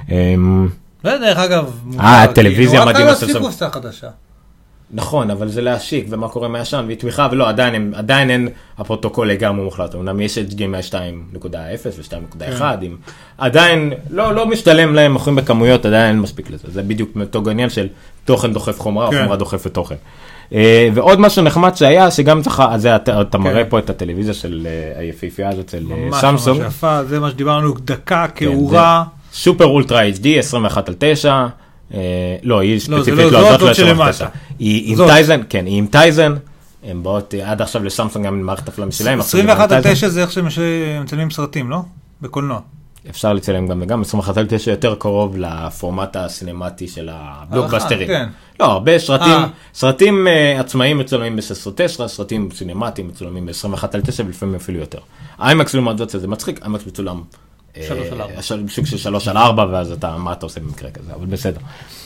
זה דרך אגב, הטלוויזיה מדהימה. רק להשיג קופסה חדשה. נכון, אבל זה להשיק, ומה קורה מהשן, והיא תמיכה, ולא, עדיין אין הפרוטוקול לגמרי מוחלט, אמנם יש HDMI 2.0 ו-2.1, עדיין לא משתלם להם, מוכרים בכמויות, עדיין אין מספיק לזה, זה בדיוק מתוג העניין של תוכן דוחף חומרה, חומרה דוחפת תוכן. ועוד משהו נחמד שהיה, שגם צריך, אז אתה מראה פה את הטלוויזיה של היפיפייה הזאת של סמסונג. ממש יפה, זה מה שדיברנו, דקה, כאורה. סופר אולטרה HD, 21/9, לא, היא ספציפית לא, זאת שלמטה. היא עם טייזן, כן, היא עם טייזן, הם באות עד עכשיו לסמסונג גם עם מערכת הפלם שלהם. 21/9 זה איך שמצלמים סרטים, לא? בקולנוע. אפשר לצלם גם וגם, 21/9 יותר קרוב לפורמט הסינמטי של הבלוקבאסטרים. לא, הרבה סרטים עצמאיים מצולמים ב-16/9, סרטים סינמטיים מצולמים ב-21/9 ולפעמים אפילו יותר. איימקס לעומת זאת זה מצחיק, איימקס מצולם 3/4. סוג של 3/4, ואז מה אתה עושה במקרה כזה, אבל בסדר.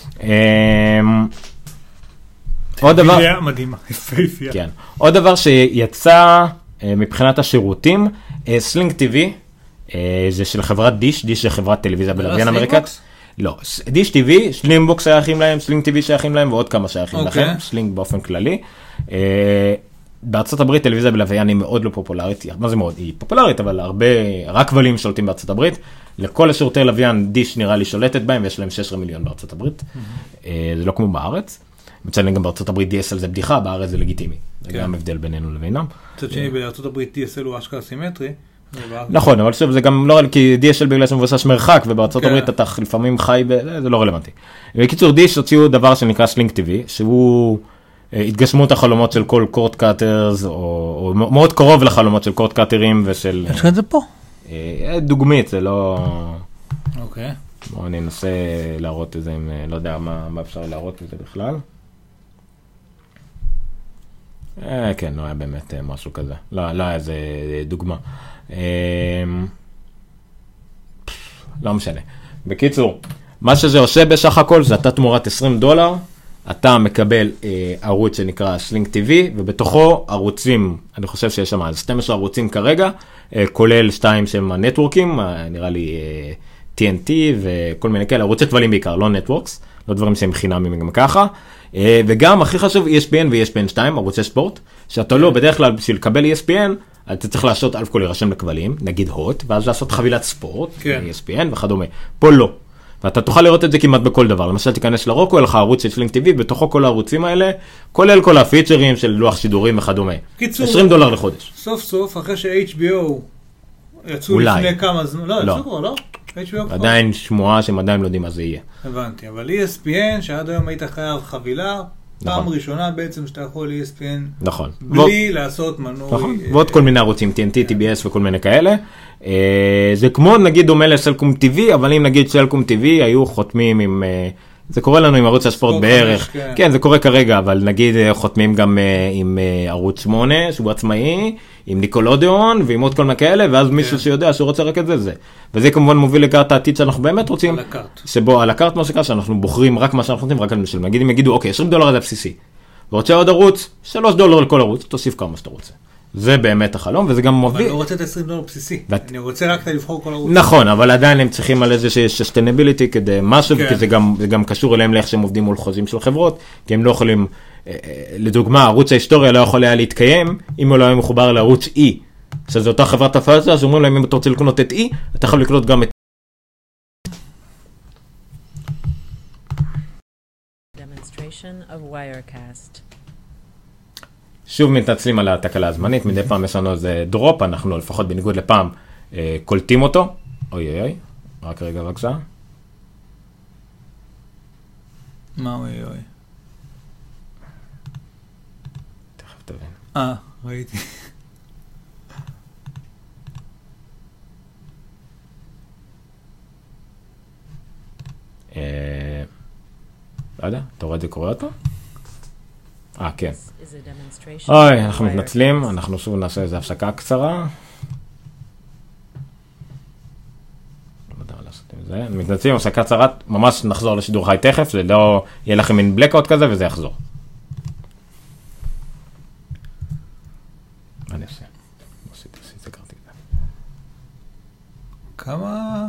עוד דבר... מדהימה, יפהפייה. כן. עוד דבר שיצא מבחינת השירותים, סלינק TV, זה של חברת דיש, דיש זה חברת טלוויזיה בלוויין אמריקאית. לא, דיש TV, סלינבוקס שייכים להם, סלינק TV שייכים להם, ועוד כמה שייכים לכם, סלינק באופן כללי. בארצות הברית טלוויזיה בלוויין היא מאוד לא פופולרית, מה זה מאוד? היא פופולרית, אבל הרבה, רק כבלים שולטים בארצות הברית, לכל השירותי לוויין דיש נראה לי שולטת בהם, ויש להם 16 מיליון בארצות הברית, זה לא כמו בארץ, מצלם גם בארצות הברית DSL זה בדיחה, בארץ זה לגיטימי, זה גם הבדל בינינו לבינם. מצד שני, בארצות הברית DSL הוא אשכרה סימטרי. נכון, אבל שוב, זה גם לא, כי DSL בגלל שמבוסס מרחק, ובארצות הברית אתה לפעמים חי, זה לא רלוונטי. בקיצור, דיש הוציאו דבר שנקרא סלינק TV, שהוא התגשמות החלומות של כל קורט קאטרס, או מאוד קרוב לחלומות של קורט קאטרים ושל... יש לך את זה פה? דוגמית, זה לא... אוקיי. בואו אני אנסה להראות את זה, לא יודע מה אפשר להראות את זה בכלל. כן, לא היה באמת משהו כזה. לא היה איזה דוגמה. לא משנה. בקיצור, מה שזה עושה בסך הכל, זה אתה תמורת $20, אתה מקבל ערוץ שנקרא סלינק TV, ובתוכו ערוצים, אני חושב שיש שם 12 ערוצים כרגע, כולל 2 שהם הנטוורקים, נראה לי TNT וכל מיני כאלה, ערוצי כבלים בעיקר, לא נטוורקס, לא דברים שהם חינמים גם ככה, וגם הכי חשוב ESPN ו-ESPN 2, ערוצי ספורט, שאתה לא, בדרך כלל בשביל לקבל ESPN, אתה צריך לעשות אלף כל להירשם לכבלים, נגיד הוט, ואז לעשות חבילת ספורט, ESPN וכדומה, פה לא. ואתה תוכל לראות את זה כמעט בכל דבר. למשל, תיכנס לרוקו, אל לך ערוץ של סלינק TV, בתוכו כל הערוצים האלה, כולל כל הפיצ'רים של לוח שידורים וכדומה. קיצור, $20 לחודש. סוף סוף, אחרי ש-HBO יצאו לפני כמה זמן, לא, יצאו כבר, לא? עדיין שמועה שהם עדיין לא יודעים מה זה יהיה. הבנתי, אבל ESPN, שעד היום היית חייב חבילה, פעם ראשונה בעצם שאתה יכול ESPN, נכון. בלי לעשות מנוי. נכון, ועוד כל מיני ערוצים, TNT, TBS וכל מיני כאלה. זה כמו נגיד דומה לסלקום TV, אבל אם נגיד סלקום TV היו חותמים עם, זה קורה לנו עם ערוץ הספורט בערך, כן זה קורה כרגע, אבל נגיד חותמים גם עם ערוץ 8 שהוא עצמאי, עם ניקולודיאון ועם עוד כל מיני כאלה, ואז מישהו שיודע שהוא רוצה רק את זה. וזה כמובן מוביל לקראת העתיד שאנחנו באמת רוצים, שבו על הקארט מה שקרה שאנחנו בוחרים רק מה שאנחנו רוצים, רק על משלם. נגיד אם יגידו אוקיי $20 זה בסיסי, ורוצה עוד ערוץ, $3 לכל ערוץ, תוסיף כמה שאתה רוצה. זה באמת החלום, וזה גם מוביל. אבל אני לא רוצה את $20 בסיסי, אני רוצה רק לבחור כל ערוץ. נכון, אבל עדיין הם צריכים על איזה sustainability כדי משהו, כי זה גם קשור אליהם לאיך שהם עובדים מול חוזים של חברות, כי הם לא יכולים, לדוגמה, ערוץ ההיסטוריה לא יכול היה להתקיים, אם הוא לא היה מחובר לערוץ E, שזה אותה חברת הפצה, אז אומרים להם, אם אתה רוצה לקנות את E, אתה יכול לקנות גם את שוב מתנצלים על התקלה הזמנית, מדי פעם יש לנו איזה דרופ, אנחנו לפחות בניגוד לפעם קולטים אותו. אוי אוי, רק רגע בבקשה. מה אוי אוי? תכף תבין. ראיתי. לא יודע, אתה רואה את זה קורא אותו? כן. אוי, אנחנו מתנצלים, אנחנו שוב נעשה איזו הפסקה קצרה. לא יודע לעשות עם זה. מתנצלים, הפסקה קצרה, ממש נחזור לשידור חי תכף, זה לא יהיה לכם מין בלקאוט כזה וזה יחזור. מה אני עושה? סגרתי את זה. כמה...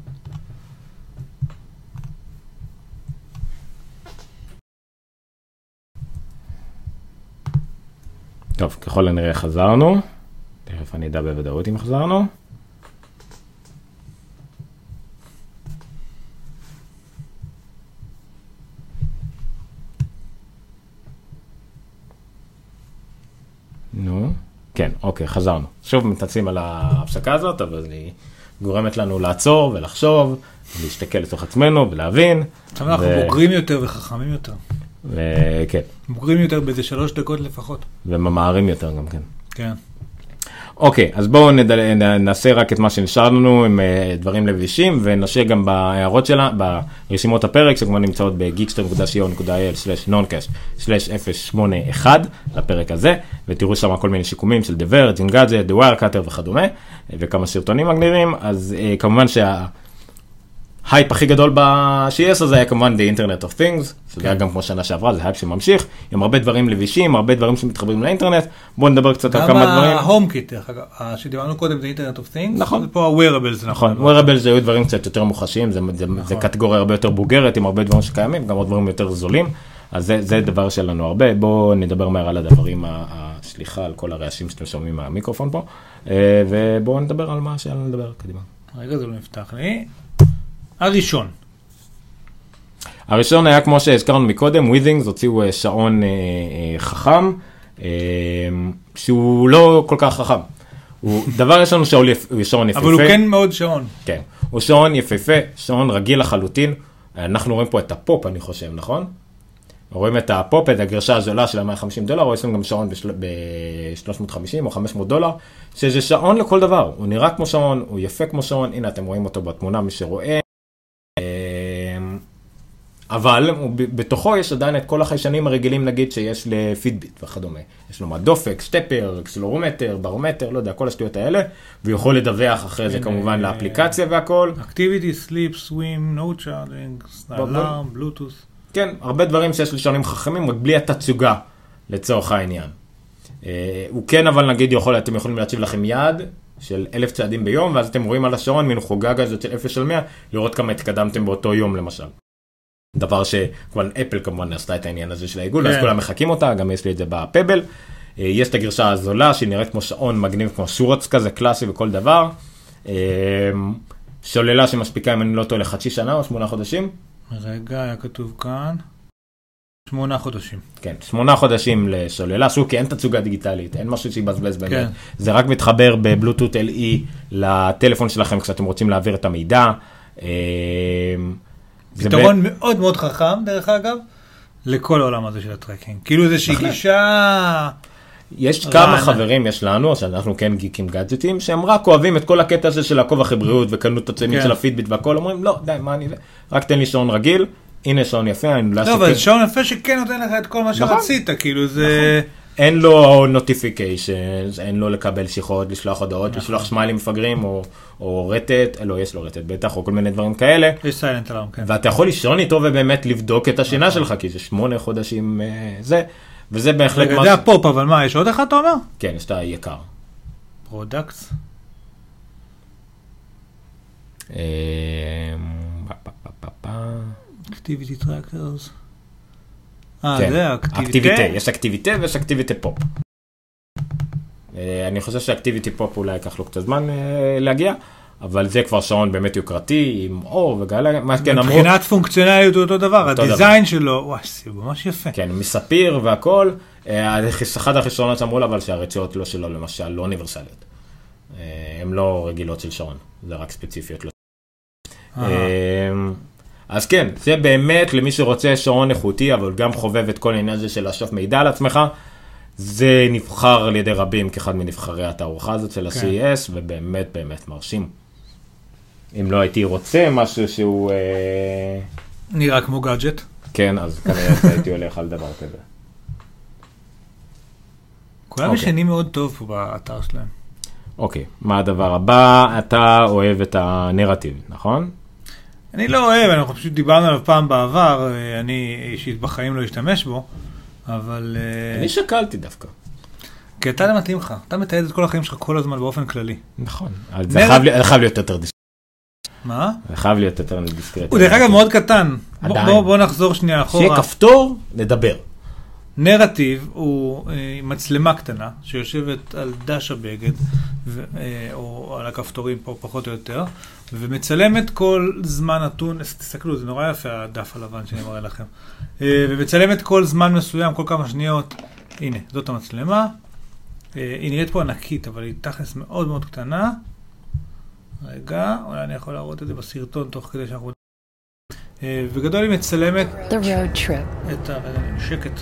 טוב, ככל הנראה חזרנו. תכף אני אדע בוודאות אם חזרנו. נו, כן, אוקיי, חזרנו. שוב מתנצלים על ההפסקה הזאת, אבל היא גורמת לנו לעצור ולחשוב, להסתכל לתוך עצמנו ולהבין. אנחנו בוגרים יותר וחכמים יותר. וכן. בוגרים יותר באיזה 3 דקות לפחות. וממהרים יותר גם כן. כן. אוקיי, אז בואו נעשה רק את מה שנשאר לנו עם דברים לבישים, ונשאר גם בהערות שלה, ברשימות הפרק, שכמובן נמצאות ב-geekster.co.il/noncast/081 לפרק הזה, ותראו שם כל מיני שיקומים של The Verge, Engadget, The Wirecutter וכדומה, וכמה סרטונים מגניבים, אז כמובן ההייפ הכי גדול ב-CS הזה היה כמובן The Internet of Things, שזה היה גם כמו שנה שעברה, זה הייפ שממשיך, עם הרבה דברים לבישים, הרבה דברים שמתחברים לאינטרנט, בואו נדבר קצת על כמה דברים. גם ה-HomeKit, שדיברנו קודם, The Internet of Things, נכון. זה פה ה-Wearables. נכון, Wearables זה היו דברים קצת יותר מוחשיים, זה קטגוריה הרבה יותר בוגרת, עם הרבה דברים שקיימים, גם עוד דברים יותר זולים, אז זה דבר שלנו הרבה, בואו נדבר מהר על הדברים, סליחה על כל הרעשים שאתם שומעים מהמיקרופון פה, ובואו נדבר על מה שהיה לנו לדבר, קדימה. רגע, זה לא נפתח לי. הראשון היה כמו שהזכרנו מקודם, וויזינגס הוציאו שעון חכם, שהוא לא כל כך חכם. דבר יש לנו שעון יפהפה. אבל הוא כן מאוד שעון. כן, הוא שעון יפהפה, שעון רגיל לחלוטין. אנחנו רואים פה את הפופ, אני חושב, נכון? רואים את הפופ, את הגרשה הזולה של $150, או יש לנו גם שעון ב-$350 או $500, שזה שעון לכל דבר. הוא נראה כמו שעון, הוא יפה כמו שעון, הנה אתם רואים אותו בתמונה, מי שרואה. אבל בתוכו יש עדיין את כל החיישנים הרגילים, נגיד, שיש לפידביט וכדומה. יש לו דופק, סטפר, אקסלרומטר, ברומטר, לא יודע, כל השטויות האלה, והוא יכול לדווח אחרי זה כמובן לאפליקציה והכל. Activity, Sleep, Swim, No Charging, Alarm, Bluetooth. כן, הרבה דברים שיש לשעונים חכמים, רק בלי התצוגה לצורך העניין. הוא כן, אבל נגיד, אתם יכולים להציב לכם יעד של 1,000 צעדים ביום, ואז אתם רואים על השעון מן חוגג הזאת של 0-100, לראות כמה התקדמתם באותו יום למשל. דבר שכמובן אפל כמובן עשתה את העניין הזה של העיגול, אז כולם מחכים אותה, גם יש לי את זה בפבל. יש את הגרשה הזולה שהיא נראית כמו שעון מגניב, כמו שורץ כזה, קלאסי וכל דבר. שוללה שמשפיקה אם אני לא טועה לחצי שנה או 8 חודשים. רגע, היה כתוב כאן 8 חודשים. כן, 8 חודשים לשוללה, שוב, כי אין תצוגה דיגיטלית, אין משהו שיבזבז באמת. זה רק מתחבר בבלוטות LE לטלפון שלכם כשאתם רוצים להעביר את המידע. פתרון מאוד מאוד חכם, דרך אגב, לכל העולם הזה של הטרקינג. כאילו זה שהיא גישה... יש כמה חברים, יש לנו, שאנחנו כן גיקים גאדג'טים, שהם רק אוהבים את כל הקטע הזה של לעקוב אחרי בריאות וקנות תוצאמית של הפידביט והכל, אומרים, לא, די, מה אני... רק תן לי שעון רגיל, הנה שעון יפה, אני לא... לא, אבל שעון יפה שכן נותן לך את כל מה שרצית, כאילו זה... אין לו notifications, אין לו לקבל שיחות, לשלוח הודעות, לשלוח שמיילים מפגרים, או רטט, לא, יש לו רטט בטח, או כל מיני דברים כאלה. יש סיילנט אלארם, כן. ואתה יכול לישון איתו ובאמת לבדוק את השינה שלך, כי זה 8 חודשים זה, וזה בהחלט רגע, זה הפופ, אבל מה, יש עוד אחד, אתה אומר? כן, יש את היקר. פרודקטס. אקטיביטי טרקרס. זה אקטיביטי. יש אקטיביטי ויש אקטיביטי פופ. אני חושב שאקטיביטי פופ אולי ייקח לו קצת זמן להגיע, אבל זה כבר שעון באמת יוקרתי, עם אור וגאלה, מה כן אמרו. מבחינת פונקציונליות הוא אותו דבר, הדיזיין שלו, וואי, זה ממש יפה. כן, מספיר והכל, אחד החסרונות שאמרו לה, אבל שהרצועות לא שלו, למשל, לא אוניברסליות. הן לא רגילות של שעון, זה רק ספציפיות. אז כן, זה באמת למי שרוצה שעון איכותי, אבל גם חובב את כל העניין הזה של לאסוף מידע על עצמך, זה נבחר על ידי רבים כאחד מנבחרי התערוכה הזאת של ה-CES, ובאמת באמת מרשים. אם לא הייתי רוצה משהו שהוא... נראה כמו גאדג'ט. כן, אז כנראה הייתי הולך על דבר כזה. כולם ישנים מאוד טוב פה באתר שלהם. אוקיי, מה הדבר הבא? אתה אוהב את הנרטיב, נכון? אני לא אוהב, אנחנו פשוט דיברנו עליו פעם בעבר, אני אישית בחיים לא אשתמש בו, אבל... אני שקלתי דווקא. כי אתה לא מתאים לך, אתה מתעד את כל החיים שלך כל הזמן באופן כללי. נכון, זה חייב להיות יותר דיסקרטי. מה? זה חייב להיות יותר דיסקרטי. הוא דרך אגב מאוד קטן. בוא נחזור שנייה אחורה. שיהיה כפתור, נדבר. נרטיב הוא מצלמה קטנה שיושבת על דש הבגד או על הכפתורים פה פחות או יותר ומצלמת כל זמן נתון, תסתכלו זה נורא יפה הדף הלבן שאני מראה לכם, ומצלמת כל זמן מסוים כל כמה שניות. הנה זאת המצלמה, היא נראית פה ענקית אבל היא תכלס מאוד מאוד קטנה. רגע, אולי אני יכול להראות את זה בסרטון תוך כדי שאנחנו וגדול היא מצלמת את שקט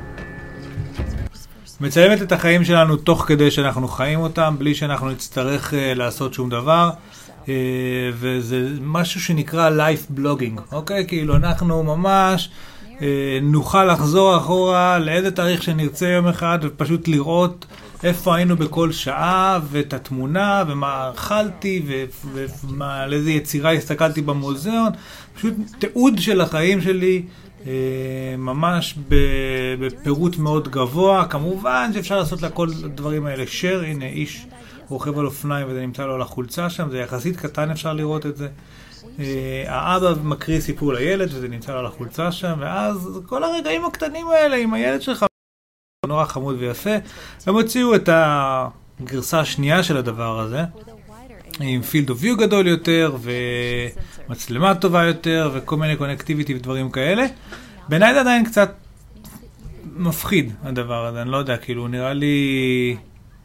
מצלמת את החיים שלנו תוך כדי שאנחנו חיים אותם, בלי שאנחנו נצטרך לעשות שום דבר, וזה משהו שנקרא life blogging, אוקיי? כאילו אנחנו ממש נוכל לחזור אחורה לאיזה תאריך שנרצה יום אחד, ופשוט לראות איפה היינו בכל שעה, ואת התמונה, ומה אכלתי, ועל איזה יצירה הסתכלתי במוזיאון, פשוט תיעוד של החיים שלי, ממש בפירוט מאוד גבוה. כמובן שאפשר לעשות לכל הדברים האלה share, הנה איש רוכב על אופניים וזה נמצא לו על החולצה שם, זה יחסית קטן אפשר לראות את זה. האבא מקריא סיפור לילד וזה נמצא לו על החולצה שם, ואז כל הרגעים הקטנים האלה עם הילד שלך, נורא חמוד ויפה. הם הוציאו את הגרסה השנייה של הדבר הזה, עם field of view גדול יותר, ומצלמה טובה יותר, וכל מיני קונקטיביטי ודברים כאלה. בעיניי זה עדיין קצת מפחיד, הדבר הזה, אני לא יודע, כאילו, נראה לי...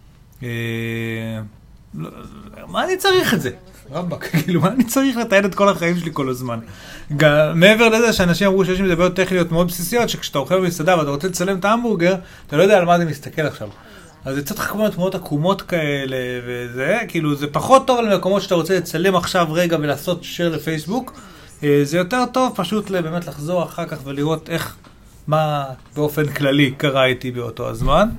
מה אני צריך את זה? רבק, כאילו, מה אני צריך לתעד את כל החיים שלי כל הזמן? מעבר לזה שאנשים אמרו שיש עם בעיות טכניות מאוד בסיסיות, שכשאתה אוכל במסעדה ואתה רוצה לצלם את ההמבורגר, אתה לא יודע על מה זה מסתכל עכשיו. אז זה צריך כמו תמונות עקומות כאלה, וזה, כאילו, זה פחות טוב למקומות שאתה רוצה לצלם עכשיו רגע ולעשות share לפייסבוק. זה יותר טוב פשוט באמת לחזור אחר כך ולראות איך, מה באופן כללי קרה איתי באותו הזמן.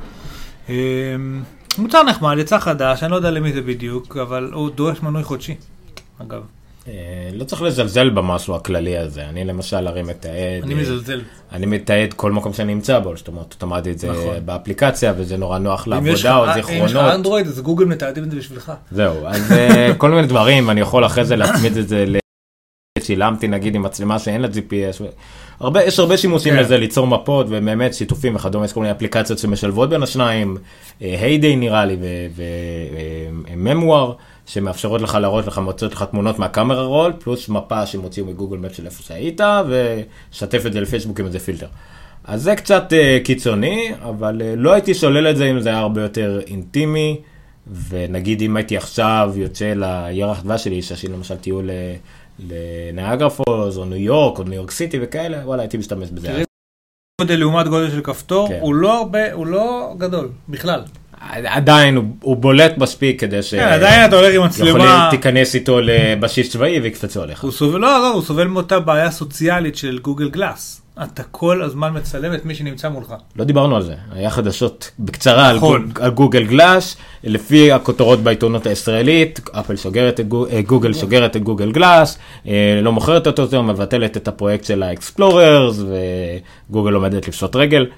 מוצר נחמד, יצא חדש, אני לא יודע למי זה בדיוק, אבל הוא דורש מנוי חודשי, אגב. לא צריך לזלזל במשהו הכללי הזה. אני למשל הרי מתעד... אני מזלזל. אני מתעד כל מקום שאני נמצא בו, זאת אומרת, תמדתי את זה באפליקציה, וזה נורא נוח לעבודה או זיכרונות. אם יש לך אנדרואיד, אז גוגל מתעדים את זה בשבילך. זהו, אז כל מיני דברים, אני יכול אחרי זה להצמיד את זה שילמתי נגיד עם מצלמה שאין לה GPS. יש הרבה שימושים לזה, ליצור מפות ובאמת שיתופים וכדומה, יש כל מיני אפליקציות שמשלבות בין השניים, היידיי נראה לי וממואר, שמאפשרות לך להראות לך, מוצאות לך תמונות מהקאמרה רול, פלוס מפה שמוציאו מגוגל מפ של איפה שהיית, ושתף את זה לפייסבוק עם איזה פילטר. אז זה קצת קיצוני, אבל לא הייתי שולל את זה אם זה היה הרבה יותר אינטימי, ונגיד אם הייתי עכשיו יוצא לירח דבש שלי, שעשינו למשל טיול לניאגרה פולס, או ניו יורק, או ניו יורק סיטי וכאלה, וואלה, הייתי משתמש בזה. גודל לעומת גודל של כפתור, הוא לא גדול, בכלל. עדיין הוא בולט מספיק כדי ש... עדיין אתה הולך עם מצלמה... תיכנס איתו לבסיס צבאי ויקפצו עליך. הוא סובל מאותה בעיה סוציאלית של גוגל גלאס. אתה כל הזמן מצלם את מי שנמצא מולך. לא דיברנו על זה. היה חדשות בקצרה על גוגל גלאס, לפי הכותרות בעיתונות הישראלית, אפל סוגרת את גוגל, סוגרת את גוגל גלאס, לא מוכרת אותו, מבטלת את הפרויקט של האקספלוררס, וגוגל עומדת לפשוט רגל.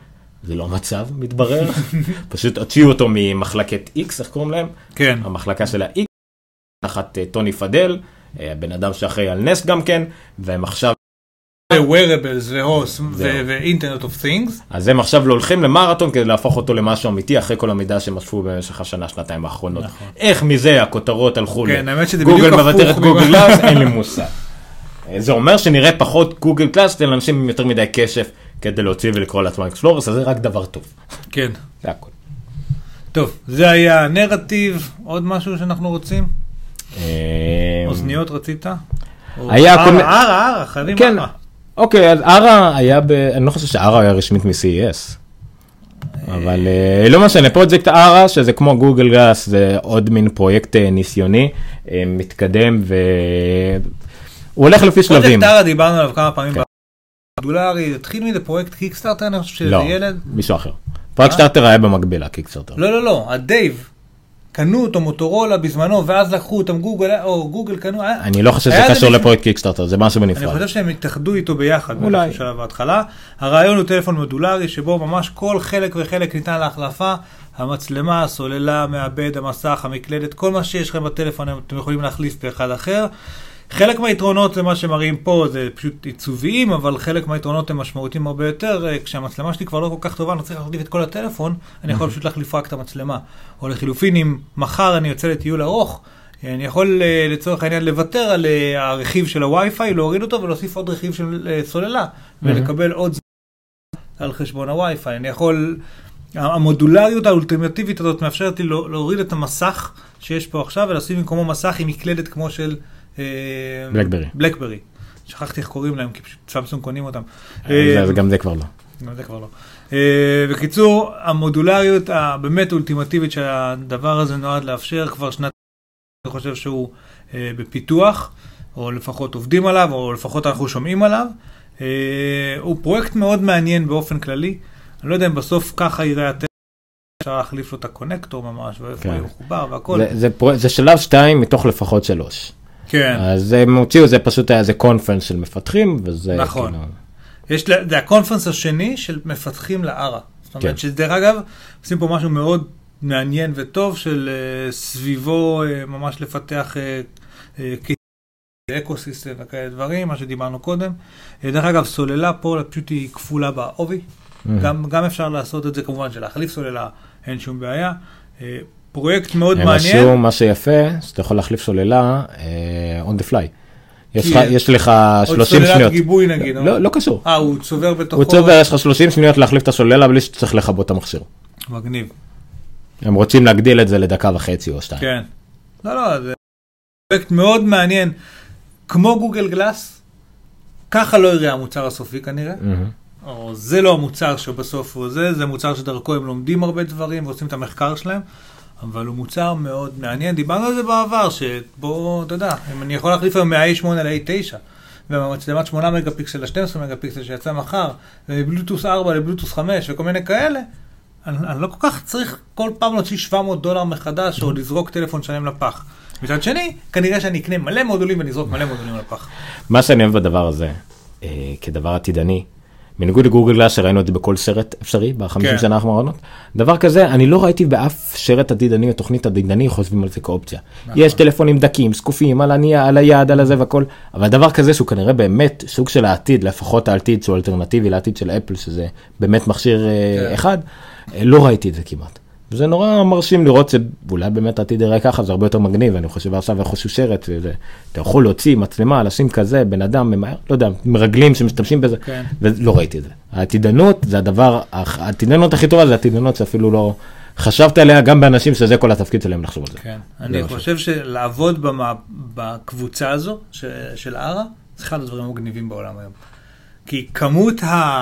זה לא מצב, מתברר. פשוט הוציאו אותו ממחלקת X, איך קוראים להם? כן. המחלקה של ה-X, תחת טוני פדל, בן אדם שאחראי על נסט גם כן, והם עכשיו... wearables והוס ואינטרנט אוף things. אז הם עכשיו לא הולכים למרתון כדי להפוך אותו למשהו אמיתי, אחרי כל המידע שהם אספו במשך השנה, שנתיים האחרונות. איך מזה הכותרות הלכו לגוגל מבטרת גוגל גלאס, אין לי מושג. זה אומר שנראה פחות גוגל גלאס, תן לאנשים עם יותר מדי קשף, כדי להוציא ולקרוא לעצמם אקספלוררס, אז זה רק דבר טוב. כן. זה הכל. טוב, זה היה נרטיב, עוד משהו שאנחנו רוצים? אוזניות רצית? היה... ארה, חייבים ארה. אוקיי, אז ארה היה אני לא חושב שארה היה רשמית מ-CES. אבל לא משנה, פרויקט ארה, שזה כמו גוגל גלאס, זה עוד מין פרויקט ניסיוני, מתקדם הוא הולך לפי שלבים. פרויקט ארה דיברנו עליו כמה פעמים. דולרי, התחיל מזה פרויקט קיקסטארטר, אני חושב שזה ילד? לא, מישהו אחר. פרויקט סטארטר היה במקביל, הקיקסטארטר. לא, הדייב. קנו אותו מוטורולה בזמנו, ואז לקחו אותם גוגל קנו. אני לא חושב שזה קשור לפרויקט קיקסטארטר, זה משהו בנפרד. אני חושב שהם התאחדו איתו ביחד. אולי. בשלב ההתחלה. הרעיון הוא טלפון מודולרי, שבו ממש כל חלק וחלק ניתן להחלפה. המצלמה, הסוללה, מעבד, המסך, המקלדת, כל מה שיש לכם בטלפון, אתם יכולים להחליף באחד אחר. חלק מהיתרונות זה מה שמראים פה, זה פשוט עיצוביים, אבל חלק מהיתרונות הם משמעותיים הרבה יותר. כשהמצלמה שלי כבר לא כל כך טובה, אני צריך להחליף את כל הטלפון, אני יכול פשוט להחליף רק את המצלמה. או לחילופין, אם מחר אני יוצא לטיול ארוך, אני יכול לצורך העניין לוותר על הרכיב של הווי-פיי, להוריד אותו ולהוסיף עוד רכיב של סוללה, ולקבל עוד זמן על חשבון הווי-פיי. אני יכול... המודולריות האולטימטיבית הזאת מאפשרת לי להוריד את המסך שיש פה עכשיו, ולשים במקומו מסך עם מקלדת כמו של בלקברי. שכחתי איך קוראים להם, כי פשוט סמסונג קונים אותם. גם זה כבר לא. גם זה כבר לא. בקיצור, המודולריות הבאמת אולטימטיבית שהדבר הזה נועד לאפשר, כבר שנת, אני חושב שהוא בפיתוח, או לפחות עובדים עליו, או לפחות אנחנו שומעים עליו. הוא פרויקט מאוד מעניין באופן כללי. אני לא יודע אם בסוף ככה יראה אפשר להחליף לו את הקונקטור ממש, ואיפה הוא חובר והכל. זה שלב 2 מתוך לפחות 3. כן. אז הם הוציאו, זה פשוט היה איזה קונפרנס של מפתחים, וזה... נכון. זה הקונפרנס השני של מפתחים לארה. זאת אומרת שדרך אגב, עושים פה משהו מאוד מעניין וטוב, של סביבו ממש לפתח אקוסיסטם וכאלה דברים, מה שדיברנו קודם. דרך אגב, סוללה פה פשוט היא כפולה בעובי. גם אפשר לעשות את זה כמובן, שלהחליף סוללה אין שום בעיה. פרויקט מאוד מעניין. מה שיפה, שאתה יכול להחליף סוללה on the fly. יש לך 30 שניות. עוד סוללת גיבוי נגיד. לא קשור. הוא צובר בתוכו. הוא צובר, יש לך 30 שניות להחליף את הסוללה, בלי שצריך לכבות את המכשיר. מגניב. הם רוצים להגדיל את זה לדקה וחצי או 2. כן. לא, זה פרויקט מאוד מעניין. כמו גוגל גלאס, ככה לא יראה המוצר הסופי כנראה. או זה לא המוצר שבסוף הוא זה מוצר שדרכו הם לומדים הרבה דברים ועושים את המחקר שלהם, אבל הוא מוצר מאוד מעניין. דיברנו על זה בעבר, שבו, אתה יודע, אם אני יכול להחליף היום מה-A8 ל-A9, וממצלמת 8 מגה פיקסל ל-12 מגה פיקסל שיצא מחר, ובלוטוס 4 לבלוטוס 5 וכל מיני כאלה, אני לא כל כך צריך כל פעם להוציא $700 מחדש, או לזרוק טלפון שלם לפח. מצד שני, כנראה שאני אקנה מלא מודולים ונזרוק מלא מודולים לפח. מה שאני אוהב בדבר הזה, כדבר עתידני, בניגוד לגוגל גלאס שראינו את זה בכל סרט אפשרי ב50 שנה האחרונות, דבר כזה אני לא ראיתי באף סרט עתידני או תוכנית עתידני חושבים על זה כאופציה. יש טלפונים דקים, סקופים, על הנייה, על היד, על הזה וכל, אבל דבר כזה שהוא כנראה באמת סוג של העתיד, לפחות העתיד שהוא אלטרנטיבי לעתיד של אפל, שזה באמת מכשיר אחד, לא ראיתי את זה כמעט. וזה נורא מרשים לראות שאולי באמת העתיד יראה ככה, זה הרבה יותר מגניב, אני חושב עכשיו איך עושה שרת, אתה יכול להוציא מצלמה, לשים כזה, בן אדם ממהר, לא יודע, מרגלים שמשתמשים בזה, ולא ראיתי את זה. העתידנות זה הדבר, העתידנות הכי טובה זה העתידנות שאפילו לא חשבת עליה, גם באנשים שזה כל התפקיד שלהם לחשוב על זה. כן, אני חושב שלעבוד בקבוצה הזו של ארה, זה אחד הדברים המגניבים בעולם היום. כי כמות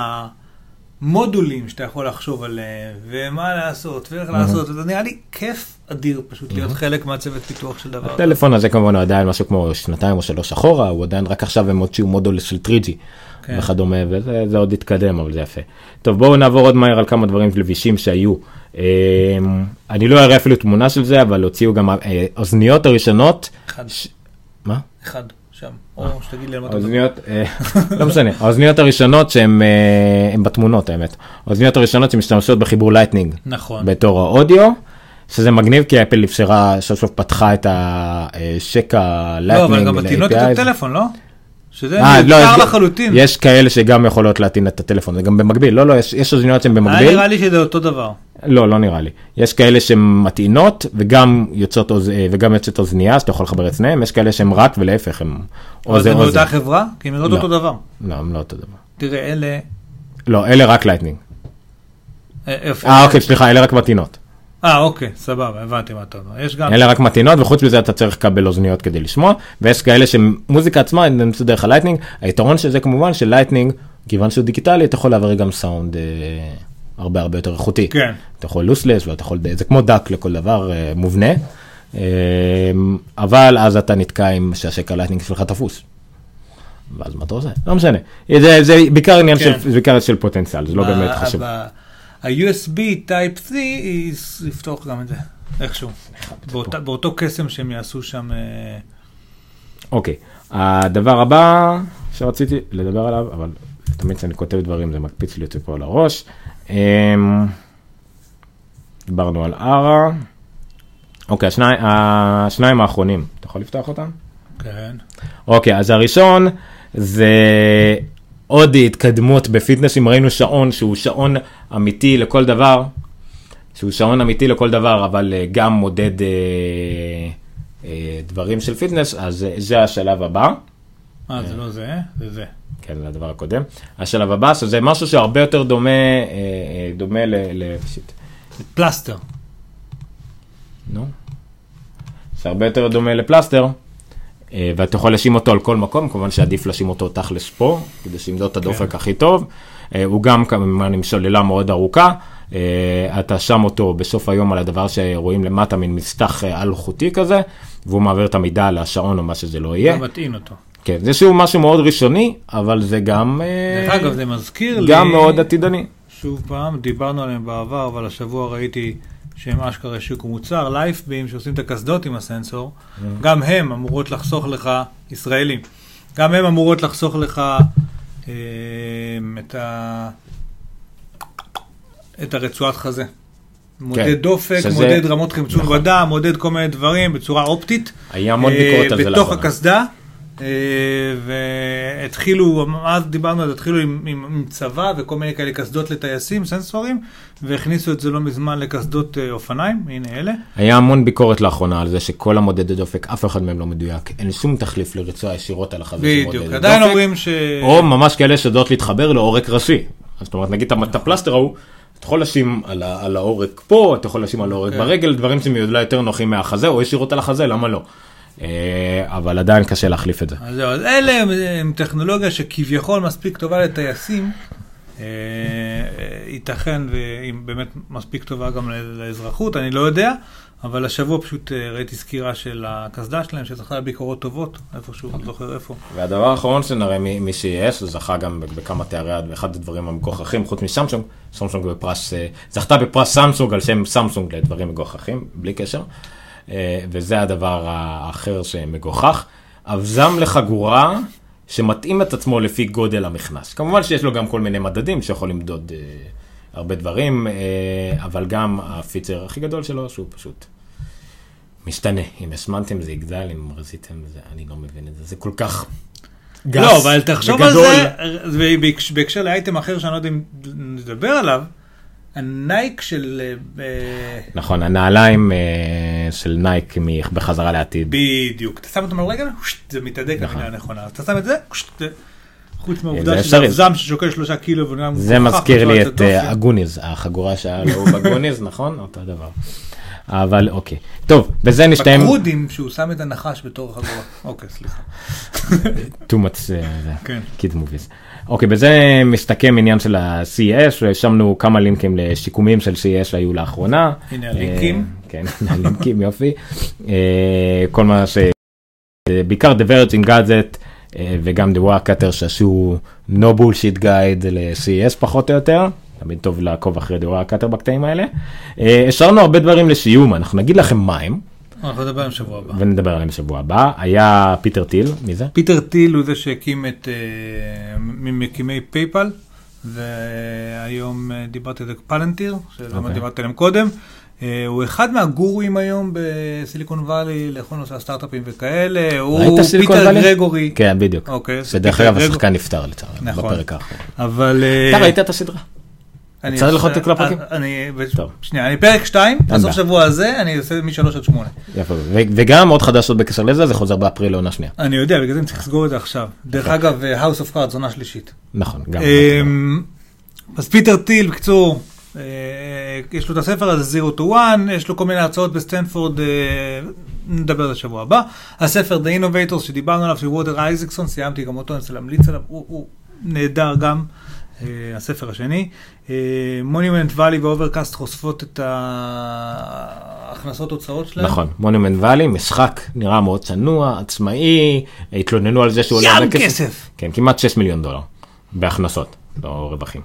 מודולים שאתה יכול לחשוב עליהם, ומה לעשות, ואיך לעשות, זה נראה לי כיף אדיר פשוט להיות חלק מהצוות פיתוח של דבר. הטלפון הזה כמובן הוא עדיין משהו כמו 2 או 3 אחורה, הוא עדיין רק עכשיו הם הוציאו מודול של 3G וכדומה, וזה עוד יתקדם, אבל זה יפה. טוב, בואו נעבור עוד מהר על כמה דברים לבישים שהיו. אני לא אראה אפילו תמונה של זה, אבל הוציאו גם אוזניות הראשונות, מה? אחד, שם. או שתגיד לי על מה אתה האוזניות, לא משנה, האוזניות הראשונות שהן בתמונות, האמת. האוזניות הראשונות שמשתמשות בחיבור לייטנינג. נכון. בתור האודיו, שזה מגניב כי אפל אפשרה, סוף פתחה את השקע לייטנינג. לא, אבל גם מטעינות את הטלפון, לא? שזה לא, נשאר לחלוטין. יש כאלה שגם יכולות להטעין את הטלפון, זה גם במקביל. לא, יש אוזניות שהן במקביל. נראה לי שזה אותו דבר. לא נראה לי. יש כאלה שהן מטעינות וגם יוצאות אוזנייה, אז אתה יכול לחבר את שניהם. יש כאלה שהן רק ולהפך, הן או זה מאותה חברה? כי הן נראות אותו דבר. לא, הן לא אותו דבר. תראה, אלה... לא, אלה רק לייטנינג. אוקיי, סליחה, אלה רק מטעינות. אוקיי, סבבה, הבנתי מה אתה אומר. אלה רק מטעינות, וחוץ מזה אתה צריך כבל אוזניות כדי לשמוע, ויש כאלה שמוזיקה עצמה, נמצא דרך הלייטנינג. היתרון של זה כמובן של לייטנינג, כיוון שהוא דיגיטלי, אתה יכול להעביר גם סאונד הרבה יותר איכותי. כן. אתה יכול לוסלס, זה כמו דק לכל דבר מובנה, אבל אז אתה נתקע עם שהשקע לייטנינג שלך תפוס. ואז מה אתה עושה? לא משנה. זה בעיקר עניין של פוטנציאל, זה לא באמת חשוב. ה-USB Type-C יפתוח גם את זה, איכשהו. באותו קסם שהם יעשו שם... אוקיי, הדבר הבא שרציתי לדבר עליו, אבל תמיד שאני כותב דברים, זה מקפיץ לי את זה פה על הראש. דיברנו על ARA. אוקיי, השניים האחרונים, אתה יכול לפתוח אותם? כן. אוקיי, אז הראשון זה... עוד התקדמות בפיטנסים, ראינו שעון שהוא שעון אמיתי לכל דבר, אבל גם מודד דברים של פיטנס, אז זה השלב הבא. זה לא זה, זה זה. כן, לדבר הקודם. השלב הבא, זה משהו שהרבה יותר דומה פלסטר. נו. זה הרבה יותר דומה לפלסטר. ואתה יכול לשים אותו על כל מקום, כמובן שעדיף לשים אותו תכלס פה, כדי שימדוד את הדופק הכי טוב. הוא גם כמובן עם שוללה מאוד ארוכה, אתה שם אותו בסוף היום על הדבר שרואים למטה, מין מסתח אלחוטי כזה, והוא מעביר את המידע לשעון או מה שזה לא יהיה. אתה מטעין אותו. כן, זה שהוא משהו מאוד ראשוני, אבל זה גם... דרך אגב, זה מזכיר לי... גם מאוד עתידני. שוב פעם, דיברנו עליהם בעבר, אבל השבוע ראיתי... שהם אשכרה השיקו מוצר, לייפבים שעושים את הקסדות עם הסנסור, גם הם אמורות לחסוך לך, ישראלים, גם הם אמורות לחסוך לך את הרצועת חזה. מודד דופק, מודד רמות חמצון בדם, מודד כל מיני דברים בצורה אופטית. היה המון ביקורת על זה בתוך הקסדה, והתחילו, אז דיברנו על זה, התחילו עם צבא וכל מיני כאלה קסדות לטייסים, סנסורים, והכניסו את זה לא מזמן לקסדות אופניים, הנה אלה. היה המון ביקורת לאחרונה על זה שכל המודדי דופק, אף אחד מהם לא מדויק, אין שום תחליף לרצועה ישירות על החזה של מודדי דופק. עדיין אומרים או ממש כאלה שדות להתחבר לעורק ראשי. זאת אומרת, נגיד את הפלסטר ההוא, אתה יכול לשים על העורק פה, אתה יכול לשים על העורק ברגל, דברים שמיודלה יותר נוחים מהחזה, או ישירות על החזה, למה לא? אבל עדיין קשה להחליף את זה. אז אלה הם טכנולוגיה שכביכול מספיק טובה לטייסים, ייתכן והיא באמת מספיק טובה גם לאזרחות, אני לא יודע, אבל השבוע פשוט ראיתי סקירה של הקסדה שלהם, שזכה לביקורות טובות, איפשהו, לא זוכר איפה. והדבר האחרון שנראה מ-CES, זכה גם בכמה תארי, ואחד הדברים המגוחכים, חוץ מסמסונג, סמסונג בפרס, זכתה בפרס סמסונג על שם סמסונג לדברים מגוחכים, בלי קשר. וזה הדבר האחר שמגוחך, אבזם לחגורה שמתאים את עצמו לפי גודל המכנס. כמובן שיש לו גם כל מיני מדדים שיכול למדוד הרבה דברים, אבל גם הפיצר הכי גדול שלו שהוא פשוט משתנה. אם השמנתם זה יגדל, אם רזיתם זה, אני לא מבין את זה, זה כל כך גס. לא, אבל תחשוב על זה, בהקשר לאייטם אחר שאני לא יודע אם נדבר עליו, הנייק של... נכון, הנעליים של נייק בחזרה לעתיד. בדיוק. אתה שם אותם על רגל, זה מתהדק במילה הנכונה. אתה שם את זה, חוץ מהעובדה שזה אבזם ששוקל 3 קילו. זה מזכיר לי את אגוניז, החגורה שהיה לו בגוניז, נכון? אותו דבר. אבל אוקיי. טוב, בזה נשתיים... בקרודים שהוא שם את הנחש בתור חגורה. אוקיי, סליחה. too much kids movies. אוקיי, בזה מסתכם עניין של ה-CES, ושמנו כמה לינקים לשיקומים של CES שהיו לאחרונה. הנה הלינקים. כן, הלינקים, יופי. כל מה ש... בעיקר The Verging Gadget, וגם The Wirecutter שעשו no bullshit guide ל-CES פחות או יותר. תמיד טוב לעקוב אחרי The Wirecutter בקטעים האלה. השארנו הרבה דברים לסיום, אנחנו נגיד לכם מה הם. אנחנו נדבר עליהם שבוע הבא. ונדבר עליהם שבוע הבא. היה פיטר טיל, מי זה? פיטר טיל הוא זה שהקים את ממקימי פייפל, והיום דיברתי על פלנטיר, שדיברתי עליהם קודם. הוא אחד מהגורואים היום בסיליקון וואלי, לכל נושא הסטארט-אפים וכאלה. הוא פיטר גרגורי. כן, בדיוק. שדרך אגב השחקן נפטר לצערנו, בפרק האחרון. אבל... אתה ראית את הסדרה? צריך ללכות את כל הפרקים? שנייה, אני פרק 2, בסוף שבוע הזה, אני עושה מ3 עד 8. יפה, וגם עוד חדשות בקשר לזה, זה חוזר באפריל לעונה שנייה. אני יודע, בגלל זה אני צריך לסגור את זה עכשיו. דרך אגב, House of Cards, עונה שלישית. נכון, גם. אז פיטר טיל, בקצור, יש לו את הספר הזה, Zero to One, יש לו כל מיני הרצאות בסטנפורד, נדבר על זה שבוע הבא. הספר The Innovators שדיברנו עליו, של וודר אייזקסון, סיימתי גם אותו, אני רוצה להמליץ עליו, הוא נהדר גם. הספר השני, מונומנט ואלי ואוברקאסט חושפות את ההכנסות הוצאות שלהם. נכון, מונומנט ואלי, משחק נראה מאוד צנוע, עצמאי, התלוננו על זה שהוא עולה הרבה כסף. כן, כמעט $6 מיליון בהכנסות, לא רווחים.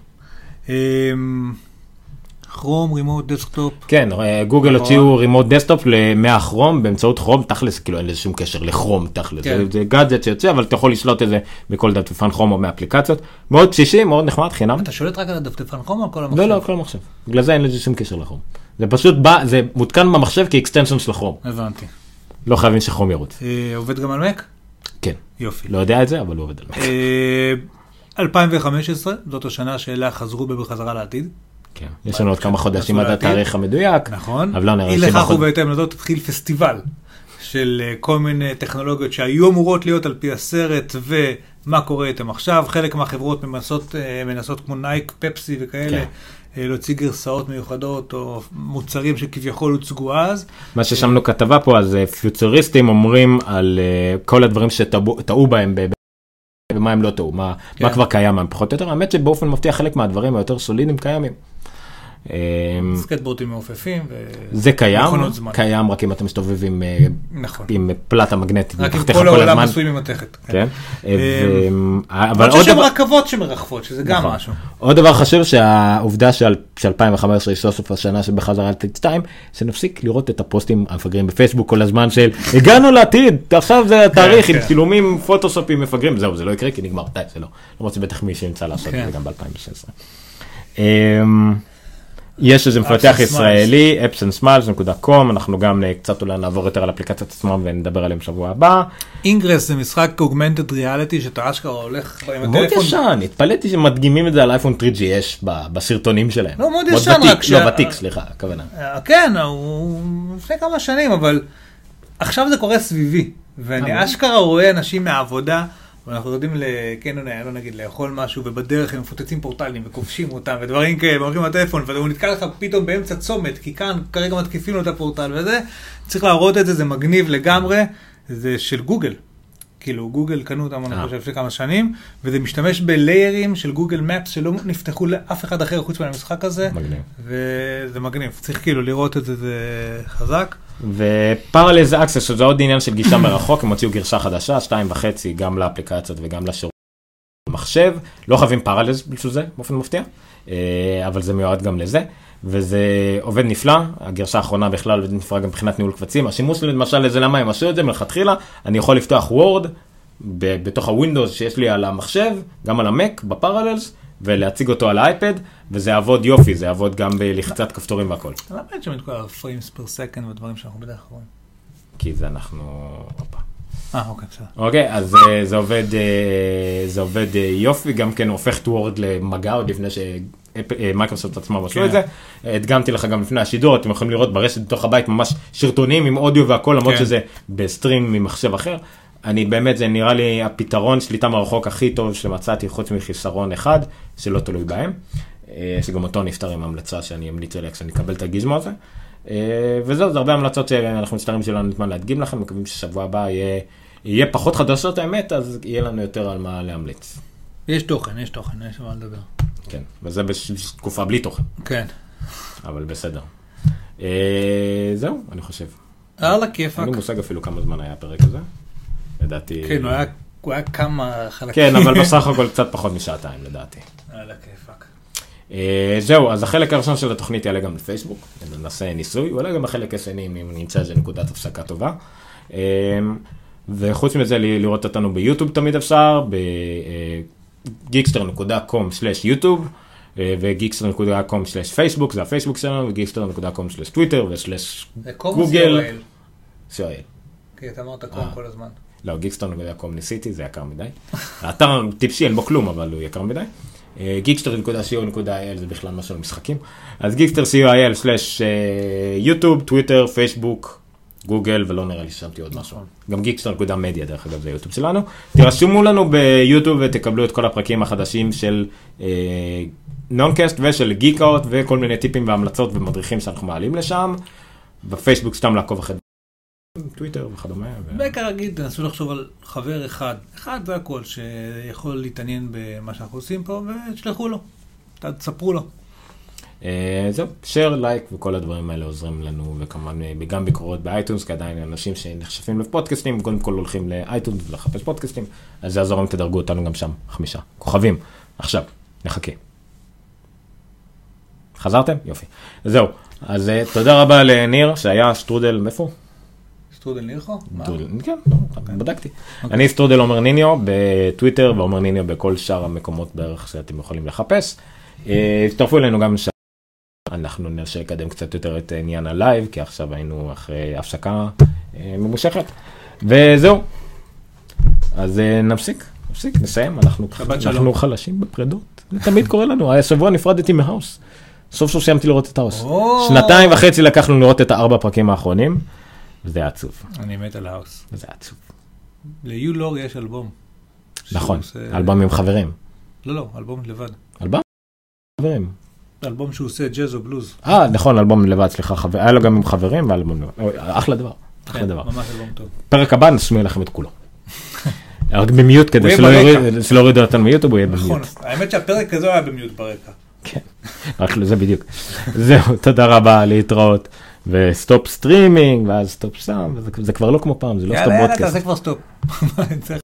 כרום, רימוט דסקטופ. כן, גוגל הוציאו רימוט דסקטופ ל100 כרום, באמצעות כרום, תכלס, כאילו אין לזה שום קשר לכרום, תכלס. זה גאדג'ט שיוצא, אבל אתה יכול לשלוט את זה בכל דפדפן כרום או מאפליקציות. מאוד בסיסי, מאוד נחמד, חינם. אתה שולט רק על הדפדפן כרום או על כל המחשב? לא, כל המחשב. בגלל זה אין לזה שום קשר לכרום. זה פשוט בא, זה מותקן במחשב כאקסטנשן של הכרום. הבנתי. לא חייבים שכרום ירוץ. עובד גם על מק? כן. יופי. לא יודע את זה, אבל הוא עובד על מק. 2015, זאת השנה שאליה חזרו בחזרה לעתיד. כן, יש לנו עוד כמה חודשים עד התאריך המדויק. נכון. אי לכך ובהתאם לזאת התחיל פסטיבל של כל מיני טכנולוגיות שהיו אמורות להיות על פי הסרט, ומה קורה איתם עכשיו. חלק מהחברות מנסות כמו נייק, פפסי וכאלה, להוציא גרסאות מיוחדות או מוצרים שכביכול הוצגו אז. מה ששמנו כתבה פה, אז פיוטריסטים אומרים על כל הדברים שטעו בהם ומה הם לא טעו, מה כבר קיים פחות או יותר. האמת שבאופן מפתיע חלק מהדברים היותר סולידיים קיימים. סקטבורדים מעופפים. זה קיים רק אם אתה מסתובב עם פלטה מגנטית. רק אם כל העולם עשוי ממתכת. אבל עוד רכבות שמרחפות, שזה גם משהו. עוד דבר חשוב שהעובדה ש2015 היא סוף השנה שבחזרה לעתיד 2, שנפסיק לראות את הפוסטים המפגרים בפייסבוק כל הזמן של הגענו לעתיד, עכשיו זה התאריך עם צילומים, פוטושופים מפגרים, זהו, זה לא יקרה כי נגמר, די, זה לא. לא מוצא בטח מי שימצא לעשות את זה גם ב-2016. יש איזה מפתח ישראלי, appsandsmiles.com, אנחנו גם קצת אולי נעבור יותר על אפליקציות עצמם ונדבר עליהם שבוע הבא. אינגרס זה משחק augmented reality שאתה אשכרה הולך עם הטלפון. מאוד ישן, התפלאתי שמדגימים את זה על אייפון 3GS בסרטונים שלהם. לא, מאוד ישן רק לא ותיק, סליחה, הכוונה. כן, הוא לפני כמה שנים, אבל עכשיו זה קורה סביבי, ואני אשכרה רואה אנשים מהעבודה, ואנחנו יודעים לא נגיד לאכול משהו, ובדרך הם מפוצצים פורטלים וכובשים אותם, ודברים כאלה, והולכים לטלפון, והוא נתקע לך פתאום באמצע צומת, כי כאן כרגע מתקיפים לו את הפורטל, וזה, צריך להראות את זה, זה מגניב לגמרי, זה של גוגל. כאילו, גוגל קנו אותם, אני חושב, לפני כמה שנים, וזה משתמש בליירים של גוגל מפס, שלא נפתחו לאף אחד אחר חוץ מהמשחק הזה, וזה מגניב. צריך כאילו לראות את זה, זה חזק. ופרלז אקסס, שזה עוד עניין של גישה מרחוק, הם הוציאו גרשה חדשה, 2.5, גם לאפליקציות וגם לשירות במחשב. לא חייבים פרלז בשביל זה, באופן מפתיע, אבל זה מיועד גם לזה, וזה עובד נפלא. הגרשה האחרונה בכלל עובד נפלא גם מבחינת ניהול קבצים. השימוש למשל לזה, למה הם עשו את זה מלכתחילה, אני יכול לפתוח וורד בתוך הווינדוס שיש לי על המחשב, גם על המק, בפרלז, ולהציג אותו על האייפד, וזה יעבוד יופי, זה יעבוד גם בלחיצת כפתורים והכל. למה אין שם את כל ה-frames per second ודברים שאנחנו בדרך כלל רואים? כי זה אנחנו... אוקיי, בסדר. אוקיי, אז זה עובד יופי, גם כן הופך את וורד למגע, עוד לפני שמייקרוסופט עצמם עשו את זה. הדגמתי לך גם לפני השידור, אתם יכולים לראות ברשת בתוך הבית ממש שרטונים עם אודיו והכל, למרות שזה בסטרים ממחשב אחר. אני באמת, זה נראה לי הפתרון שליטה מרחוק הכי טוב שמצאתי, חוץ מחיסרון אחד, שלא תלוי בהם, שגם אותו נפטר עם המלצה שאני אמליץ עליה כשאני אקבל את הגיזמו הזה. וזהו, זה הרבה המלצות שאנחנו מסתרים שלנו נתמן להדגים לכם, מקווים ששבוע הבא יהיה פחות חדשות האמת, אז יהיה לנו יותר על מה להמליץ. יש תוכן, יש מה לדבר. כן, וזה בתקופה בלי תוכן. כן. אבל בסדר. זהו, אני חושב. על הכיפק. אני מושג אפילו כמה זמן היה הפרק הזה. לדעתי... כן, הוא היה כמה חלקים. כן, אבל בסך הכל קצת פחות משעתיים, לדעתי. על הכיפק. זהו, אז החלק הראשון של התוכנית יעלה גם לפייסבוק, נעשה ניסוי, אולי גם החלק השני, אם נמצא איזה נקודת הפסקה טובה. וחוץ מזה, לראות אותנו ביוטיוב תמיד אפשר, ב-geekster.com/youtube, ו-geekster.com/facebook, זה הפייסבוק שלנו, ו-geekster.com/twitter, ו/google. כי אתה אמרת קום כל הזמן. לא, geekster.com ניסיתי, זה יקר מדי. האתר טיפשי, אין בו כלום, אבל הוא יקר מדי. geekster.co.il זה בכלל משהו למשחקים. אז geekster.co.il/יוטיוב, טוויטר, פייסבוק, גוגל, ולא נראה לי ששמתי עוד משהו. גם geekster.media, דרך אגב, זה היוטיוב שלנו. תרשמו לנו ביוטיוב ותקבלו את כל הפרקים החדשים של נונקאסט ושל גיקאוט, וכל מיני טיפים והמלצות ומדריכים שאנחנו מעלים לשם. בפייסבוק סתם לעקוב אחרי טוויטר וכדומה. וכרגיל, תנסו לחשוב על חבר אחד זה הכל, שיכול להתעניין במה שאנחנו עושים פה, ותשלחו לו, תספרו לו. זהו, share, לייק וכל הדברים האלה עוזרים לנו, וכמובן גם ביקורות באייטונס, כי עדיין אנשים שנחשפים לפודקאסטים, קודם כל הולכים לאייטונס ולחפש פודקאסטים, אז זה יעזור אם תדרגו אותנו גם שם, 5 כוכבים. עכשיו, נחכה. חזרתם? יופי. זהו, אז תודה רבה לניר, שהיה שטרודל, מאיפה? שטרודל נירחו? כן, בדקתי. אני שטרודל עומר ניניו בטוויטר, ועומר ניניו בכל שאר המקומות בערך שאתם יכולים לחפש. תצטרפו אלינו גם אנחנו נרשה לקדם קצת יותר את עניין הלייב, כי עכשיו היינו אחרי הפסקה ממושכת. וזהו. אז נפסיק, נסיים. אנחנו חלשים בפרדות. זה תמיד קורה לנו. השבוע נפרדתי מהאוס. סוף סוף סיימתי לראות את האוס. 2.5 לקחנו לראות את 4 פרקים האחרונים, וזה היה עצוב. אני מת על האוס. וזה היה עצוב. ליו לור יש אלבום. נכון, אלבום עם חברים. לא, אלבום לבד. אלבום? חברים. אלבום שהוא עושה ג'אז או בלוז. נכון, אלבום לבד, סליחה, היה לו גם עם חברים, ואלבום לבד. אחלה דבר. כן, ממש אלבום טוב. פרק הבא נשמיע לכם את כולו. רק במיוט כדי שלא יורידו אותנו מיוטיוב, הוא יהיה במיוט. נכון, האמת שהפרק הזה היה במיוט ברקע. כן, רק זה בדיוק. זהו, תודה רבה, להתראות, וסטופ סטרימינג, ואז סטופ סאם, זה כבר לא כמו פעם, זה לא סטופ בודקאסט. יאללה, תעשה כבר סטופ.